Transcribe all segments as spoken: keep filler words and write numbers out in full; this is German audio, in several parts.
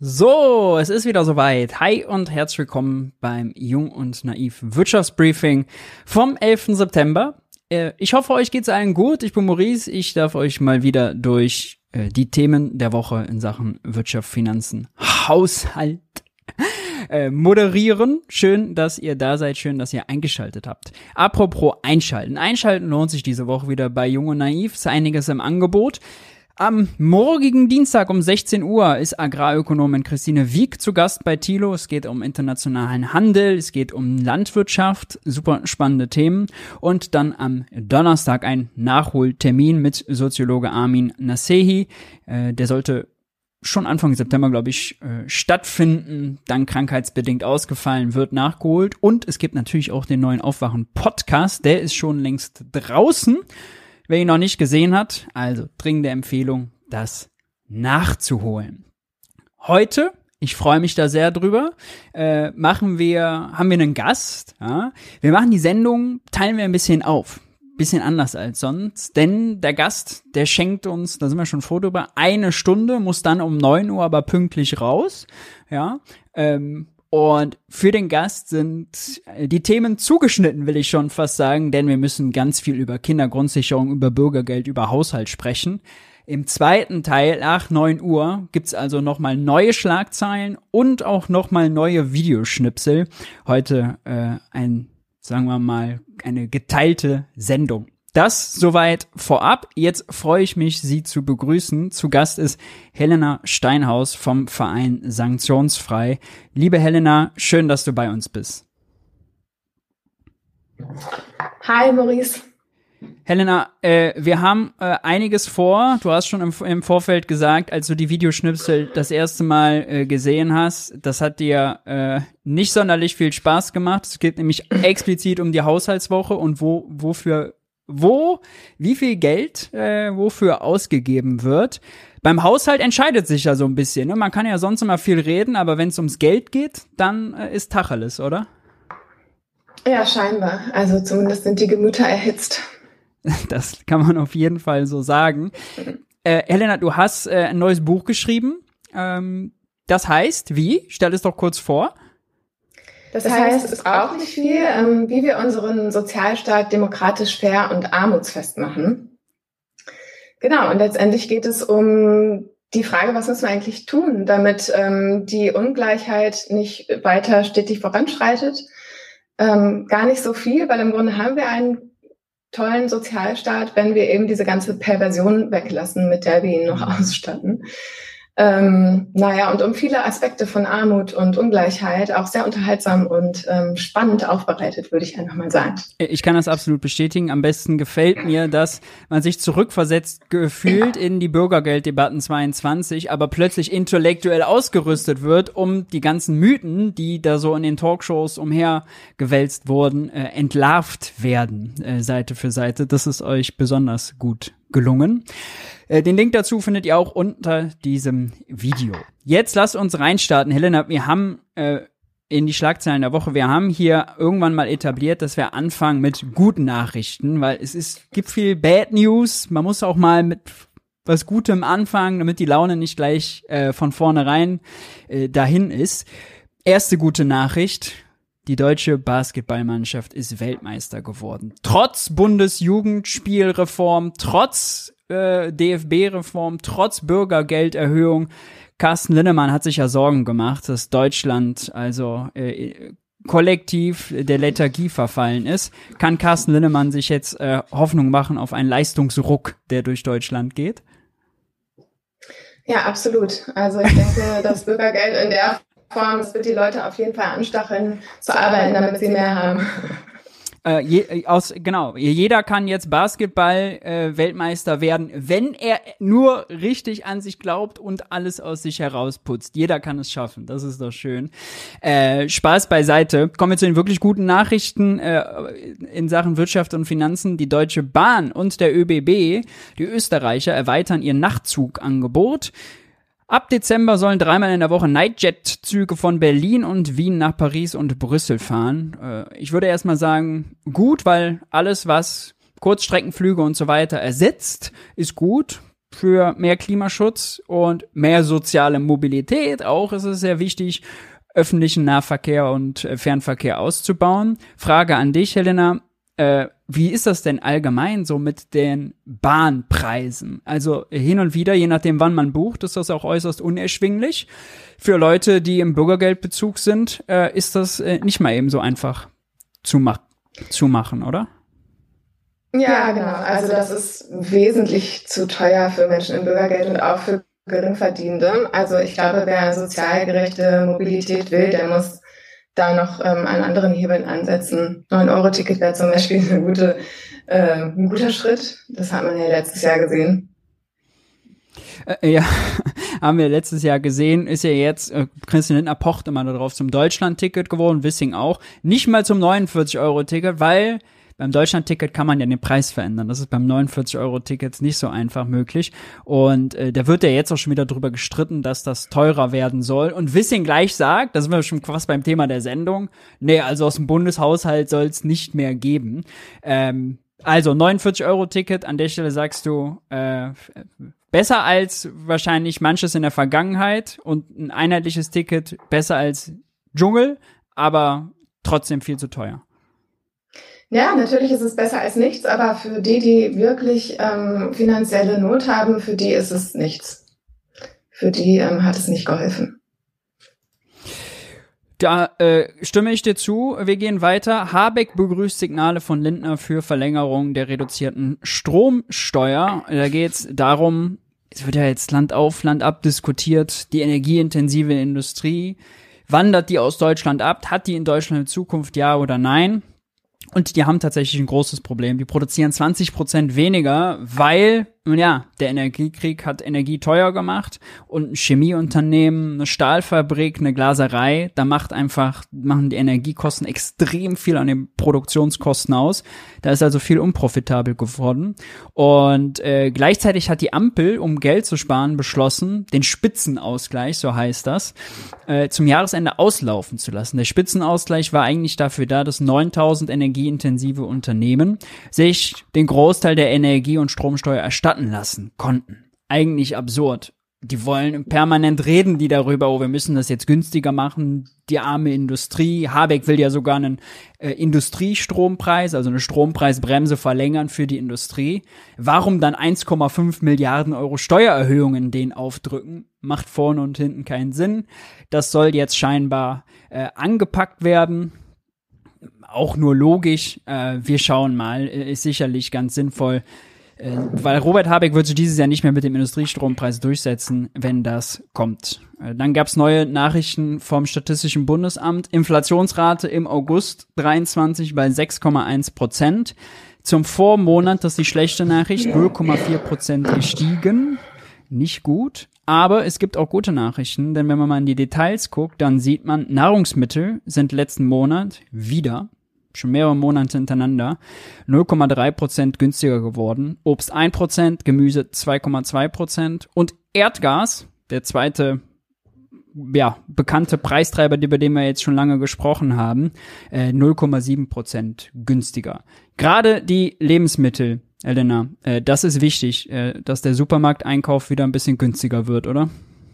So, es ist wieder soweit. Hi und herzlich willkommen beim Jung und Naiv Wirtschaftsbriefing vom elften September. Äh, ich hoffe, euch geht's allen gut. Ich bin Maurice. Ich darf euch mal wieder durch äh, die Themen der Woche in Sachen Wirtschaft, Finanzen, Haushalt äh, moderieren. Schön, dass ihr da seid. Schön, dass ihr eingeschaltet habt. Apropos einschalten. Einschalten lohnt sich diese Woche wieder bei Jung und Naiv. Ist einiges im Angebot. Am morgigen Dienstag um sechzehn Uhr ist Agrarökonomin Christine Wieck zu Gast bei Thilo. Es geht um internationalen Handel, es geht um Landwirtschaft, super spannende Themen. Und dann am Donnerstag ein Nachholtermin mit Soziologe Armin Nasehi. Äh, der sollte schon Anfang September, glaube ich, äh, stattfinden, dann krankheitsbedingt ausgefallen, wird nachgeholt. Und es gibt natürlich auch den neuen Aufwachen-Podcast, der ist schon längst draußen. Wer ihn noch nicht gesehen hat, also dringende Empfehlung, das nachzuholen. Heute, ich freue mich da sehr drüber, äh, machen wir, haben wir einen Gast. Ja? Wir machen die Sendung, teilen wir ein bisschen auf. Bisschen anders als sonst, denn der Gast, der schenkt uns, da sind wir schon froh drüber, eine Stunde, muss dann um neun Uhr aber pünktlich raus. Ja, ähm, Und für den Gast sind die Themen zugeschnitten, will ich schon fast sagen, denn wir müssen ganz viel über Kindergrundsicherung, über Bürgergeld, über Haushalt sprechen. Im zweiten Teil, nach neun Uhr, gibt's also nochmal neue Schlagzeilen und auch nochmal neue Videoschnipsel. Heute äh, ein, sagen wir mal, eine geteilte Sendung. Das soweit vorab. Jetzt freue ich mich, Sie zu begrüßen. Zu Gast ist Helena Steinhaus vom Verein Sanktionsfrei. Liebe Helena, schön, dass du bei uns bist. Hi, Maurice. Helena, äh, wir haben äh, einiges vor. Du hast schon im, im Vorfeld gesagt, als du die Videoschnipsel das erste Mal äh, gesehen hast, das hat dir äh, nicht sonderlich viel Spaß gemacht. Es geht nämlich explizit um die Haushaltswoche und wo wofür wo, wie viel Geld äh, wofür ausgegeben wird. Beim Haushalt entscheidet sich ja so ein bisschen. Ne? Man kann ja sonst immer viel reden, aber wenn es ums Geld geht, dann äh, ist Tacheles, oder? Ja, scheinbar. Also zumindest sind die Gemüter erhitzt. Das kann man auf jeden Fall so sagen. Äh, Helena, du hast äh, ein neues Buch geschrieben. Ähm, das heißt, wie? Stell es doch kurz vor. Das heißt, es braucht nicht viel, ähm, wie wir unseren Sozialstaat demokratisch, fair und armutsfest machen. Genau, und letztendlich geht es um die Frage, was müssen wir eigentlich tun, damit ähm, die Ungleichheit nicht weiter stetig voranschreitet. Ähm, gar nicht so viel, weil im Grunde haben wir einen tollen Sozialstaat, wenn wir eben diese ganze Perversion weglassen, mit der wir ihn noch ausstatten. Ähm, naja, und um viele Aspekte von Armut und Ungleichheit auch sehr unterhaltsam und ähm, spannend aufbereitet, würde ich einfach mal sagen. Ich kann das absolut bestätigen. Am besten gefällt mir, dass man sich zurückversetzt gefühlt in die Bürgergelddebatten zweiundzwanzig, aber plötzlich intellektuell ausgerüstet wird, um die ganzen Mythen, die da so in den Talkshows umhergewälzt wurden, äh, entlarvt werden, äh, Seite für Seite. Das ist euch besonders gut gelungen. Den Link dazu findet ihr auch unter diesem Video. Jetzt lasst uns reinstarten. Helena, wir haben äh, in die Schlagzeilen der Woche, wir haben hier irgendwann mal etabliert, dass wir anfangen mit guten Nachrichten, weil es ist, gibt viel Bad News. Man muss auch mal mit was Gutem anfangen, damit die Laune nicht gleich äh, von vornherein äh, dahin ist. Erste gute Nachricht. Die deutsche Basketballmannschaft ist Weltmeister geworden. Trotz Bundesjugendspielreform, trotz äh, D F B-Reform, trotz Bürgergelderhöhung. Carsten Linnemann hat sich ja Sorgen gemacht, dass Deutschland also äh, kollektiv der Lethargie verfallen ist. Kann Carsten Linnemann sich jetzt äh, Hoffnung machen auf einen Leistungsruck, der durch Deutschland geht? Ja, absolut. Also ich denke, das Bürgergeld in der Form, das wird die Leute auf jeden Fall anstacheln zu arbeiten, damit sie mehr haben. Äh, je, aus, genau, jeder kann jetzt Basketball-Weltmeister äh, werden, wenn er nur richtig an sich glaubt und alles aus sich herausputzt. Jeder kann es schaffen, das ist doch schön. Äh, Spaß beiseite. Kommen wir zu den wirklich guten Nachrichten äh, in Sachen Wirtschaft und Finanzen. Die Deutsche Bahn und der Ö B B, die Österreicher, erweitern ihr Nachtzugangebot. Ab Dezember sollen dreimal in der Woche Nightjet-Züge von Berlin und Wien nach Paris und Brüssel fahren. Äh, ich würde erstmal sagen, gut, weil alles, was Kurzstreckenflüge und so weiter ersetzt, ist gut. für mehr Klimaschutz und mehr soziale Mobilität. Auch ist es sehr wichtig, öffentlichen Nahverkehr und äh, Fernverkehr auszubauen. Frage an dich, Helena. Äh, wie ist das denn allgemein so mit den Bahnpreisen? Also hin und wieder, je nachdem wann man bucht, ist das auch äußerst unerschwinglich. Für Leute, die im Bürgergeldbezug sind, äh, ist das äh, nicht mal eben so einfach zu, ma- zu machen, oder? Ja, genau. Also das ist wesentlich zu teuer für Menschen im Bürgergeld und auch für Geringverdienende. Also ich glaube, wer sozial gerechte Mobilität will, der muss da noch ähm, an anderen Hebeln ansetzen. neun Euro Ticket wäre zum Beispiel eine gute, äh, ein guter Schritt. Das hat man ja letztes Jahr gesehen. Äh, ja, haben wir letztes Jahr gesehen, ist ja jetzt, äh, Christian Lindner pocht immer darauf, zum Deutschland-Ticket geworden, Wissing auch. Nicht mal zum neunundvierzig Euro Ticket, weil beim Deutschland-Ticket kann man ja den Preis verändern. Das ist beim neunundvierzig Euro Ticket nicht so einfach möglich. Und äh, da wird ja jetzt auch schon wieder drüber gestritten, dass das teurer werden soll. Und Wissing gleich sagt, da sind wir schon fast beim Thema der Sendung, nee, also aus dem Bundeshaushalt soll es nicht mehr geben. Ähm, also neunundvierzig Euro Ticket, an der Stelle sagst du, äh, besser als wahrscheinlich manches in der Vergangenheit und ein einheitliches Ticket besser als Dschungel, aber trotzdem viel zu teuer. Ja, natürlich ist es besser als nichts, aber für die, die wirklich ähm, finanzielle Not haben, für die ist es nichts. Für die ähm, hat es nicht geholfen. Da äh, stimme ich dir zu. Wir gehen weiter. Habeck begrüßt Signale von Lindner für Verlängerung der reduzierten Stromsteuer. Da geht es darum, es wird ja jetzt Land auf, Land ab diskutiert, die energieintensive Industrie. Wandert die aus Deutschland ab? Hat die in Deutschland eine Zukunft, ja oder nein? Und die haben tatsächlich ein großes Problem. Die produzieren zwanzig Prozent weniger, weil, nun ja, der Energiekrieg hat Energie teuer gemacht und ein Chemieunternehmen, eine Stahlfabrik, eine Glaserei, da macht einfach, machen die Energiekosten extrem viel an den Produktionskosten aus. Da ist also viel unprofitabel geworden. Und äh, gleichzeitig hat die Ampel, um Geld zu sparen, beschlossen, den Spitzenausgleich, so heißt das, äh, zum Jahresende auslaufen zu lassen. Der Spitzenausgleich war eigentlich dafür da, dass neuntausend energieintensive Unternehmen sich den Großteil der Energie- und Stromsteuer erstatten lassen konnten. Eigentlich absurd. Die wollen permanent reden, die darüber, oh, wir müssen das jetzt günstiger machen, die arme Industrie. Habeck will ja sogar einen äh, Industriestrompreis, also eine Strompreisbremse verlängern für die Industrie. Warum dann eins Komma fünf Milliarden Euro Steuererhöhungen denen aufdrücken? Macht vorne und hinten keinen Sinn. Das soll jetzt scheinbar äh, angepackt werden. Auch nur logisch. Äh, wir schauen mal. Ist sicherlich ganz sinnvoll. Äh, weil Robert Habeck wird sich dieses Jahr nicht mehr mit dem Industriestrompreis durchsetzen, wenn das kommt. Äh, dann gab es neue Nachrichten vom Statistischen Bundesamt. Inflationsrate im August dreiundzwanzig bei sechs Komma eins Prozent. Zum Vormonat, das ist die schlechte Nachricht, null Komma vier Prozent gestiegen. Nicht gut. Aber es gibt auch gute Nachrichten, denn wenn man mal in die Details guckt, dann sieht man, Nahrungsmittel sind letzten Monat wieder schon mehrere Monate hintereinander null Komma drei Prozent günstiger geworden. Obst ein Prozent, Gemüse zwei Komma zwei Prozent und Erdgas, der zweite ja, bekannte Preistreiber, über den wir jetzt schon lange gesprochen haben, äh, null Komma sieben Prozent günstiger. Gerade die Lebensmittel, Elena, äh, das ist wichtig, äh, dass der Supermarkteinkauf wieder ein bisschen günstiger wird, oder?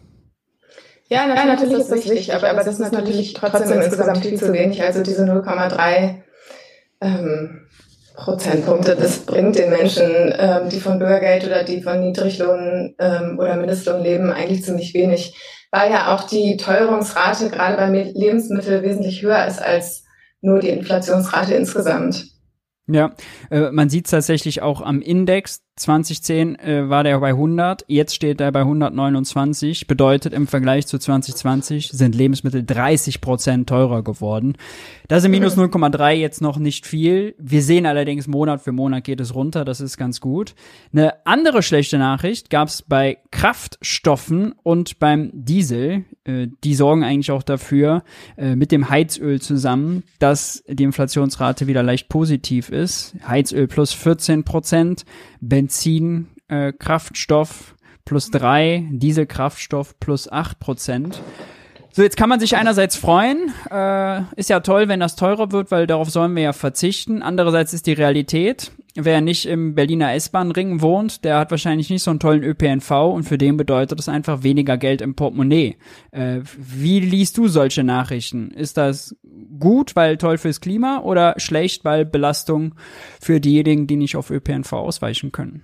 Ja, natürlich, ja, natürlich ist das wichtig, aber, aber das ist natürlich trotzdem insgesamt viel zu wenig. Also diese null Komma drei ähm, Prozentpunkte, das bringt den Menschen, ähm, die von Bürgergeld oder die von Niedriglohn ähm, oder Mindestlohn leben, eigentlich ziemlich wenig, weil ja auch die Teuerungsrate gerade bei Lebensmitteln wesentlich höher ist als nur die Inflationsrate insgesamt. Ja, äh, man sieht es tatsächlich auch am Index. zwanzig zehn äh, war der bei hundert, jetzt steht er bei hundertneunundzwanzig. Bedeutet, im Vergleich zu zwanzig zwanzig sind Lebensmittel dreißig Prozent teurer geworden. Das ist minus null Komma drei jetzt noch nicht viel. Wir sehen allerdings, Monat für Monat geht es runter, das ist ganz gut. Eine andere schlechte Nachricht gab es bei Kraftstoffen und beim Diesel. Äh, die sorgen eigentlich auch dafür, äh, mit dem Heizöl zusammen, dass die Inflationsrate wieder leicht positiv ist. Heizöl plus vierzehn Prozent, Benzin, äh, Kraftstoff plus drei, Dieselkraftstoff plus acht Prozent. So, jetzt kann man sich einerseits freuen, äh, ist ja toll, wenn das teurer wird, weil darauf sollen wir ja verzichten. Andererseits ist die Realität, wer nicht im Berliner S-Bahn-Ring wohnt, der hat wahrscheinlich nicht so einen tollen Ö P N V und für den bedeutet das einfach weniger Geld im Portemonnaie. Äh, wie liest du solche Nachrichten? Ist das gut, weil toll fürs Klima oder schlecht, weil Belastung für diejenigen, die nicht auf Ö P N V ausweichen können?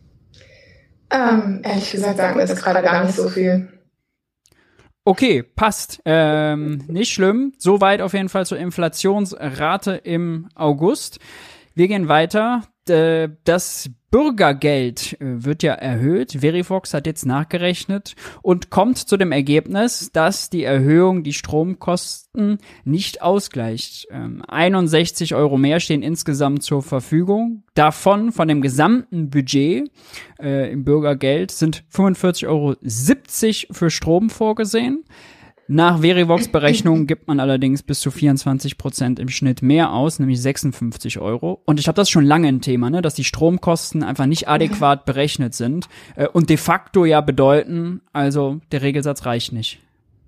Ähm, ehrlich gesagt sagen wir das gerade gar nicht so viel. Okay, passt. Ähm, nicht schlimm. Soweit auf jeden Fall zur Inflationsrate im August. Wir gehen weiter. Das Bürgergeld wird ja erhöht. Verivox hat jetzt nachgerechnet und kommt zu dem Ergebnis, dass die Erhöhung die Stromkosten nicht ausgleicht. Ähm, einundsechzig Euro mehr stehen insgesamt zur Verfügung. Davon, von dem gesamten Budget äh, im Bürgergeld, sind fünfundvierzig Euro siebzig für Strom vorgesehen. Nach Verivox-Berechnungen gibt man allerdings bis zu vierundzwanzig Prozent im Schnitt mehr aus, nämlich sechsundfünfzig Euro. Und ich glaube, das ist schon lange ein Thema, ne, dass die Stromkosten einfach nicht adäquat berechnet sind äh, und de facto ja bedeuten, also der Regelsatz reicht nicht.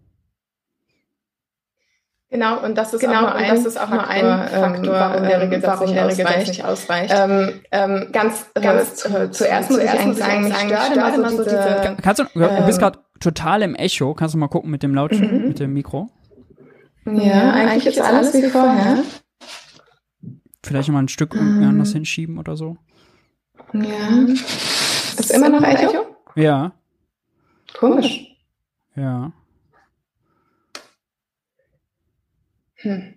Genau, und das ist genau, auch nur ein, das ist auch nur ein Faktor, warum der Regelsatz nicht, ausreicht. nicht ausreicht. Ähm, ähm, ganz, ganz äh, zuerst muss ich eigentlich sagen, mich stört immer so diese... Kannst du, du bist gerade total im Echo. Kannst du mal gucken mit dem Lautstärke, mhm. mit dem Mikro? Ja, eigentlich ist alles wie vorher. Vielleicht noch mal ein Stück ähm. anders hinschieben oder so. Ja. Ist das immer noch Echo? Ja. Komisch. Ja. Hm.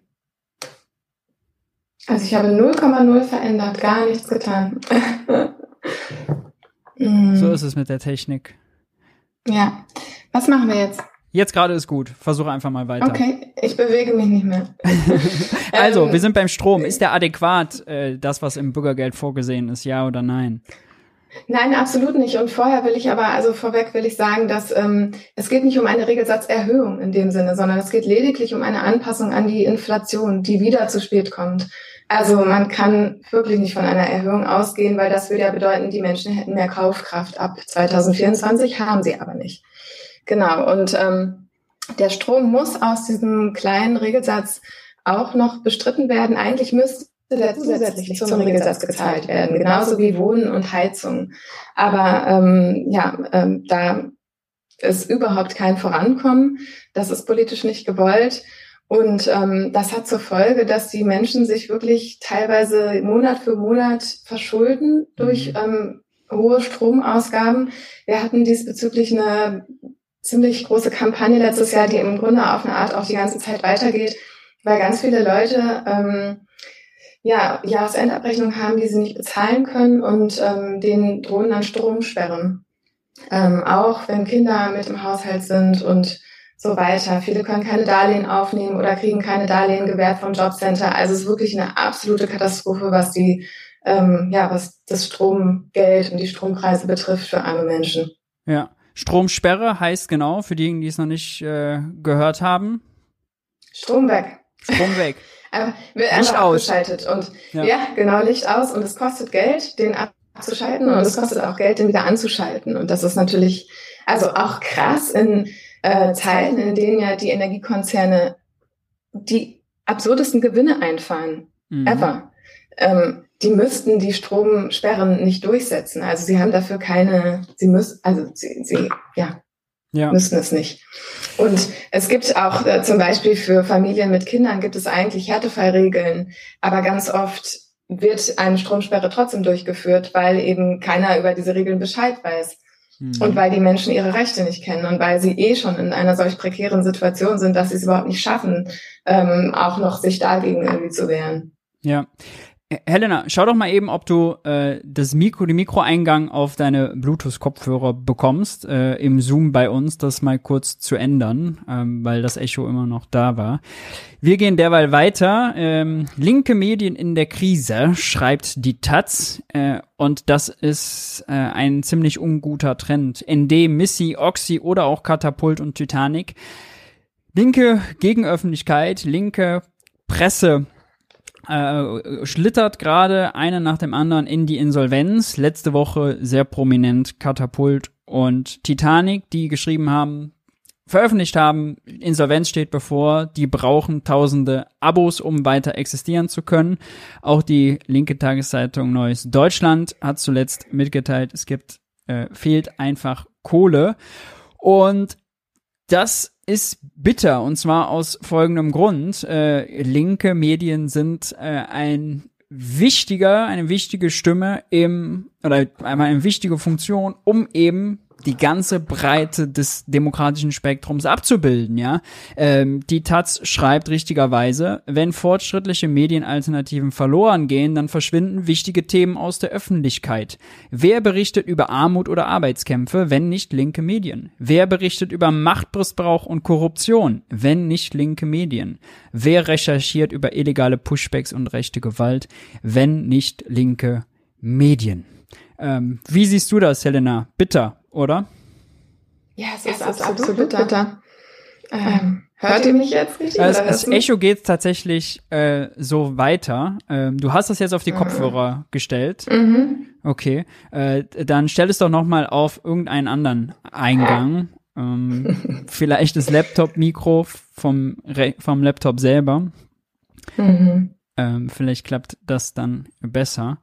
Also ich habe null Komma null verändert, gar nichts getan. So ist es mit der Technik. Ja. Was machen wir jetzt? Jetzt gerade ist gut. Versuche einfach mal weiter. Okay, ich bewege mich nicht mehr. Also, ähm, wir sind beim Strom. Ist der adäquat, äh, das, was im Bürgergeld vorgesehen ist, ja oder nein? Nein, absolut nicht. Und vorher will ich aber, also vorweg will ich sagen, dass ähm, es geht nicht um eine Regelsatzerhöhung in dem Sinne, sondern es geht lediglich um eine Anpassung an die Inflation, die wieder zu spät kommt. Also man kann wirklich nicht von einer Erhöhung ausgehen, weil das würde ja bedeuten, die Menschen hätten mehr Kaufkraft ab zwanzig vierundzwanzig, haben sie aber nicht. Genau, und ähm, der Strom muss aus diesem kleinen Regelsatz auch noch bestritten werden. Eigentlich müsste der zusätzlich zum Regelsatz gezahlt werden, genauso wie Wohnen und Heizung. Aber ähm, ja, ähm, da ist überhaupt kein Vorankommen. Das ist politisch nicht gewollt. Und ähm, das hat zur Folge, dass die Menschen sich wirklich teilweise Monat für Monat verschulden durch ähm, hohe Stromausgaben. Wir hatten diesbezüglich eine ziemlich große Kampagne letztes Jahr, die im Grunde auf eine Art auch die ganze Zeit weitergeht, weil ganz viele Leute ähm, ja Jahresendabrechnungen haben, die sie nicht bezahlen können und ähm, denen drohen dann Stromsperren. Ähm, auch wenn Kinder mit im Haushalt sind und so weiter. Viele können keine Darlehen aufnehmen oder kriegen keine Darlehen gewährt vom Jobcenter. Also es ist wirklich eine absolute Katastrophe, was die ähm, ja was das Stromgeld und die Strompreise betrifft für arme Menschen. Ja. Stromsperre heißt genau, für diejenigen, die es noch nicht äh, gehört haben. Strom weg. Strom weg. Aber wird einfach abgeschaltet. Und ja. ja, genau, Licht aus. Und es kostet Geld, den abzuschalten. Und es kostet auch Geld, den wieder anzuschalten. Und das ist natürlich also auch krass in äh, Zeiten, in denen ja die Energiekonzerne die absurdesten Gewinne einfahren. Mhm. Ever. Ähm, die müssten die Stromsperren nicht durchsetzen. Also sie haben dafür keine, sie müssen, also sie, sie ja, ja, müssen es nicht. Und es gibt auch äh, zum Beispiel für Familien mit Kindern gibt es eigentlich Härtefallregeln, aber ganz oft wird eine Stromsperre trotzdem durchgeführt, weil eben keiner über diese Regeln Bescheid weiß. Mhm. Und weil die Menschen ihre Rechte nicht kennen und weil sie eh schon in einer solch prekären Situation sind, dass sie es überhaupt nicht schaffen, ähm, auch noch sich dagegen irgendwie zu wehren. Ja. Helena, schau doch mal eben, ob du äh, das Mikro, die Mikroeingang auf deine Bluetooth-Kopfhörer bekommst, äh, im Zoom bei uns, das mal kurz zu ändern, ähm, weil das Echo immer noch da war. Wir gehen derweil weiter. Ähm, linke Medien in der Krise, schreibt die Taz, äh, und das ist äh, ein ziemlich unguter Trend. N D, Missy, Oxy oder auch Katapult und Titanic. Linke Gegenöffentlichkeit, linke Presse Äh, schlittert gerade eine nach dem anderen in die Insolvenz. Letzte Woche sehr prominent Katapult und Titanic, die geschrieben haben, veröffentlicht haben, Insolvenz steht bevor, die brauchen tausende Abos, um weiter existieren zu können. Auch die linke Tageszeitung Neues Deutschland hat zuletzt mitgeteilt, es gibt, äh, fehlt einfach Kohle. Und das ist bitter, und zwar aus folgendem Grund. Äh, linke Medien sind äh, ein wichtiger, eine wichtige Stimme im, oder einmal eine wichtige Funktion, um eben die ganze Breite des demokratischen Spektrums abzubilden, ja. Ähm, die Taz schreibt richtigerweise, wenn fortschrittliche Medienalternativen verloren gehen, dann verschwinden wichtige Themen aus der Öffentlichkeit. Wer berichtet über Armut oder Arbeitskämpfe, wenn nicht linke Medien? Wer berichtet über Machtmissbrauch und Korruption, wenn nicht linke Medien? Wer recherchiert über illegale Pushbacks und rechte Gewalt, wenn nicht linke Medien? Ähm, wie siehst du das, Helena? Bitter, oder? Ja, es ist, es ist absolut bitter. bitter. Ähm, hört ihr mich jetzt richtig? Also das Echo geht tatsächlich äh, so weiter. Ähm, du hast das jetzt auf die mhm. Kopfhörer gestellt. Mhm. Okay. Äh, dann stell es doch nochmal auf irgendeinen anderen Eingang. Ähm, vielleicht das Laptop-Mikro vom, Re- vom Laptop selber. Mhm. Ähm, vielleicht klappt das dann besser.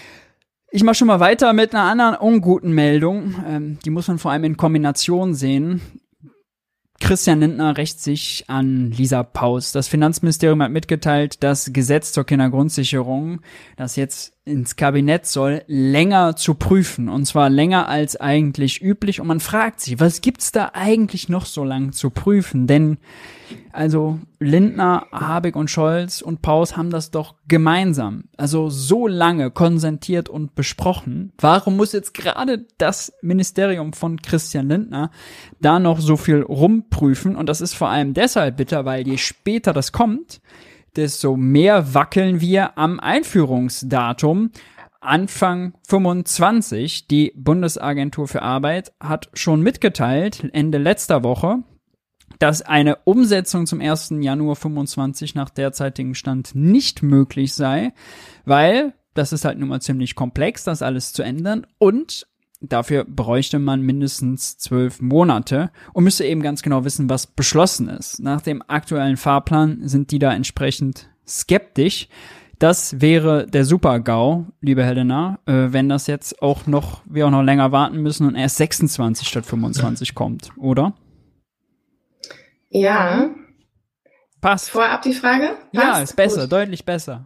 Ich mache schon mal weiter mit einer anderen unguten Meldung. Ähm, die muss man vor allem in Kombination sehen. Christian Lindner rächt sich an Lisa Paus. Das Finanzministerium hat mitgeteilt, das Gesetz zur Kindergrundsicherung, das jetzt ins Kabinett soll, länger zu prüfen. Und zwar länger als eigentlich üblich. Und man fragt sich, was gibt's da eigentlich noch so lang zu prüfen? Denn also Lindner, Habeck und Scholz und Paus haben das doch gemeinsam, also so lange konsentiert und besprochen. Warum muss jetzt gerade das Ministerium von Christian Lindner da noch so viel rumprüfen? Und das ist vor allem deshalb bitter, weil je später das kommt, desto mehr wackeln wir am Einführungsdatum. Anfang fünfundzwanzig, die Bundesagentur für Arbeit hat schon mitgeteilt, Ende letzter Woche, dass eine Umsetzung zum ersten Januar fünfundzwanzig nach derzeitigem Stand nicht möglich sei, weil das ist halt nun mal ziemlich komplex, das alles zu ändern, und dafür bräuchte man mindestens zwölf Monate und müsste eben ganz genau wissen, was beschlossen ist. Nach dem aktuellen Fahrplan sind die da entsprechend skeptisch. Das wäre der Super-GAU, liebe Helena, äh, wenn das jetzt auch noch, wir auch noch länger warten müssen und erst sechsundzwanzig statt fünfundzwanzig kommt, oder? Ja. Passt. Vorab die Frage? Passt? Ja, ist besser, Gut. Deutlich besser.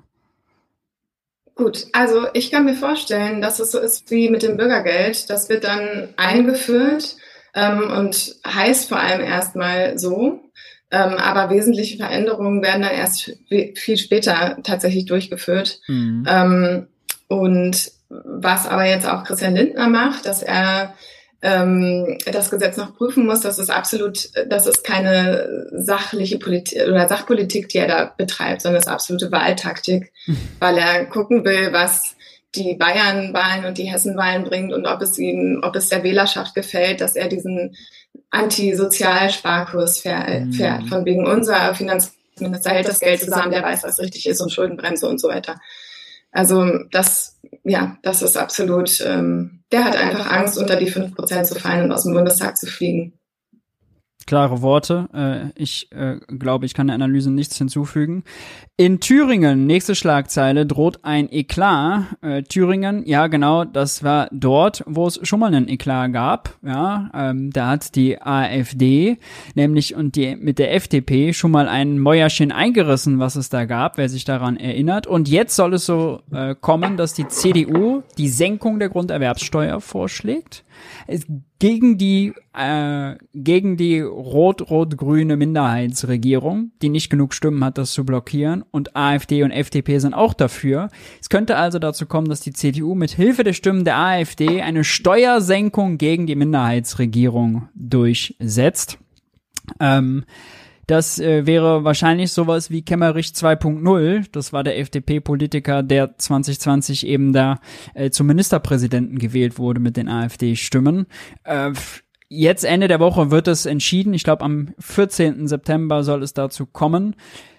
Gut, also ich kann mir vorstellen, dass es so ist wie mit dem Bürgergeld. Das wird dann eingeführt ähm, und heißt vor allem erstmal so. Ähm, aber wesentliche Veränderungen werden dann erst viel später tatsächlich durchgeführt. Mhm. Ähm, und was aber jetzt auch Christian Lindner macht, dass er ähm, das Gesetz noch prüfen muss, das ist absolut, das ist keine sachliche Politik oder Sachpolitik, die er da betreibt, sondern das ist absolute Wahltaktik, mhm. weil er gucken will, was die Bayern-Wahlen und die Hessen-Wahlen bringt und ob es ihm, ob es der Wählerschaft gefällt, dass er diesen Anti-Sozial-Sparkurs fährt, fährt. Von wegen unser Finanzminister hält das Geld zusammen, der weiß, was richtig ist und Schuldenbremse und so weiter. Also das, ja, das ist absolut, ähm, der hat einfach Angst, unter die fünf Prozent zu fallen und aus dem Bundestag zu fliegen. Klare Worte. Äh, ich äh, glaube, ich kann der Analyse nichts hinzufügen. In Thüringen, nächste Schlagzeile, droht ein Eklat. Äh, Thüringen, ja genau, das war dort, wo es schon mal einen Eklat gab. Ja, ähm, da hat die AfD nämlich und die mit der F D P schon mal ein Mäuerchen eingerissen, was es da gab, wer sich daran erinnert. Und jetzt soll es so äh, kommen, dass die C D U die Senkung der Grunderwerbssteuer vorschlägt. Gegen die äh, gegen die rot-rot-grüne Minderheitsregierung, die nicht genug Stimmen hat, das zu blockieren, und AfD und F D P sind auch dafür. Es könnte also dazu kommen, dass die C D U mit Hilfe der Stimmen der AfD eine Steuersenkung gegen die Minderheitsregierung durchsetzt. Ähm, Das äh, wäre wahrscheinlich sowas wie Kemmerich zwei Punkt null. Das war der F D P-Politiker, der zwanzig zwanzig eben da äh, zum Ministerpräsidenten gewählt wurde mit den AfD-Stimmen. Äh, jetzt Ende der Woche wird es entschieden. Ich glaube, am vierzehnten September soll es dazu kommen.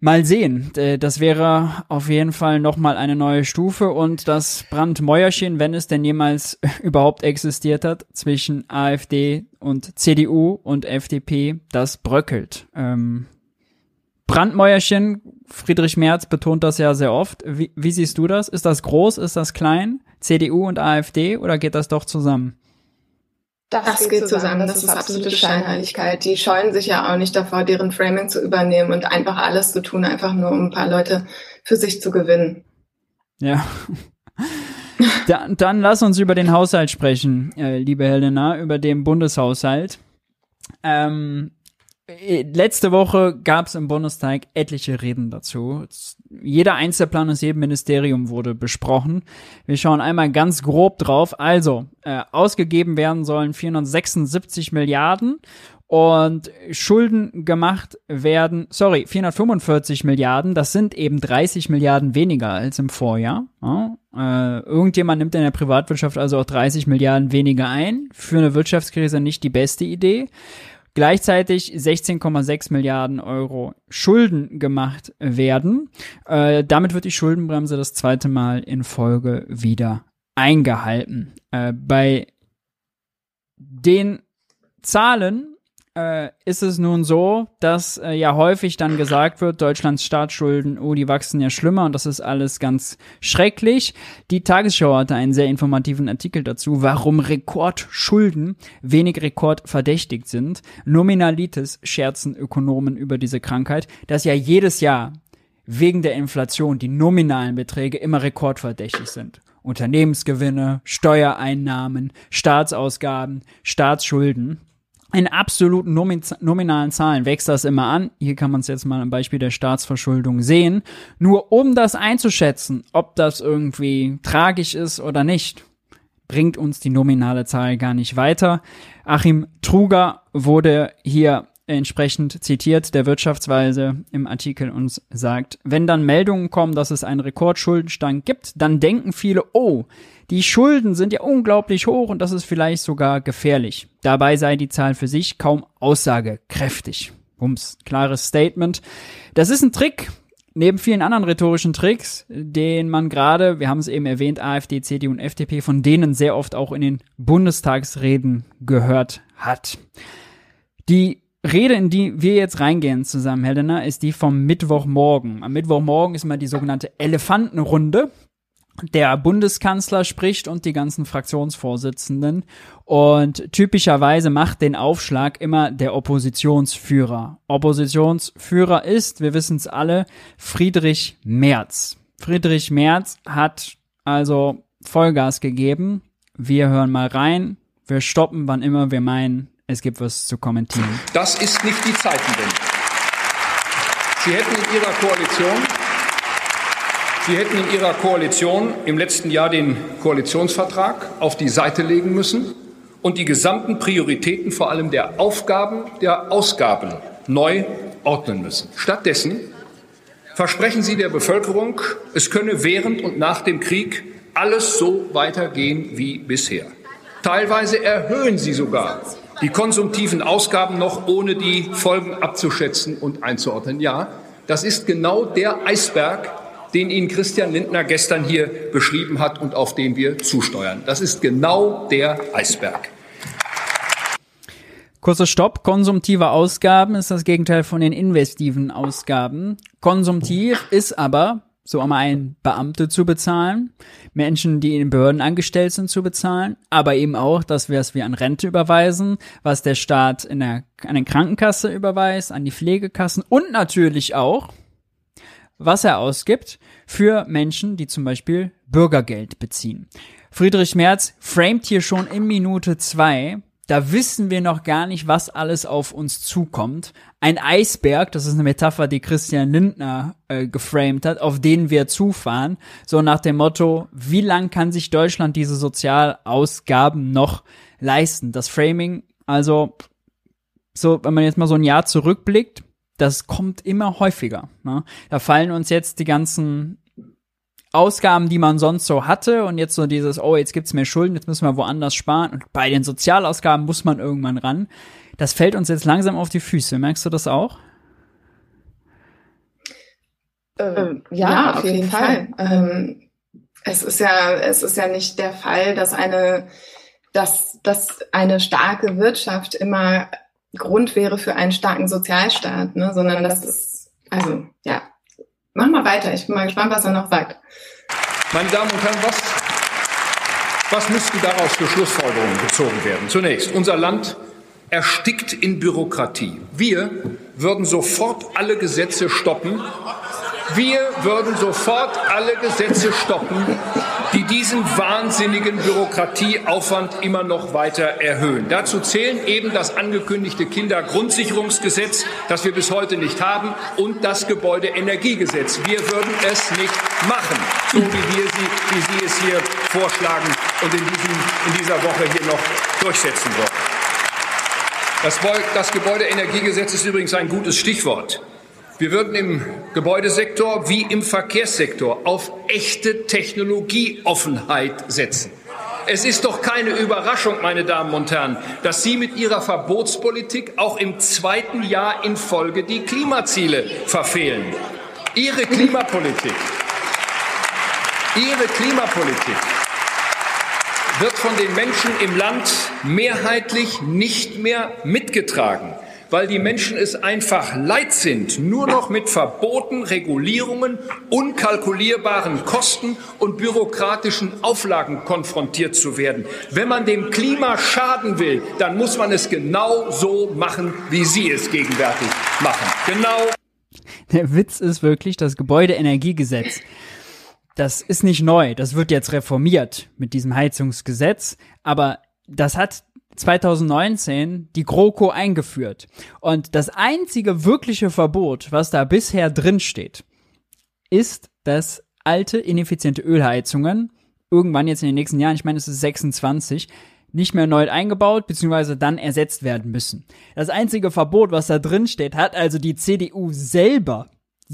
Mal sehen, das wäre auf jeden Fall nochmal eine neue Stufe und das Brandmäuerchen, wenn es denn jemals überhaupt existiert hat, zwischen AfD und C D U und F D P, das bröckelt. Ähm, Brandmäuerchen, Friedrich Merz betont das ja sehr oft. Wie, wie siehst du das? Ist das groß, ist das klein? C D U und AfD oder geht das doch zusammen? Das, das geht zusammen, das ist absolute Scheinheiligkeit. Die scheuen sich ja auch nicht davor, deren Framing zu übernehmen und einfach alles zu tun, einfach nur um ein paar Leute für sich zu gewinnen. Ja. Da, dann lass uns über den Haushalt sprechen, äh, liebe Helena, über den Bundeshaushalt. Ähm, letzte Woche gab es im Bundestag etliche Reden dazu. Jeder Einzelplan aus jedem Ministerium wurde besprochen. Wir schauen einmal ganz grob drauf. Also, äh, ausgegeben werden sollen vierhundertsechsundsiebzig Milliarden und Schulden gemacht werden, sorry, vierhundertfünfundvierzig Milliarden. Das sind eben dreißig Milliarden weniger als im Vorjahr. Ja, äh, irgendjemand nimmt in der Privatwirtschaft also auch dreißig Milliarden weniger ein. Für eine Wirtschaftskrise nicht die beste Idee. Gleichzeitig sechzehn Komma sechs Milliarden Euro Schulden gemacht werden. Äh, damit wird die Schuldenbremse das zweite Mal in Folge wieder eingehalten. Äh, bei den Zahlen äh, ist es nun so, dass äh, ja häufig dann gesagt wird, Deutschlands Staatsschulden, oh, die wachsen ja schlimmer und das ist alles ganz schrecklich. Die Tagesschau hatte einen sehr informativen Artikel dazu, warum Rekordschulden wenig rekordverdächtigt sind. Nominalitis scherzen Ökonomen über diese Krankheit, dass ja jedes Jahr wegen der Inflation die nominalen Beträge immer rekordverdächtig sind. Unternehmensgewinne, Steuereinnahmen, Staatsausgaben, Staatsschulden. In absoluten nomin- nominalen Zahlen wächst das immer an. Hier kann man es jetzt mal am Beispiel der Staatsverschuldung sehen. Nur um das einzuschätzen, ob das irgendwie tragisch ist oder nicht, bringt uns die nominale Zahl gar nicht weiter. Achim Truger wurde hier entsprechend zitiert, der Wirtschaftsweise im Artikel und sagt, wenn dann Meldungen kommen, dass es einen Rekordschuldenstand gibt, dann denken viele, oh, die Schulden sind ja unglaublich hoch und das ist vielleicht sogar gefährlich. Dabei sei die Zahl für sich kaum aussagekräftig. Bums, klares Statement. Das ist ein Trick, neben vielen anderen rhetorischen Tricks, den man gerade, wir haben es eben erwähnt, AfD, C D U und F D P, von denen sehr oft auch in den Bundestagsreden gehört hat. Die Rede, in die wir jetzt reingehen zusammen, Helena, ist die vom Mittwochmorgen. Am Mittwochmorgen ist immer die sogenannte Elefantenrunde. Der Bundeskanzler spricht und die ganzen Fraktionsvorsitzenden. Und typischerweise macht den Aufschlag immer der Oppositionsführer. Oppositionsführer ist, wir wissen es alle, Friedrich Merz. Friedrich Merz hat also Vollgas gegeben. Wir hören mal rein. Wir stoppen, wann immer wir meinen, es gibt was zu kommentieren. Das ist nicht die Zeitenwende. Sie hätten in Ihrer Koalition, Sie hätten in Ihrer Koalition im letzten Jahr den Koalitionsvertrag auf die Seite legen müssen und die gesamten Prioritäten, vor allem der Aufgaben, der Ausgaben, neu ordnen müssen. Stattdessen versprechen Sie der Bevölkerung, es könne während und nach dem Krieg alles so weitergehen wie bisher. Teilweise erhöhen Sie sogar die konsumtiven Ausgaben noch, ohne die Folgen abzuschätzen und einzuordnen. Ja, das ist genau der Eisberg, den Ihnen Christian Lindner gestern hier beschrieben hat und auf den wir zusteuern. Das ist genau der Eisberg. Kurzer Stopp. Konsumtive Ausgaben ist das Gegenteil von den investiven Ausgaben. Konsumtiv ist aber, so um einen Beamte zu bezahlen, Menschen, die in Behörden angestellt sind, zu bezahlen, aber eben auch das, was wir an Rente überweisen, was der Staat in der, an den Krankenkasse überweist, an die Pflegekassen und natürlich auch, was er ausgibt für Menschen, die zum Beispiel Bürgergeld beziehen. Friedrich Merz framet hier schon in Minute zwei, da wissen wir noch gar nicht, was alles auf uns zukommt. Ein Eisberg, das ist eine Metapher, die Christian Lindner äh, geframed hat, auf den wir zufahren. So nach dem Motto, wie lang kann sich Deutschland diese Sozialausgaben noch leisten? Das Framing, also so, wenn man jetzt mal so ein Jahr zurückblickt, das kommt immer häufiger. Ne? Da fallen uns jetzt die ganzen Ausgaben, die man sonst so hatte und jetzt so dieses, oh, jetzt gibt's mehr Schulden, jetzt müssen wir woanders sparen und bei den Sozialausgaben muss man irgendwann ran. Das fällt uns jetzt langsam auf die Füße. Merkst du das auch? Äh, ja, auf jeden Fall. Ähm, es ist ja, es ist ja nicht der Fall, dass eine, dass, dass eine starke Wirtschaft immer Grund wäre für einen starken Sozialstaat, ne? Sondern das ist, also, ja. Mach mal weiter. Ich bin mal gespannt, was er noch sagt. Meine Damen und Herren, was, was müssten daraus für Schlussfolgerungen gezogen werden? Zunächst, unser Land erstickt in Bürokratie. Wir würden sofort alle Gesetze stoppen. Wir würden sofort alle Gesetze stoppen, die diesen wahnsinnigen Bürokratieaufwand immer noch weiter erhöhen. Dazu zählen eben das angekündigte Kindergrundsicherungsgesetz, das wir bis heute nicht haben, und das Gebäudeenergiegesetz. Wir würden es nicht machen, so wie wir sie, wie Sie es hier vorschlagen und in, diesem, in dieser Woche hier noch durchsetzen wollen. Das, das Gebäudeenergiegesetz ist übrigens ein gutes Stichwort. Wir würden im Gebäudesektor wie im Verkehrssektor auf echte Technologieoffenheit setzen. Es ist doch keine Überraschung, meine Damen und Herren, dass Sie mit Ihrer Verbotspolitik auch im zweiten Jahr in Folge die Klimaziele verfehlen. Ihre Klimapolitik, Ihre Klimapolitik wird von den Menschen im Land mehrheitlich nicht mehr mitgetragen, weil die Menschen es einfach leid sind, nur noch mit Verboten, Regulierungen, unkalkulierbaren Kosten und bürokratischen Auflagen konfrontiert zu werden. Wenn man dem Klima schaden will, dann muss man es genau so machen, wie Sie es gegenwärtig machen. Genau. Der Witz ist wirklich, das Gebäudeenergiegesetz, das ist nicht neu, das wird jetzt reformiert mit diesem Heizungsgesetz, aber das hat zwanzig neunzehn die GroKo eingeführt. Und das einzige wirkliche Verbot, was da bisher drin steht, ist, dass alte, ineffiziente Ölheizungen irgendwann jetzt in den nächsten Jahren, ich meine, es ist sechsundzwanzig, nicht mehr neu eingebaut bzw. dann ersetzt werden müssen. Das einzige Verbot, was da drin steht, hat also die C D U selber,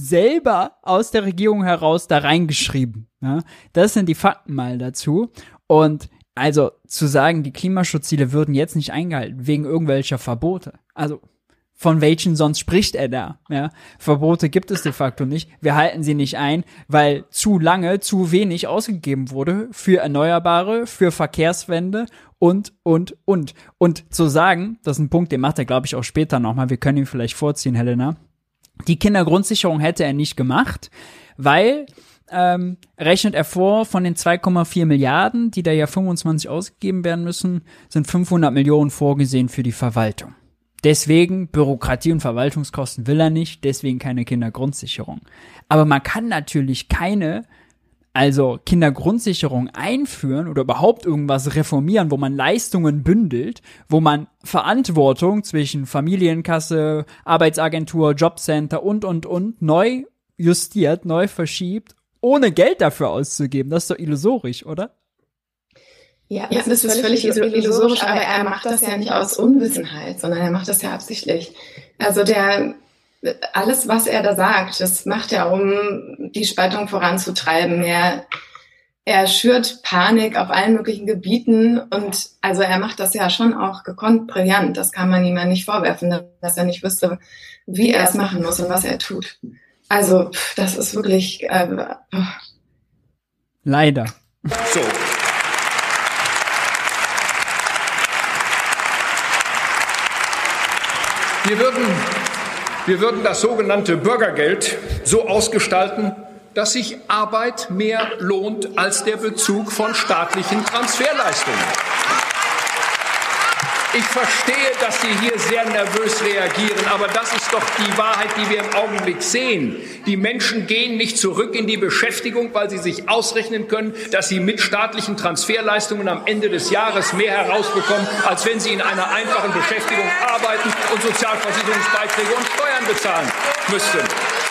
selber aus der Regierung heraus da reingeschrieben. Ja? Das sind die Fakten mal dazu. Und also zu sagen, die Klimaschutzziele würden jetzt nicht eingehalten, wegen irgendwelcher Verbote. Also von welchen sonst spricht er da? Ja? Verbote gibt es de facto nicht. Wir halten sie nicht ein, weil zu lange, zu wenig ausgegeben wurde für Erneuerbare, für Verkehrswende und, und, und. Und zu sagen, das ist ein Punkt, den macht er, glaube ich, auch später nochmal, wir können ihn vielleicht vorziehen, Helena, die Kindergrundsicherung hätte er nicht gemacht, weil Ähm, rechnet er vor, von den zwei Komma vier Milliarden, die da ja fünfundzwanzig ausgegeben werden müssen, sind fünfhundert Millionen vorgesehen für die Verwaltung. Deswegen Bürokratie und Verwaltungskosten will er nicht, deswegen keine Kindergrundsicherung. Aber man kann natürlich keine, also Kindergrundsicherung einführen oder überhaupt irgendwas reformieren, wo man Leistungen bündelt, wo man Verantwortung zwischen Familienkasse, Arbeitsagentur, Jobcenter und, und, und neu justiert, neu verschiebt, ohne Geld dafür auszugeben. Das ist doch illusorisch, oder? Ja, das, ja, das ist völlig illusorisch, aber er macht das ja nicht aus Unwissenheit, sondern er macht das ja absichtlich. Also der, alles, was er da sagt, das macht er, um die Spaltung voranzutreiben. Er, er schürt Panik auf allen möglichen Gebieten und also er macht das ja schon auch gekonnt brillant. Das kann man ihm ja nicht vorwerfen, dass er nicht wüsste, wie er es machen muss und was er tut. Also, das ist wirklich äh, oh. Leider. So. Wir würden, wir würden das sogenannte Bürgergeld so ausgestalten, dass sich Arbeit mehr lohnt als der Bezug von staatlichen Transferleistungen. Ich verstehe, dass Sie hier sehr nervös reagieren, aber das ist doch die Wahrheit, die wir im Augenblick sehen. Die Menschen gehen nicht zurück in die Beschäftigung, weil sie sich ausrechnen können, dass sie mit staatlichen Transferleistungen am Ende des Jahres mehr herausbekommen, als wenn sie in einer einfachen Beschäftigung arbeiten und Sozialversicherungsbeiträge und Steuern bezahlen müssten.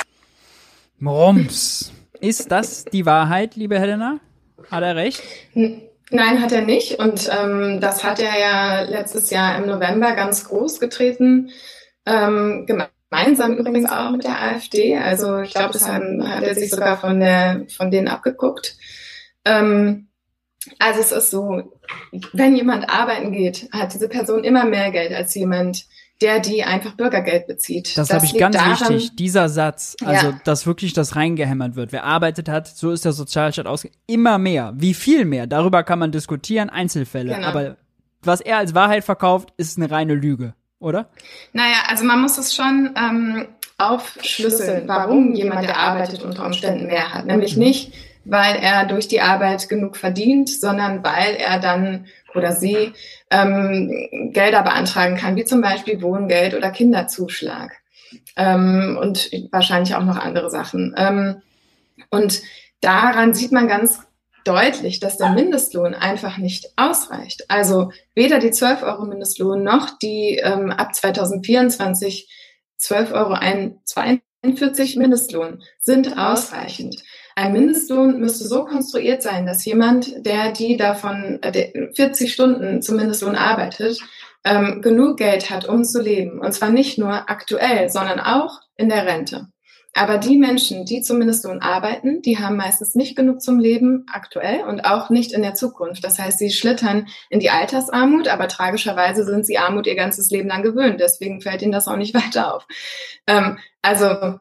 Rums. Ist das die Wahrheit, liebe Helena? Hat er recht? Hm. Nein, hat er nicht. Und ähm, das hat er ja letztes Jahr im November ganz groß getreten. Ähm, gemeinsam übrigens auch mit der AfD. Also ich glaube, das hat, hat er sich sogar von der von denen abgeguckt. Ähm, also es ist so, wenn jemand arbeiten geht, hat diese Person immer mehr Geld als jemand, der die einfach Bürgergeld bezieht. Das, das habe ich ganz daran, wichtig, dieser Satz, also ja. dass wirklich das reingehämmert wird. Wer arbeitet hat, so ist der Sozialstaat ausge... Immer mehr, wie viel mehr, darüber kann man diskutieren, Einzelfälle. Genau. Aber was er als Wahrheit verkauft, ist eine reine Lüge, oder? Naja, also man muss es schon ähm, aufschlüsseln, warum jemand, der arbeitet, unter Umständen mehr hat. Nämlich nicht, weil er durch die Arbeit genug verdient, sondern weil er dann oder sie ähm, Gelder beantragen kann, wie zum Beispiel Wohngeld oder Kinderzuschlag ähm, und wahrscheinlich auch noch andere Sachen. Ähm, und daran sieht man ganz deutlich, dass der Mindestlohn einfach nicht ausreicht. Also weder die zwölf Euro Mindestlohn noch die ähm, ab zwanzig vierundzwanzig zwölf Euro zweiundvierzig Mindestlohn sind ausreichend. Ein Mindestlohn müsste so konstruiert sein, dass jemand, der die davon äh, vierzig Stunden zum Mindestlohn arbeitet, ähm, genug Geld hat, um zu leben. Und zwar nicht nur aktuell, sondern auch in der Rente. Aber die Menschen, die zum Mindestlohn arbeiten, die haben meistens nicht genug zum Leben aktuell und auch nicht in der Zukunft. Das heißt, sie schlittern in die Altersarmut, aber tragischerweise sind sie Armut ihr ganzes Leben lang gewöhnt. Deswegen fällt ihnen das auch nicht weiter auf. Ähm, also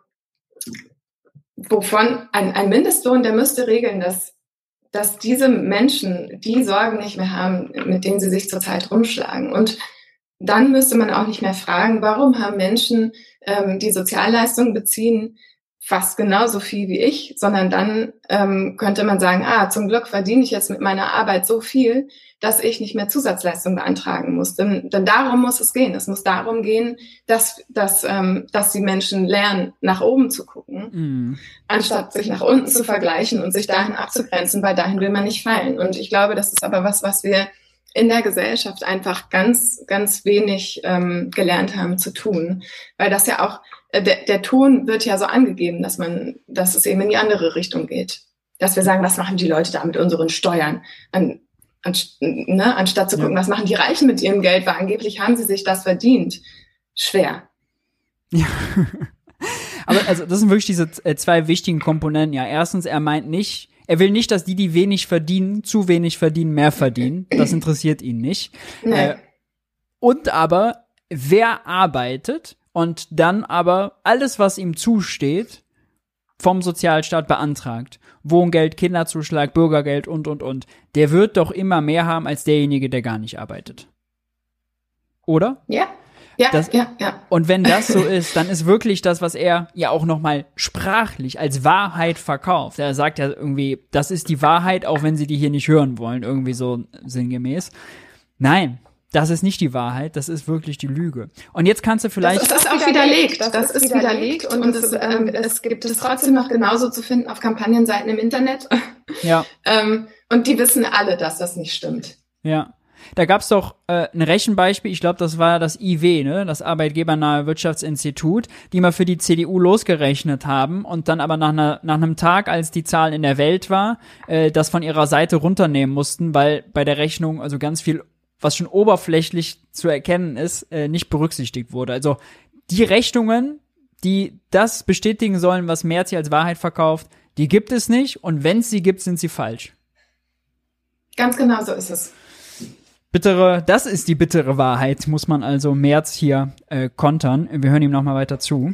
wovon ein, ein Mindestlohn, der müsste regeln, dass, dass diese Menschen die Sorgen nicht mehr haben, mit denen sie sich zurzeit rumschlagen. Und dann müsste man auch nicht mehr fragen, warum haben Menschen, ähm, die Sozialleistungen beziehen, fast genauso viel wie ich, sondern dann ähm, könnte man sagen, ah, zum Glück verdiene ich jetzt mit meiner Arbeit so viel, dass ich nicht mehr Zusatzleistungen beantragen muss. Denn, denn darum muss es gehen. Es muss darum gehen, dass, dass, ähm, dass die Menschen lernen, nach oben zu gucken, mhm. anstatt sich nach unten zu vergleichen und sich dahin abzugrenzen, weil dahin will man nicht fallen. Und ich glaube, das ist aber was, was wir in der Gesellschaft einfach ganz, ganz wenig ähm, gelernt haben zu tun. Weil das ja auch, äh, der, der Ton wird ja so angegeben, dass man, dass es eben in die andere Richtung geht. Dass wir sagen, was machen die Leute da mit unseren Steuern? An, an, ne, anstatt zu gucken, ja. was machen die Reichen mit ihrem Geld, weil angeblich haben sie sich das verdient. Schwer. Ja. Aber also das sind wirklich diese äh, zwei wichtigen Komponenten. Ja, erstens, er meint nicht, er will nicht, dass die, die wenig verdienen, zu wenig verdienen, mehr verdienen. Das interessiert ihn nicht. Äh, und aber, wer arbeitet und dann aber alles, was ihm zusteht, vom Sozialstaat beantragt, Wohngeld, Kinderzuschlag, Bürgergeld und, und, und, der wird doch immer mehr haben als derjenige, der gar nicht arbeitet. Oder? Ja. Ja, das, ja, ja. Und wenn das so ist, dann ist wirklich das, was er ja auch nochmal sprachlich als Wahrheit verkauft. Er sagt ja irgendwie, das ist die Wahrheit, auch wenn sie die hier nicht hören wollen, irgendwie so sinngemäß. Nein, das ist nicht die Wahrheit, das ist wirklich die Lüge. Und jetzt kannst du vielleicht... Das ist auch widerlegt, das, das ist widerlegt und, und es, ähm, es gibt es trotzdem noch genauso zu finden auf Kampagnenseiten im Internet. Ja. ähm, und die wissen alle, dass das nicht stimmt. Ja. Da gab's doch äh, ein Rechenbeispiel, ich glaube, das war das I W, ne, das Arbeitgebernahe Wirtschaftsinstitut, die mal für die C D U losgerechnet haben und dann aber nach, einer, nach einem Tag, als die Zahl in der Welt war, äh, das von ihrer Seite runternehmen mussten, weil bei der Rechnung also ganz viel, was schon oberflächlich zu erkennen ist, äh, nicht berücksichtigt wurde. Also die Rechnungen, die das bestätigen sollen, was Merz hier als Wahrheit verkauft, die gibt es nicht und wenn es sie gibt, sind sie falsch. Ganz genau so ist es. Bittere, das ist die bittere Wahrheit, muss man also Merz hier äh, kontern. Wir hören ihm nochmal weiter zu.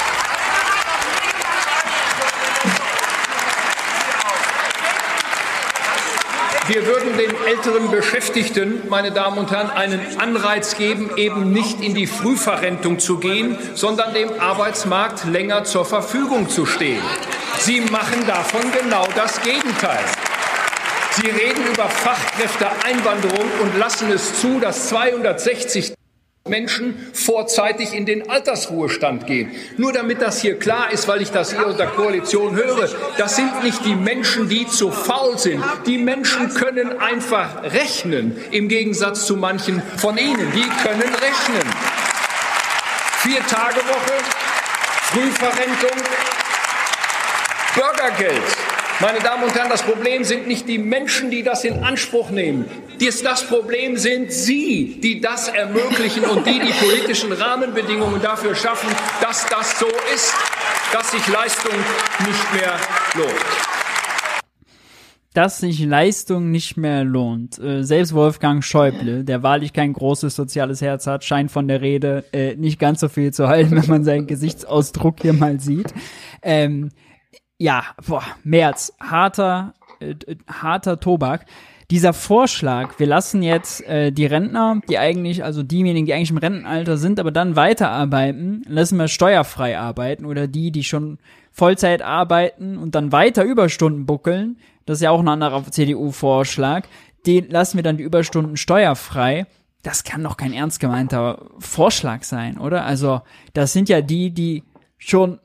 Wir würden den älteren Beschäftigten, meine Damen und Herren, einen Anreiz geben, eben nicht in die Frühverrentung zu gehen, sondern dem Arbeitsmarkt länger zur Verfügung zu stehen. Sie machen davon genau das Gegenteil. Sie reden über Fachkräfteeinwanderung und lassen es zu, dass zweihundertsechzig Menschen vorzeitig in den Altersruhestand gehen. Nur damit das hier klar ist, weil ich das hier unter Koalition höre, das sind nicht die Menschen, die zu faul sind. Die Menschen können einfach rechnen, im Gegensatz zu manchen von Ihnen. Die können rechnen. Vier-Tage-Woche, Frühverrentung, Bürgergeld. Meine Damen und Herren, das Problem sind nicht die Menschen, die das in Anspruch nehmen. Das, das Problem sind Sie, die das ermöglichen und die die politischen Rahmenbedingungen dafür schaffen, dass das so ist, dass sich Leistung nicht mehr lohnt. dass sich Leistung nicht mehr lohnt. Äh, selbst Wolfgang Schäuble, der wahrlich kein großes soziales Herz hat, scheint von der Rede äh, nicht ganz so viel zu halten, wenn man seinen Gesichtsausdruck hier mal sieht. Ähm, ja, boah, Merz, harter, äh, harter Tobak. Dieser Vorschlag, wir lassen jetzt äh, die Rentner, die eigentlich, also diejenigen, die eigentlich im Rentenalter sind, aber dann weiterarbeiten, lassen wir steuerfrei arbeiten, oder die, die schon Vollzeit arbeiten und dann weiter Überstunden buckeln, das ist ja auch ein anderer C D U-Vorschlag, den lassen wir dann die Überstunden steuerfrei. Das kann doch kein ernst gemeinter Vorschlag sein, oder? Also das sind ja die, die schon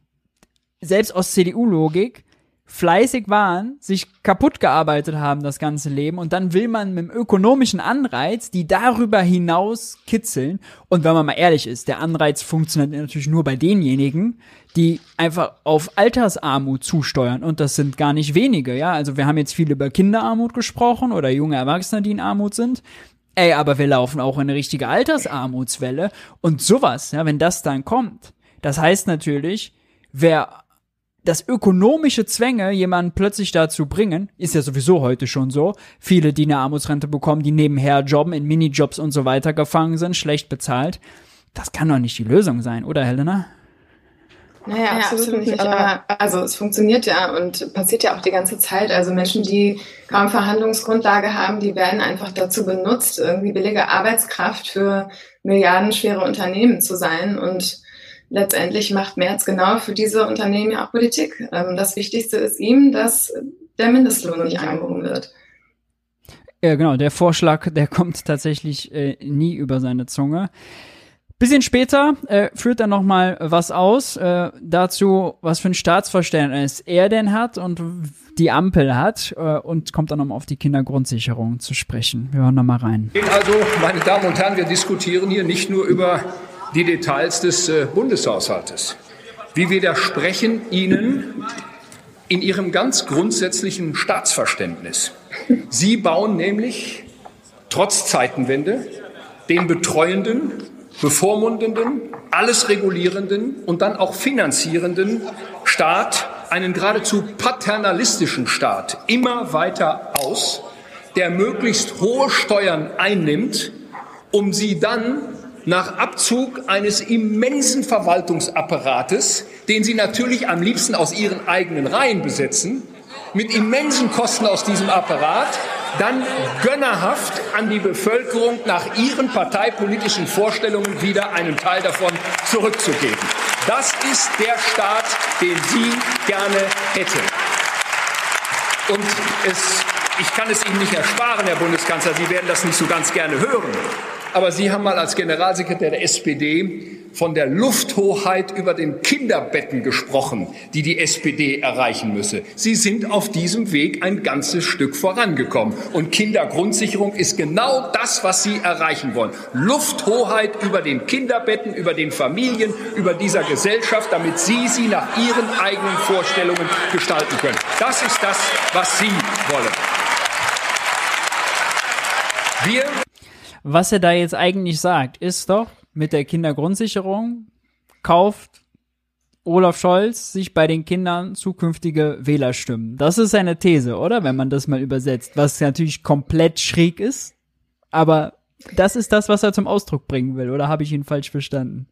selbst aus C D U-Logik fleißig waren, sich kaputt gearbeitet haben das ganze Leben, und dann will man mit dem ökonomischen Anreiz die darüber hinaus kitzeln. Und wenn man mal ehrlich ist, der Anreiz funktioniert natürlich nur bei denjenigen, die einfach auf Altersarmut zusteuern, und das sind gar nicht wenige, ja. Also wir haben jetzt viel über Kinderarmut gesprochen oder junge Erwachsene, die in Armut sind. Ey, aber wir laufen auch in eine richtige Altersarmutswelle und sowas, ja, wenn das dann kommt. Das heißt natürlich, wer das ökonomische Zwänge, jemanden plötzlich dazu bringen, ist ja sowieso heute schon so, viele, die eine Armutsrente bekommen, die nebenher jobben, in Minijobs und so weiter gefangen sind, schlecht bezahlt. Das kann doch nicht die Lösung sein, oder Helena? Naja, ja, absolut, absolut nicht, aber also es funktioniert ja und passiert ja auch die ganze Zeit. Also Menschen, die kaum Verhandlungsgrundlage haben, die werden einfach dazu benutzt, irgendwie billige Arbeitskraft für milliardenschwere Unternehmen zu sein, und letztendlich macht Merz genau für diese Unternehmen ja auch Politik. Das Wichtigste ist ihm, dass der Mindestlohn nicht angehoben wird. Ja, genau. Der Vorschlag, der kommt tatsächlich äh, nie über seine Zunge. Bisschen später äh, führt er noch mal was aus äh, dazu, was für ein Staatsverständnis er denn hat und die Ampel hat, äh, und kommt dann nochmal auf die Kindergrundsicherung zu sprechen. Wir hören da mal rein. Also, meine Damen und Herren, wir diskutieren hier nicht nur über die Details des äh, Bundeshaushaltes. Wir widersprechen Ihnen in Ihrem ganz grundsätzlichen Staatsverständnis. Sie bauen nämlich trotz Zeitenwende den betreuenden, bevormundenden, alles regulierenden und dann auch finanzierenden Staat, einen geradezu paternalistischen Staat, immer weiter aus, der möglichst hohe Steuern einnimmt, um sie dann nach Abzug eines immensen Verwaltungsapparates, den sie natürlich am liebsten aus ihren eigenen Reihen besetzen, mit immensen Kosten aus diesem Apparat, dann gönnerhaft an die Bevölkerung nach ihren parteipolitischen Vorstellungen wieder einen Teil davon zurückzugeben. Das ist der Staat, den Sie gerne hätten. Und es, ich kann es Ihnen nicht ersparen, Herr Bundeskanzler, Sie werden das nicht so ganz gerne hören. Aber Sie haben mal als Generalsekretär der S P D von der Lufthoheit über den Kinderbetten gesprochen, die die S P D erreichen müsse. Sie sind auf diesem Weg ein ganzes Stück vorangekommen. Und Kindergrundsicherung ist genau das, was Sie erreichen wollen. Lufthoheit über den Kinderbetten, über den Familien, über dieser Gesellschaft, damit Sie sie nach Ihren eigenen Vorstellungen gestalten können. Das ist das, was Sie wollen. Wir Was er da jetzt eigentlich sagt, ist doch, mit der Kindergrundsicherung kauft Olaf Scholz sich bei den Kindern zukünftige Wählerstimmen. Das ist seine These, oder? Wenn man das mal übersetzt. Was natürlich komplett schräg ist. Aber das ist das, was er zum Ausdruck bringen will. Oder habe ich ihn falsch verstanden?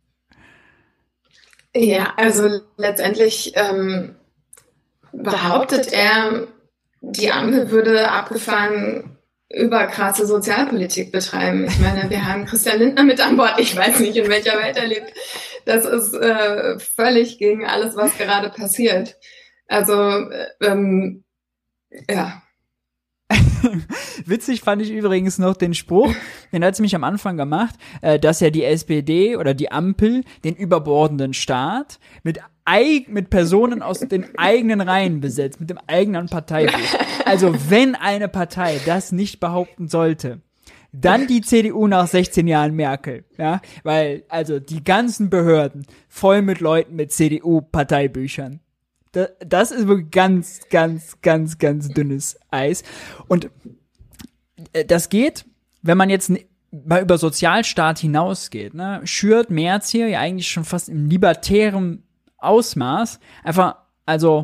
Ja, also letztendlich ähm, behauptet er, die Ampel würde abgefahren überkrasse Sozialpolitik betreiben. Ich meine, wir haben Christian Lindner mit an Bord. Ich weiß nicht, in welcher Welt er lebt. Das ist äh, völlig gegen alles, was gerade passiert. Also, ähm, ja. Witzig fand ich übrigens noch den Spruch, den hat sie mich am Anfang gemacht, äh, dass ja die S P D oder die Ampel den überbordenden Staat mit, eig- mit Personen aus den eigenen Reihen besetzt, mit dem eigenen Parteibuch. Also wenn eine Partei das nicht behaupten sollte, dann die C D U nach sechzehn Jahren Merkel, ja, weil also die ganzen Behörden voll mit Leuten mit C D U-Parteibüchern. Das ist wirklich ganz, ganz, ganz, ganz dünnes Eis. Und das geht, wenn man jetzt mal über Sozialstaat hinausgeht, ne, schürt Merz hier ja eigentlich schon fast im libertären Ausmaß einfach, also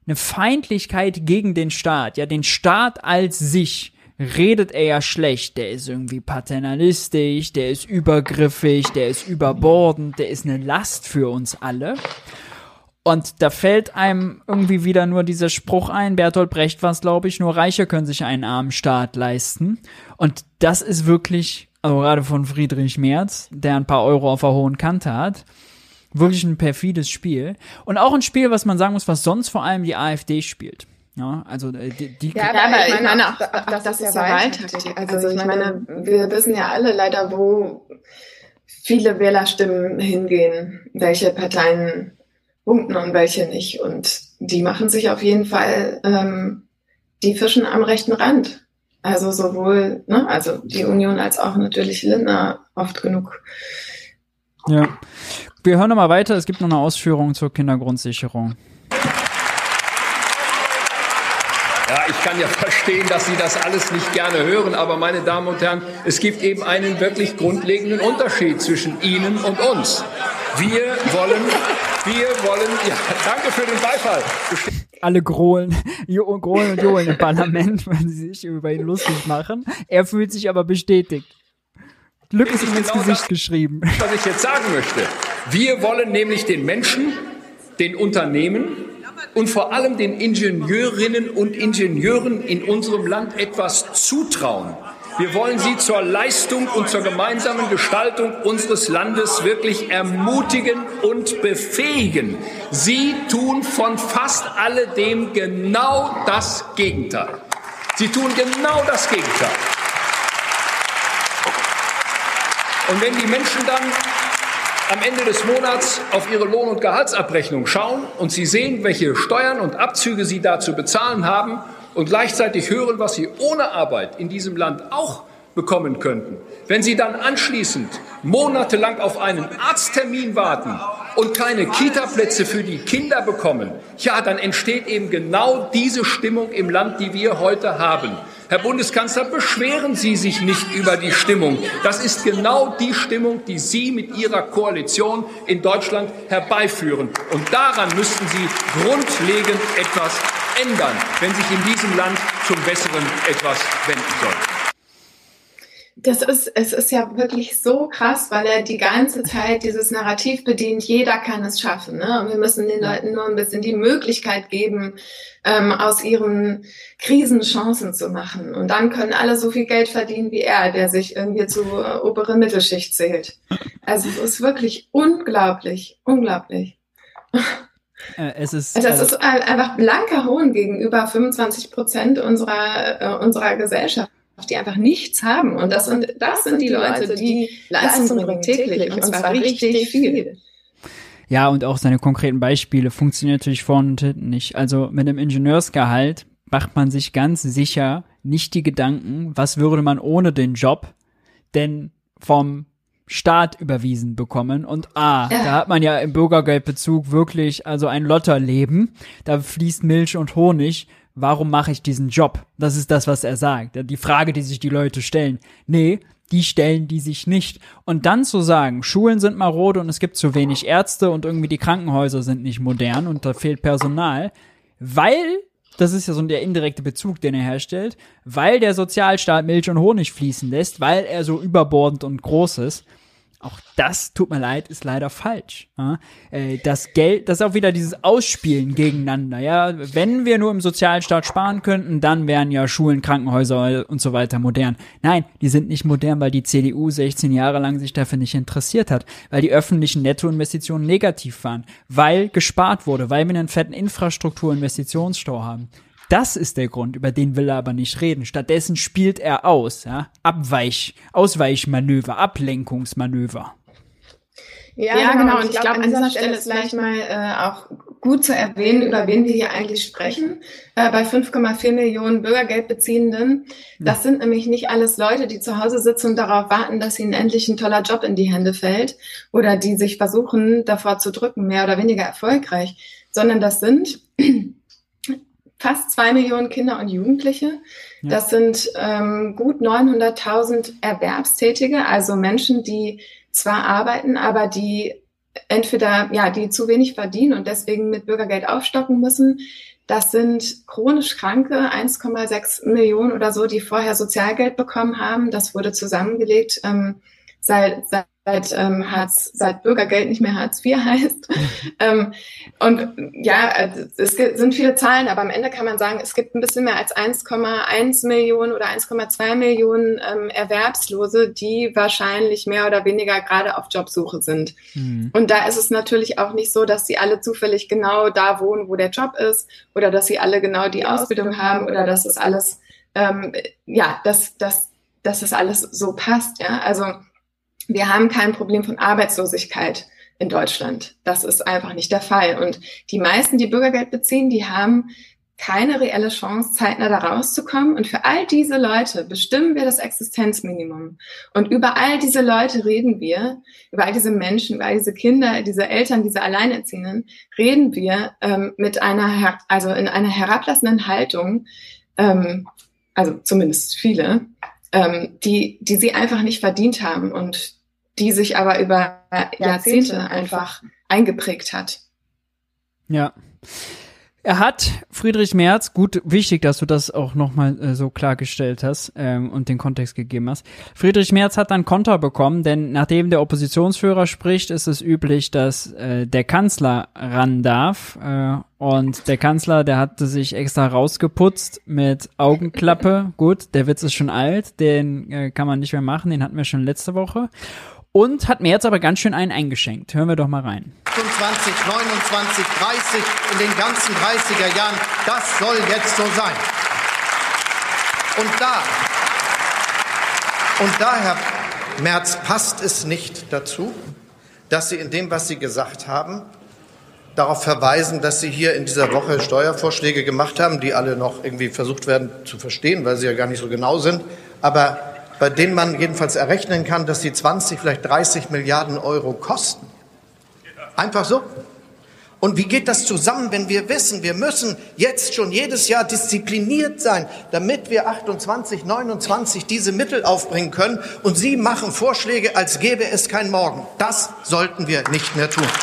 eine Feindlichkeit gegen den Staat. Ja, den Staat als sich redet er ja schlecht. Der ist irgendwie paternalistisch, der ist übergriffig, der ist überbordend, der ist eine Last für uns alle. Und da fällt einem irgendwie wieder nur dieser Spruch ein, Bertolt Brecht war es, glaube ich, nur Reiche können sich einen armen Staat leisten. Und das ist wirklich, also gerade von Friedrich Merz, der ein paar Euro auf der hohen Kante hat, wirklich ein perfides Spiel. Und auch ein Spiel, was man sagen muss, was sonst vor allem die AfD spielt. Ja, also die, die ja, aber ich meine, auch, auch das, das ist ja Wahltaktik. Also, also ich meine, wir wissen ja alle leider, wo viele Wählerstimmen hingehen, welche Parteien punkten und welche nicht. Und die machen sich auf jeden Fall, ähm, die fischen am rechten Rand. Also sowohl, ne, also die Union als auch natürlich Lindner oft genug. Ja. Wir hören nochmal weiter. Es gibt noch eine Ausführung zur Kindergrundsicherung. Ja, ich kann ja verstehen, dass Sie das alles nicht gerne hören, aber meine Damen und Herren, es gibt eben einen wirklich grundlegenden Unterschied zwischen Ihnen und uns. Wir wollen, wir wollen, ja, danke für den Beifall. Alle grohlen, jo, grohlen und johlen im Parlament, weil sie sich über ihn lustig machen. Er fühlt sich aber bestätigt. Glück ist ihm ins genau Gesicht das, geschrieben. Was ich jetzt sagen möchte. Wir wollen nämlich den Menschen, den Unternehmen und vor allem den Ingenieurinnen und Ingenieuren in unserem Land etwas zutrauen. Wir wollen sie zur Leistung und zur gemeinsamen Gestaltung unseres Landes wirklich ermutigen und befähigen. Sie tun von fast alledem genau das Gegenteil. Sie tun genau das Gegenteil. Und wenn die Menschen dann am Ende des Monats auf ihre Lohn- und Gehaltsabrechnung schauen und sie sehen, welche Steuern und Abzüge sie da zu bezahlen haben und gleichzeitig hören, was sie ohne Arbeit in diesem Land auch bekommen könnten, wenn sie dann anschließend monatelang auf einen Arzttermin warten und keine Kita-Plätze für die Kinder bekommen, ja, dann entsteht eben genau diese Stimmung im Land, die wir heute haben. Herr Bundeskanzler, beschweren Sie sich nicht über die Stimmung. Das ist genau die Stimmung, die Sie mit Ihrer Koalition in Deutschland herbeiführen. Und daran müssten Sie grundlegend etwas ändern, wenn sich in diesem Land zum Besseren etwas wenden soll. Das ist, es ist ja wirklich so krass, weil er die ganze Zeit dieses Narrativ bedient, jeder kann es schaffen, ne? Und wir müssen den Leuten nur ein bisschen die Möglichkeit geben, ähm, aus ihren Krisen Chancen zu machen. Und dann können alle so viel Geld verdienen wie er, der sich irgendwie zur äh, oberen Mittelschicht zählt. Also es ist wirklich unglaublich, unglaublich. Äh, es ist, das also, ist einfach blanker Hohn gegenüber fünfundzwanzig Prozent unserer, äh, unserer Gesellschaft, die einfach nichts haben. Und das sind, das sind die Leute, die Leistung bringen täglich, und zwar richtig viel. Ja, und auch seine konkreten Beispiele funktionieren natürlich vorne und hinten nicht. Also mit einem Ingenieursgehalt macht man sich ganz sicher nicht die Gedanken, was würde man ohne den Job denn vom Staat überwiesen bekommen. Und ah, ja. Da hat man ja im Bürgergeldbezug wirklich also ein Lotterleben. Da fließt Milch und Honig. Warum mache ich diesen Job? Das ist das, was er sagt. Die Frage, die sich die Leute stellen. Nee, die stellen die sich nicht. Und dann zu sagen, Schulen sind marode und es gibt zu wenig Ärzte und irgendwie die Krankenhäuser sind nicht modern und da fehlt Personal, weil, das ist ja so der indirekte Bezug, den er herstellt, weil der Sozialstaat Milch und Honig fließen lässt, weil er so überbordend und groß ist. Auch das, tut mir leid, ist leider falsch. Ja? Das Geld, das ist auch wieder dieses Ausspielen gegeneinander. Ja, wenn wir nur im Sozialstaat sparen könnten, dann wären ja Schulen, Krankenhäuser und so weiter modern. Nein, die sind nicht modern, weil die C D U sechzehn Jahre lang sich dafür nicht interessiert hat, weil die öffentlichen Nettoinvestitionen negativ waren, weil gespart wurde, weil wir einen fetten Infrastrukturinvestitionsstau haben. Das ist der Grund, über den will er aber nicht reden. Stattdessen spielt er aus, ja, Abweich, Ausweichmanöver, Ablenkungsmanöver. Ja, ja genau. Und ich glaube, an dieser Stelle ist vielleicht mal äh, auch gut zu erwähnen, über wen wir hier eigentlich sprechen. Äh, bei fünf Komma vier Millionen Bürgergeldbeziehenden. Das sind nämlich nicht alles Leute, die zu Hause sitzen und darauf warten, dass ihnen endlich ein toller Job in die Hände fällt oder die sich versuchen, davor zu drücken, mehr oder weniger erfolgreich, sondern das sind fast zwei Millionen Kinder und Jugendliche. Ja. Das sind ähm, gut neunhunderttausend Erwerbstätige, also Menschen, die zwar arbeiten, aber die entweder, ja, die zu wenig verdienen und deswegen mit Bürgergeld aufstocken müssen. Das sind chronisch Kranke, eins Komma sechs Millionen oder so, die vorher Sozialgeld bekommen haben. Das wurde zusammengelegt, ähm, seit, seit Seit, ähm, Hartz, seit Bürgergeld nicht mehr Hartz vier heißt. ähm, und ja, es sind viele Zahlen, aber am Ende kann man sagen, es gibt ein bisschen mehr als eins Komma eins Millionen oder eins Komma zwei Millionen ähm, Erwerbslose, die wahrscheinlich mehr oder weniger gerade auf Jobsuche sind. Mhm. Und da ist es natürlich auch nicht so, dass sie alle zufällig genau da wohnen, wo der Job ist, oder dass sie alle genau die Ausbildung haben, oder dass es alles, ähm, ja, dass, dass, dass es alles so passt, ja, also wir haben kein Problem von Arbeitslosigkeit in Deutschland. Das ist einfach nicht der Fall. Und die meisten, die Bürgergeld beziehen, die haben keine reelle Chance, zeitnah da rauszukommen. Und für all diese Leute bestimmen wir das Existenzminimum. Und über all diese Leute reden wir, über all diese Menschen, über all diese Kinder, diese Eltern, diese Alleinerziehenden, reden wir ähm, mit einer, also in einer herablassenden Haltung, ähm, also zumindest viele, ähm, die, die sie einfach nicht verdient haben und die sich aber über Jahrzehnte einfach eingeprägt hat. Ja. Er hat, Friedrich Merz, gut, wichtig, dass du das auch nochmal äh, so klargestellt hast ähm, und den Kontext gegeben hast. Friedrich Merz hat dann Konter bekommen, denn nachdem der Oppositionsführer spricht, ist es üblich, dass äh, der Kanzler ran darf. Äh, und der Kanzler, der hatte sich extra rausgeputzt mit Augenklappe. Gut, der Witz ist schon alt, den äh, kann man nicht mehr machen, den hatten wir schon letzte Woche. Und hat Merz aber ganz schön einen eingeschenkt. Hören wir doch mal rein. achtundzwanzig, neunundzwanzig, dreißig, in den ganzen dreißiger Jahren, das soll jetzt so sein. Und da, und da, Herr Merz, passt es nicht dazu, dass Sie in dem, was Sie gesagt haben, darauf verweisen, dass Sie hier in dieser Woche Steuervorschläge gemacht haben, die alle noch irgendwie versucht werden zu verstehen, weil sie ja gar nicht so genau sind, aber bei denen man jedenfalls errechnen kann, dass sie zwanzig, vielleicht dreißig Milliarden Euro kosten. Einfach so. Und wie geht das zusammen, wenn wir wissen, wir müssen jetzt schon jedes Jahr diszipliniert sein, damit wir achtundzwanzig, neunundzwanzig diese Mittel aufbringen können, und Sie machen Vorschläge, als gäbe es kein Morgen. Das sollten wir nicht mehr tun.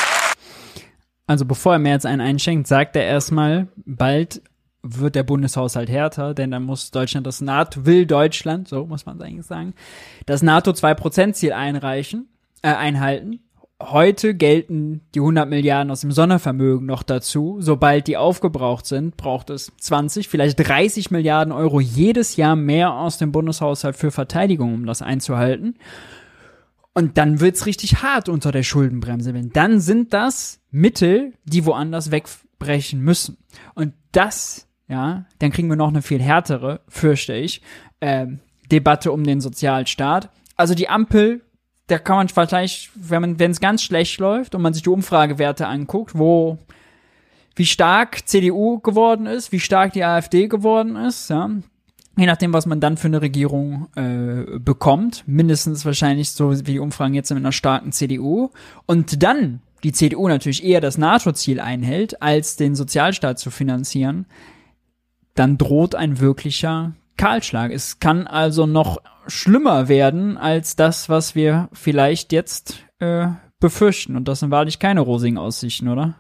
Also bevor er mir jetzt einen einschenkt, sagt er erstmal, bald wird der Bundeshaushalt härter, denn dann muss Deutschland das NATO, will Deutschland, so muss man es eigentlich sagen, das NATO zwei Prozent Ziel einreichen, äh, einhalten. Heute gelten die hundert Milliarden aus dem Sondervermögen noch dazu. Sobald die aufgebraucht sind, braucht es zwanzig, vielleicht dreißig Milliarden Euro jedes Jahr mehr aus dem Bundeshaushalt für Verteidigung, um das einzuhalten. Und dann wird's richtig hart unter der Schuldenbremse, denn dann sind das Mittel, die woanders wegbrechen müssen. Und das, ja, dann kriegen wir noch eine viel härtere, fürchte ich, äh, Debatte um den Sozialstaat. Also die Ampel, da kann man vielleicht, wenn man, wenn es ganz schlecht läuft und man sich die Umfragewerte anguckt, wo, wie stark C D U geworden ist, wie stark die AfD geworden ist, ja, je nachdem, was man dann für eine Regierung äh, bekommt, mindestens wahrscheinlich so wie die Umfragen jetzt mit einer starken C D U, und dann die C D U natürlich eher das NATO-Ziel einhält, als den Sozialstaat zu finanzieren, dann droht ein wirklicher Kahlschlag. Es kann also noch schlimmer werden als das, was wir vielleicht jetzt äh, befürchten. Und das sind wahrlich keine rosigen Aussichten, oder?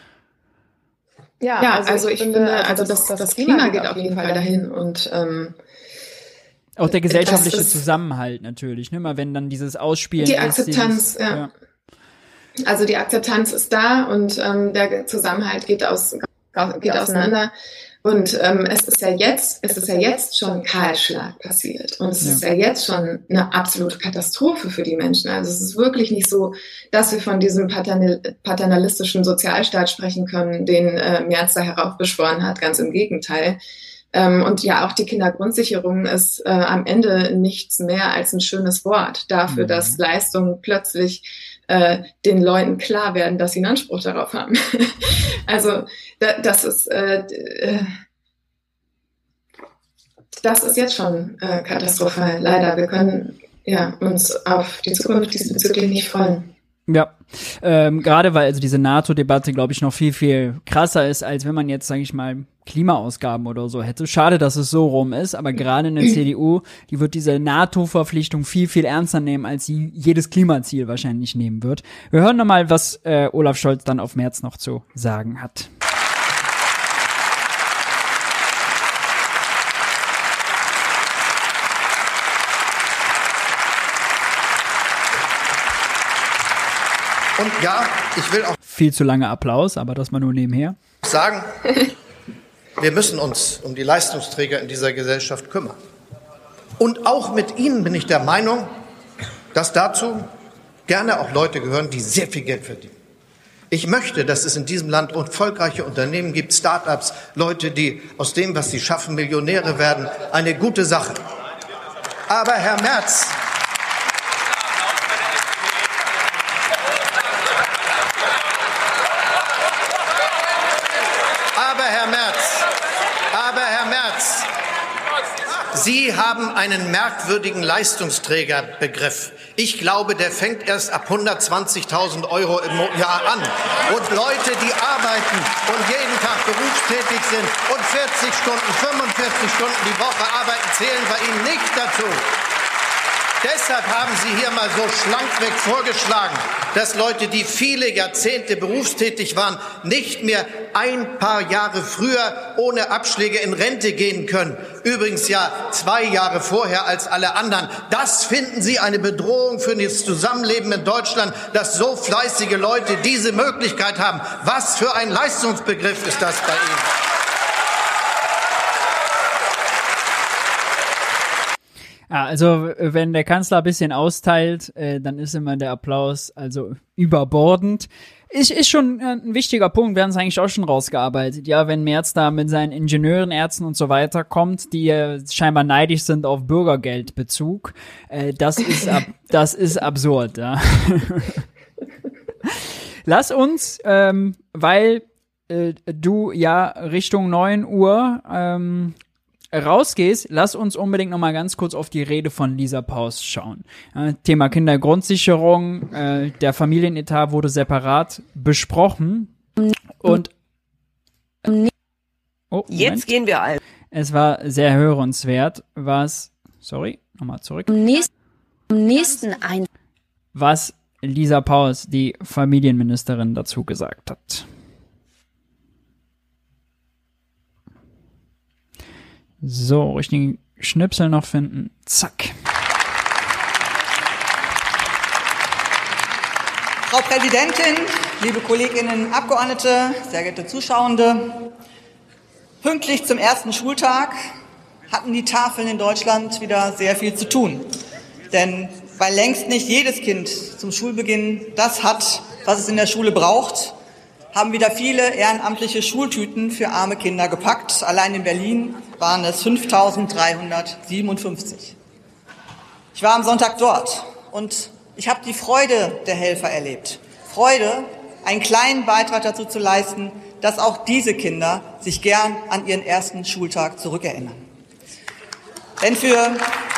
Ja, ja, also, also ich, ich finde, also das, das, das Klima geht auf jeden Fall dahin. Und ähm, auch der gesellschaftliche Zusammenhalt natürlich, ne? Mal wenn dann dieses Ausspielen die ist, Akzeptanz, dieses, ja. ja. Also die Akzeptanz ist da und ähm, der Zusammenhalt geht aus geht auseinander. Und ähm, es ist ja jetzt, es ist ja jetzt schon Kahlschlag passiert. Und es ja. ist ja jetzt schon eine absolute Katastrophe für die Menschen. Also es ist wirklich nicht so, dass wir von diesem paternal- paternalistischen Sozialstaat sprechen können, den äh, Merz da heraufbeschworen hat. Ganz im Gegenteil. Ähm, und ja, auch die Kindergrundsicherung ist äh, am Ende nichts mehr als ein schönes Wort dafür, mhm. dass Leistungen plötzlich äh, den Leuten klar werden, dass sie einen Anspruch darauf haben. Also da, das ist äh, äh, das ist jetzt schon äh, katastrophal, leider. Wir können ja uns auf die Zukunft diesbezüglich nicht freuen. Ja, ähm, gerade weil also diese NATO-Debatte, glaube ich, noch viel, viel krasser ist, als wenn man jetzt, sage ich mal, Klimaausgaben oder so hätte. Schade, dass es so rum ist, aber gerade in der C D U, die wird diese NATO-Verpflichtung viel, viel ernster nehmen, als sie jedes Klimaziel wahrscheinlich nehmen wird. Wir hören nochmal, was äh, Olaf Scholz dann auf März noch zu sagen hat. Und ja, ich will auch viel zu lange Applaus, aber das mal nur nebenher sagen, wir müssen uns um die Leistungsträger in dieser Gesellschaft kümmern. Und auch mit Ihnen bin ich der Meinung, dass dazu gerne auch Leute gehören, die sehr viel Geld verdienen. Ich möchte, dass es in diesem Land erfolgreiche Unternehmen gibt, Start-ups, Leute, die aus dem, was sie schaffen, Millionäre werden. Eine gute Sache. Aber Herr Merz, Sie haben einen merkwürdigen Leistungsträgerbegriff. Ich glaube, der fängt erst ab hundertzwanzigtausend Euro im Jahr an. Und Leute, die arbeiten und jeden Tag berufstätig sind und vierzig Stunden, fünfundvierzig Stunden die Woche arbeiten, zählen bei Ihnen nicht dazu. Deshalb haben Sie hier mal so schlankweg vorgeschlagen, dass Leute, die viele Jahrzehnte berufstätig waren, nicht mehr ein paar Jahre früher ohne Abschläge in Rente gehen können. Übrigens ja zwei Jahre vorher als alle anderen. Das finden Sie eine Bedrohung für das Zusammenleben in Deutschland, dass so fleißige Leute diese Möglichkeit haben. Was für ein Leistungsbegriff ist das bei Ihnen? Ja, also wenn der Kanzler ein bisschen austeilt, äh, dann ist immer der Applaus also überbordend. Ist, ist schon äh, ein wichtiger Punkt, wir haben es eigentlich auch schon rausgearbeitet. Ja, wenn Merz da mit seinen Ingenieuren, Ärzten und so weiter kommt, die äh, scheinbar neidisch sind auf Bürgergeldbezug, äh, das ist ab, das ist absurd, ja. Lass uns, ähm, weil äh, du ja Richtung neun Uhr ähm, rausgehst, lass uns unbedingt noch mal ganz kurz auf die Rede von Lisa Paus schauen. Äh, Thema Kindergrundsicherung, äh, der Familienetat wurde separat besprochen und oh, jetzt gehen wir all. Es war sehr hörenswert, was, sorry, nochmal zurück. Am nächsten, am nächsten ein. Was Lisa Paus, die Familienministerin, dazu gesagt hat. So, richtigen Schnipsel noch finden. Zack. Frau Präsidentin, liebe Kolleginnen Abgeordnete, sehr geehrte Zuschauende, pünktlich zum ersten Schultag hatten die Tafeln in Deutschland wieder sehr viel zu tun. Denn weil längst nicht jedes Kind zum Schulbeginn das hat, was es in der Schule braucht, haben wieder viele ehrenamtliche Schultüten für arme Kinder gepackt. Allein in Berlin waren es fünftausenddreihundertsiebenundfünfzig. Ich war am Sonntag dort und ich habe die Freude der Helfer erlebt. Freude, einen kleinen Beitrag dazu zu leisten, dass auch diese Kinder sich gern an ihren ersten Schultag zurückerinnern. Denn für,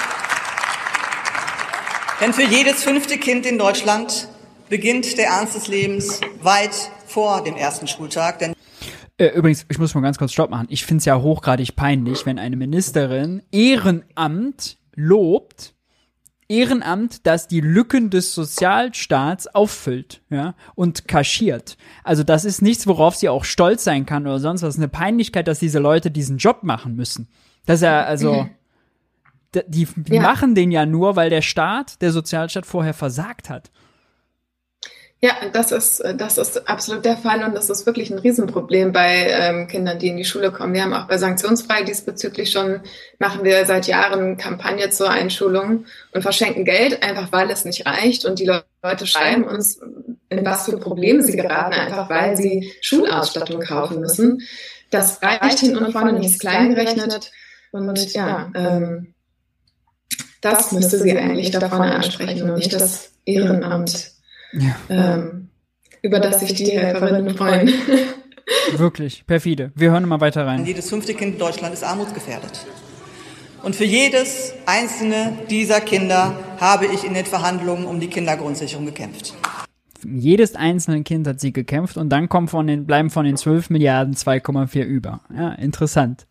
denn für jedes fünfte Kind in Deutschland beginnt der Ernst des Lebens weit vor dem ersten Schultag. Denn äh, übrigens, ich muss mal ganz kurz Stopp machen. Ich finde es ja hochgradig peinlich, wenn eine Ministerin Ehrenamt lobt, Ehrenamt, das die Lücken des Sozialstaats auffüllt, ja, und kaschiert. Also das ist nichts, worauf sie auch stolz sein kann oder sonst was. Es ist eine Peinlichkeit, dass diese Leute diesen Job machen müssen. Das ist ja, also, die, die ja. machen den ja nur, weil der Staat, der Sozialstaat vorher versagt hat. Ja, das ist, das ist absolut der Fall und das ist wirklich ein Riesenproblem bei ähm, Kindern, die in die Schule kommen. Wir haben auch bei Sanktionsfrei diesbezüglich schon, machen wir seit Jahren Kampagne zur Einschulung und verschenken Geld, einfach weil es nicht reicht und die Leute schreiben uns, in was für Probleme sie geraten, einfach weil sie Schulausstattung kaufen müssen. Das reicht hin und vorne nicht klein gerechnet und ja, ähm, das müsste sie eigentlich da vorne ansprechen und nicht das Ehrenamt. Ja. Ähm, über das sich die Helferinnen freuen. Wirklich, perfide. Wir hören mal weiter rein. Jedes fünfte Kind in Deutschland ist armutsgefährdet. Und für jedes einzelne dieser Kinder habe ich in den Verhandlungen um die Kindergrundsicherung gekämpft. jedes einzelne Kind hat sie gekämpft und dann kommen von den, bleiben von den zwölf Milliarden zwei Komma vier über. Ja, interessant.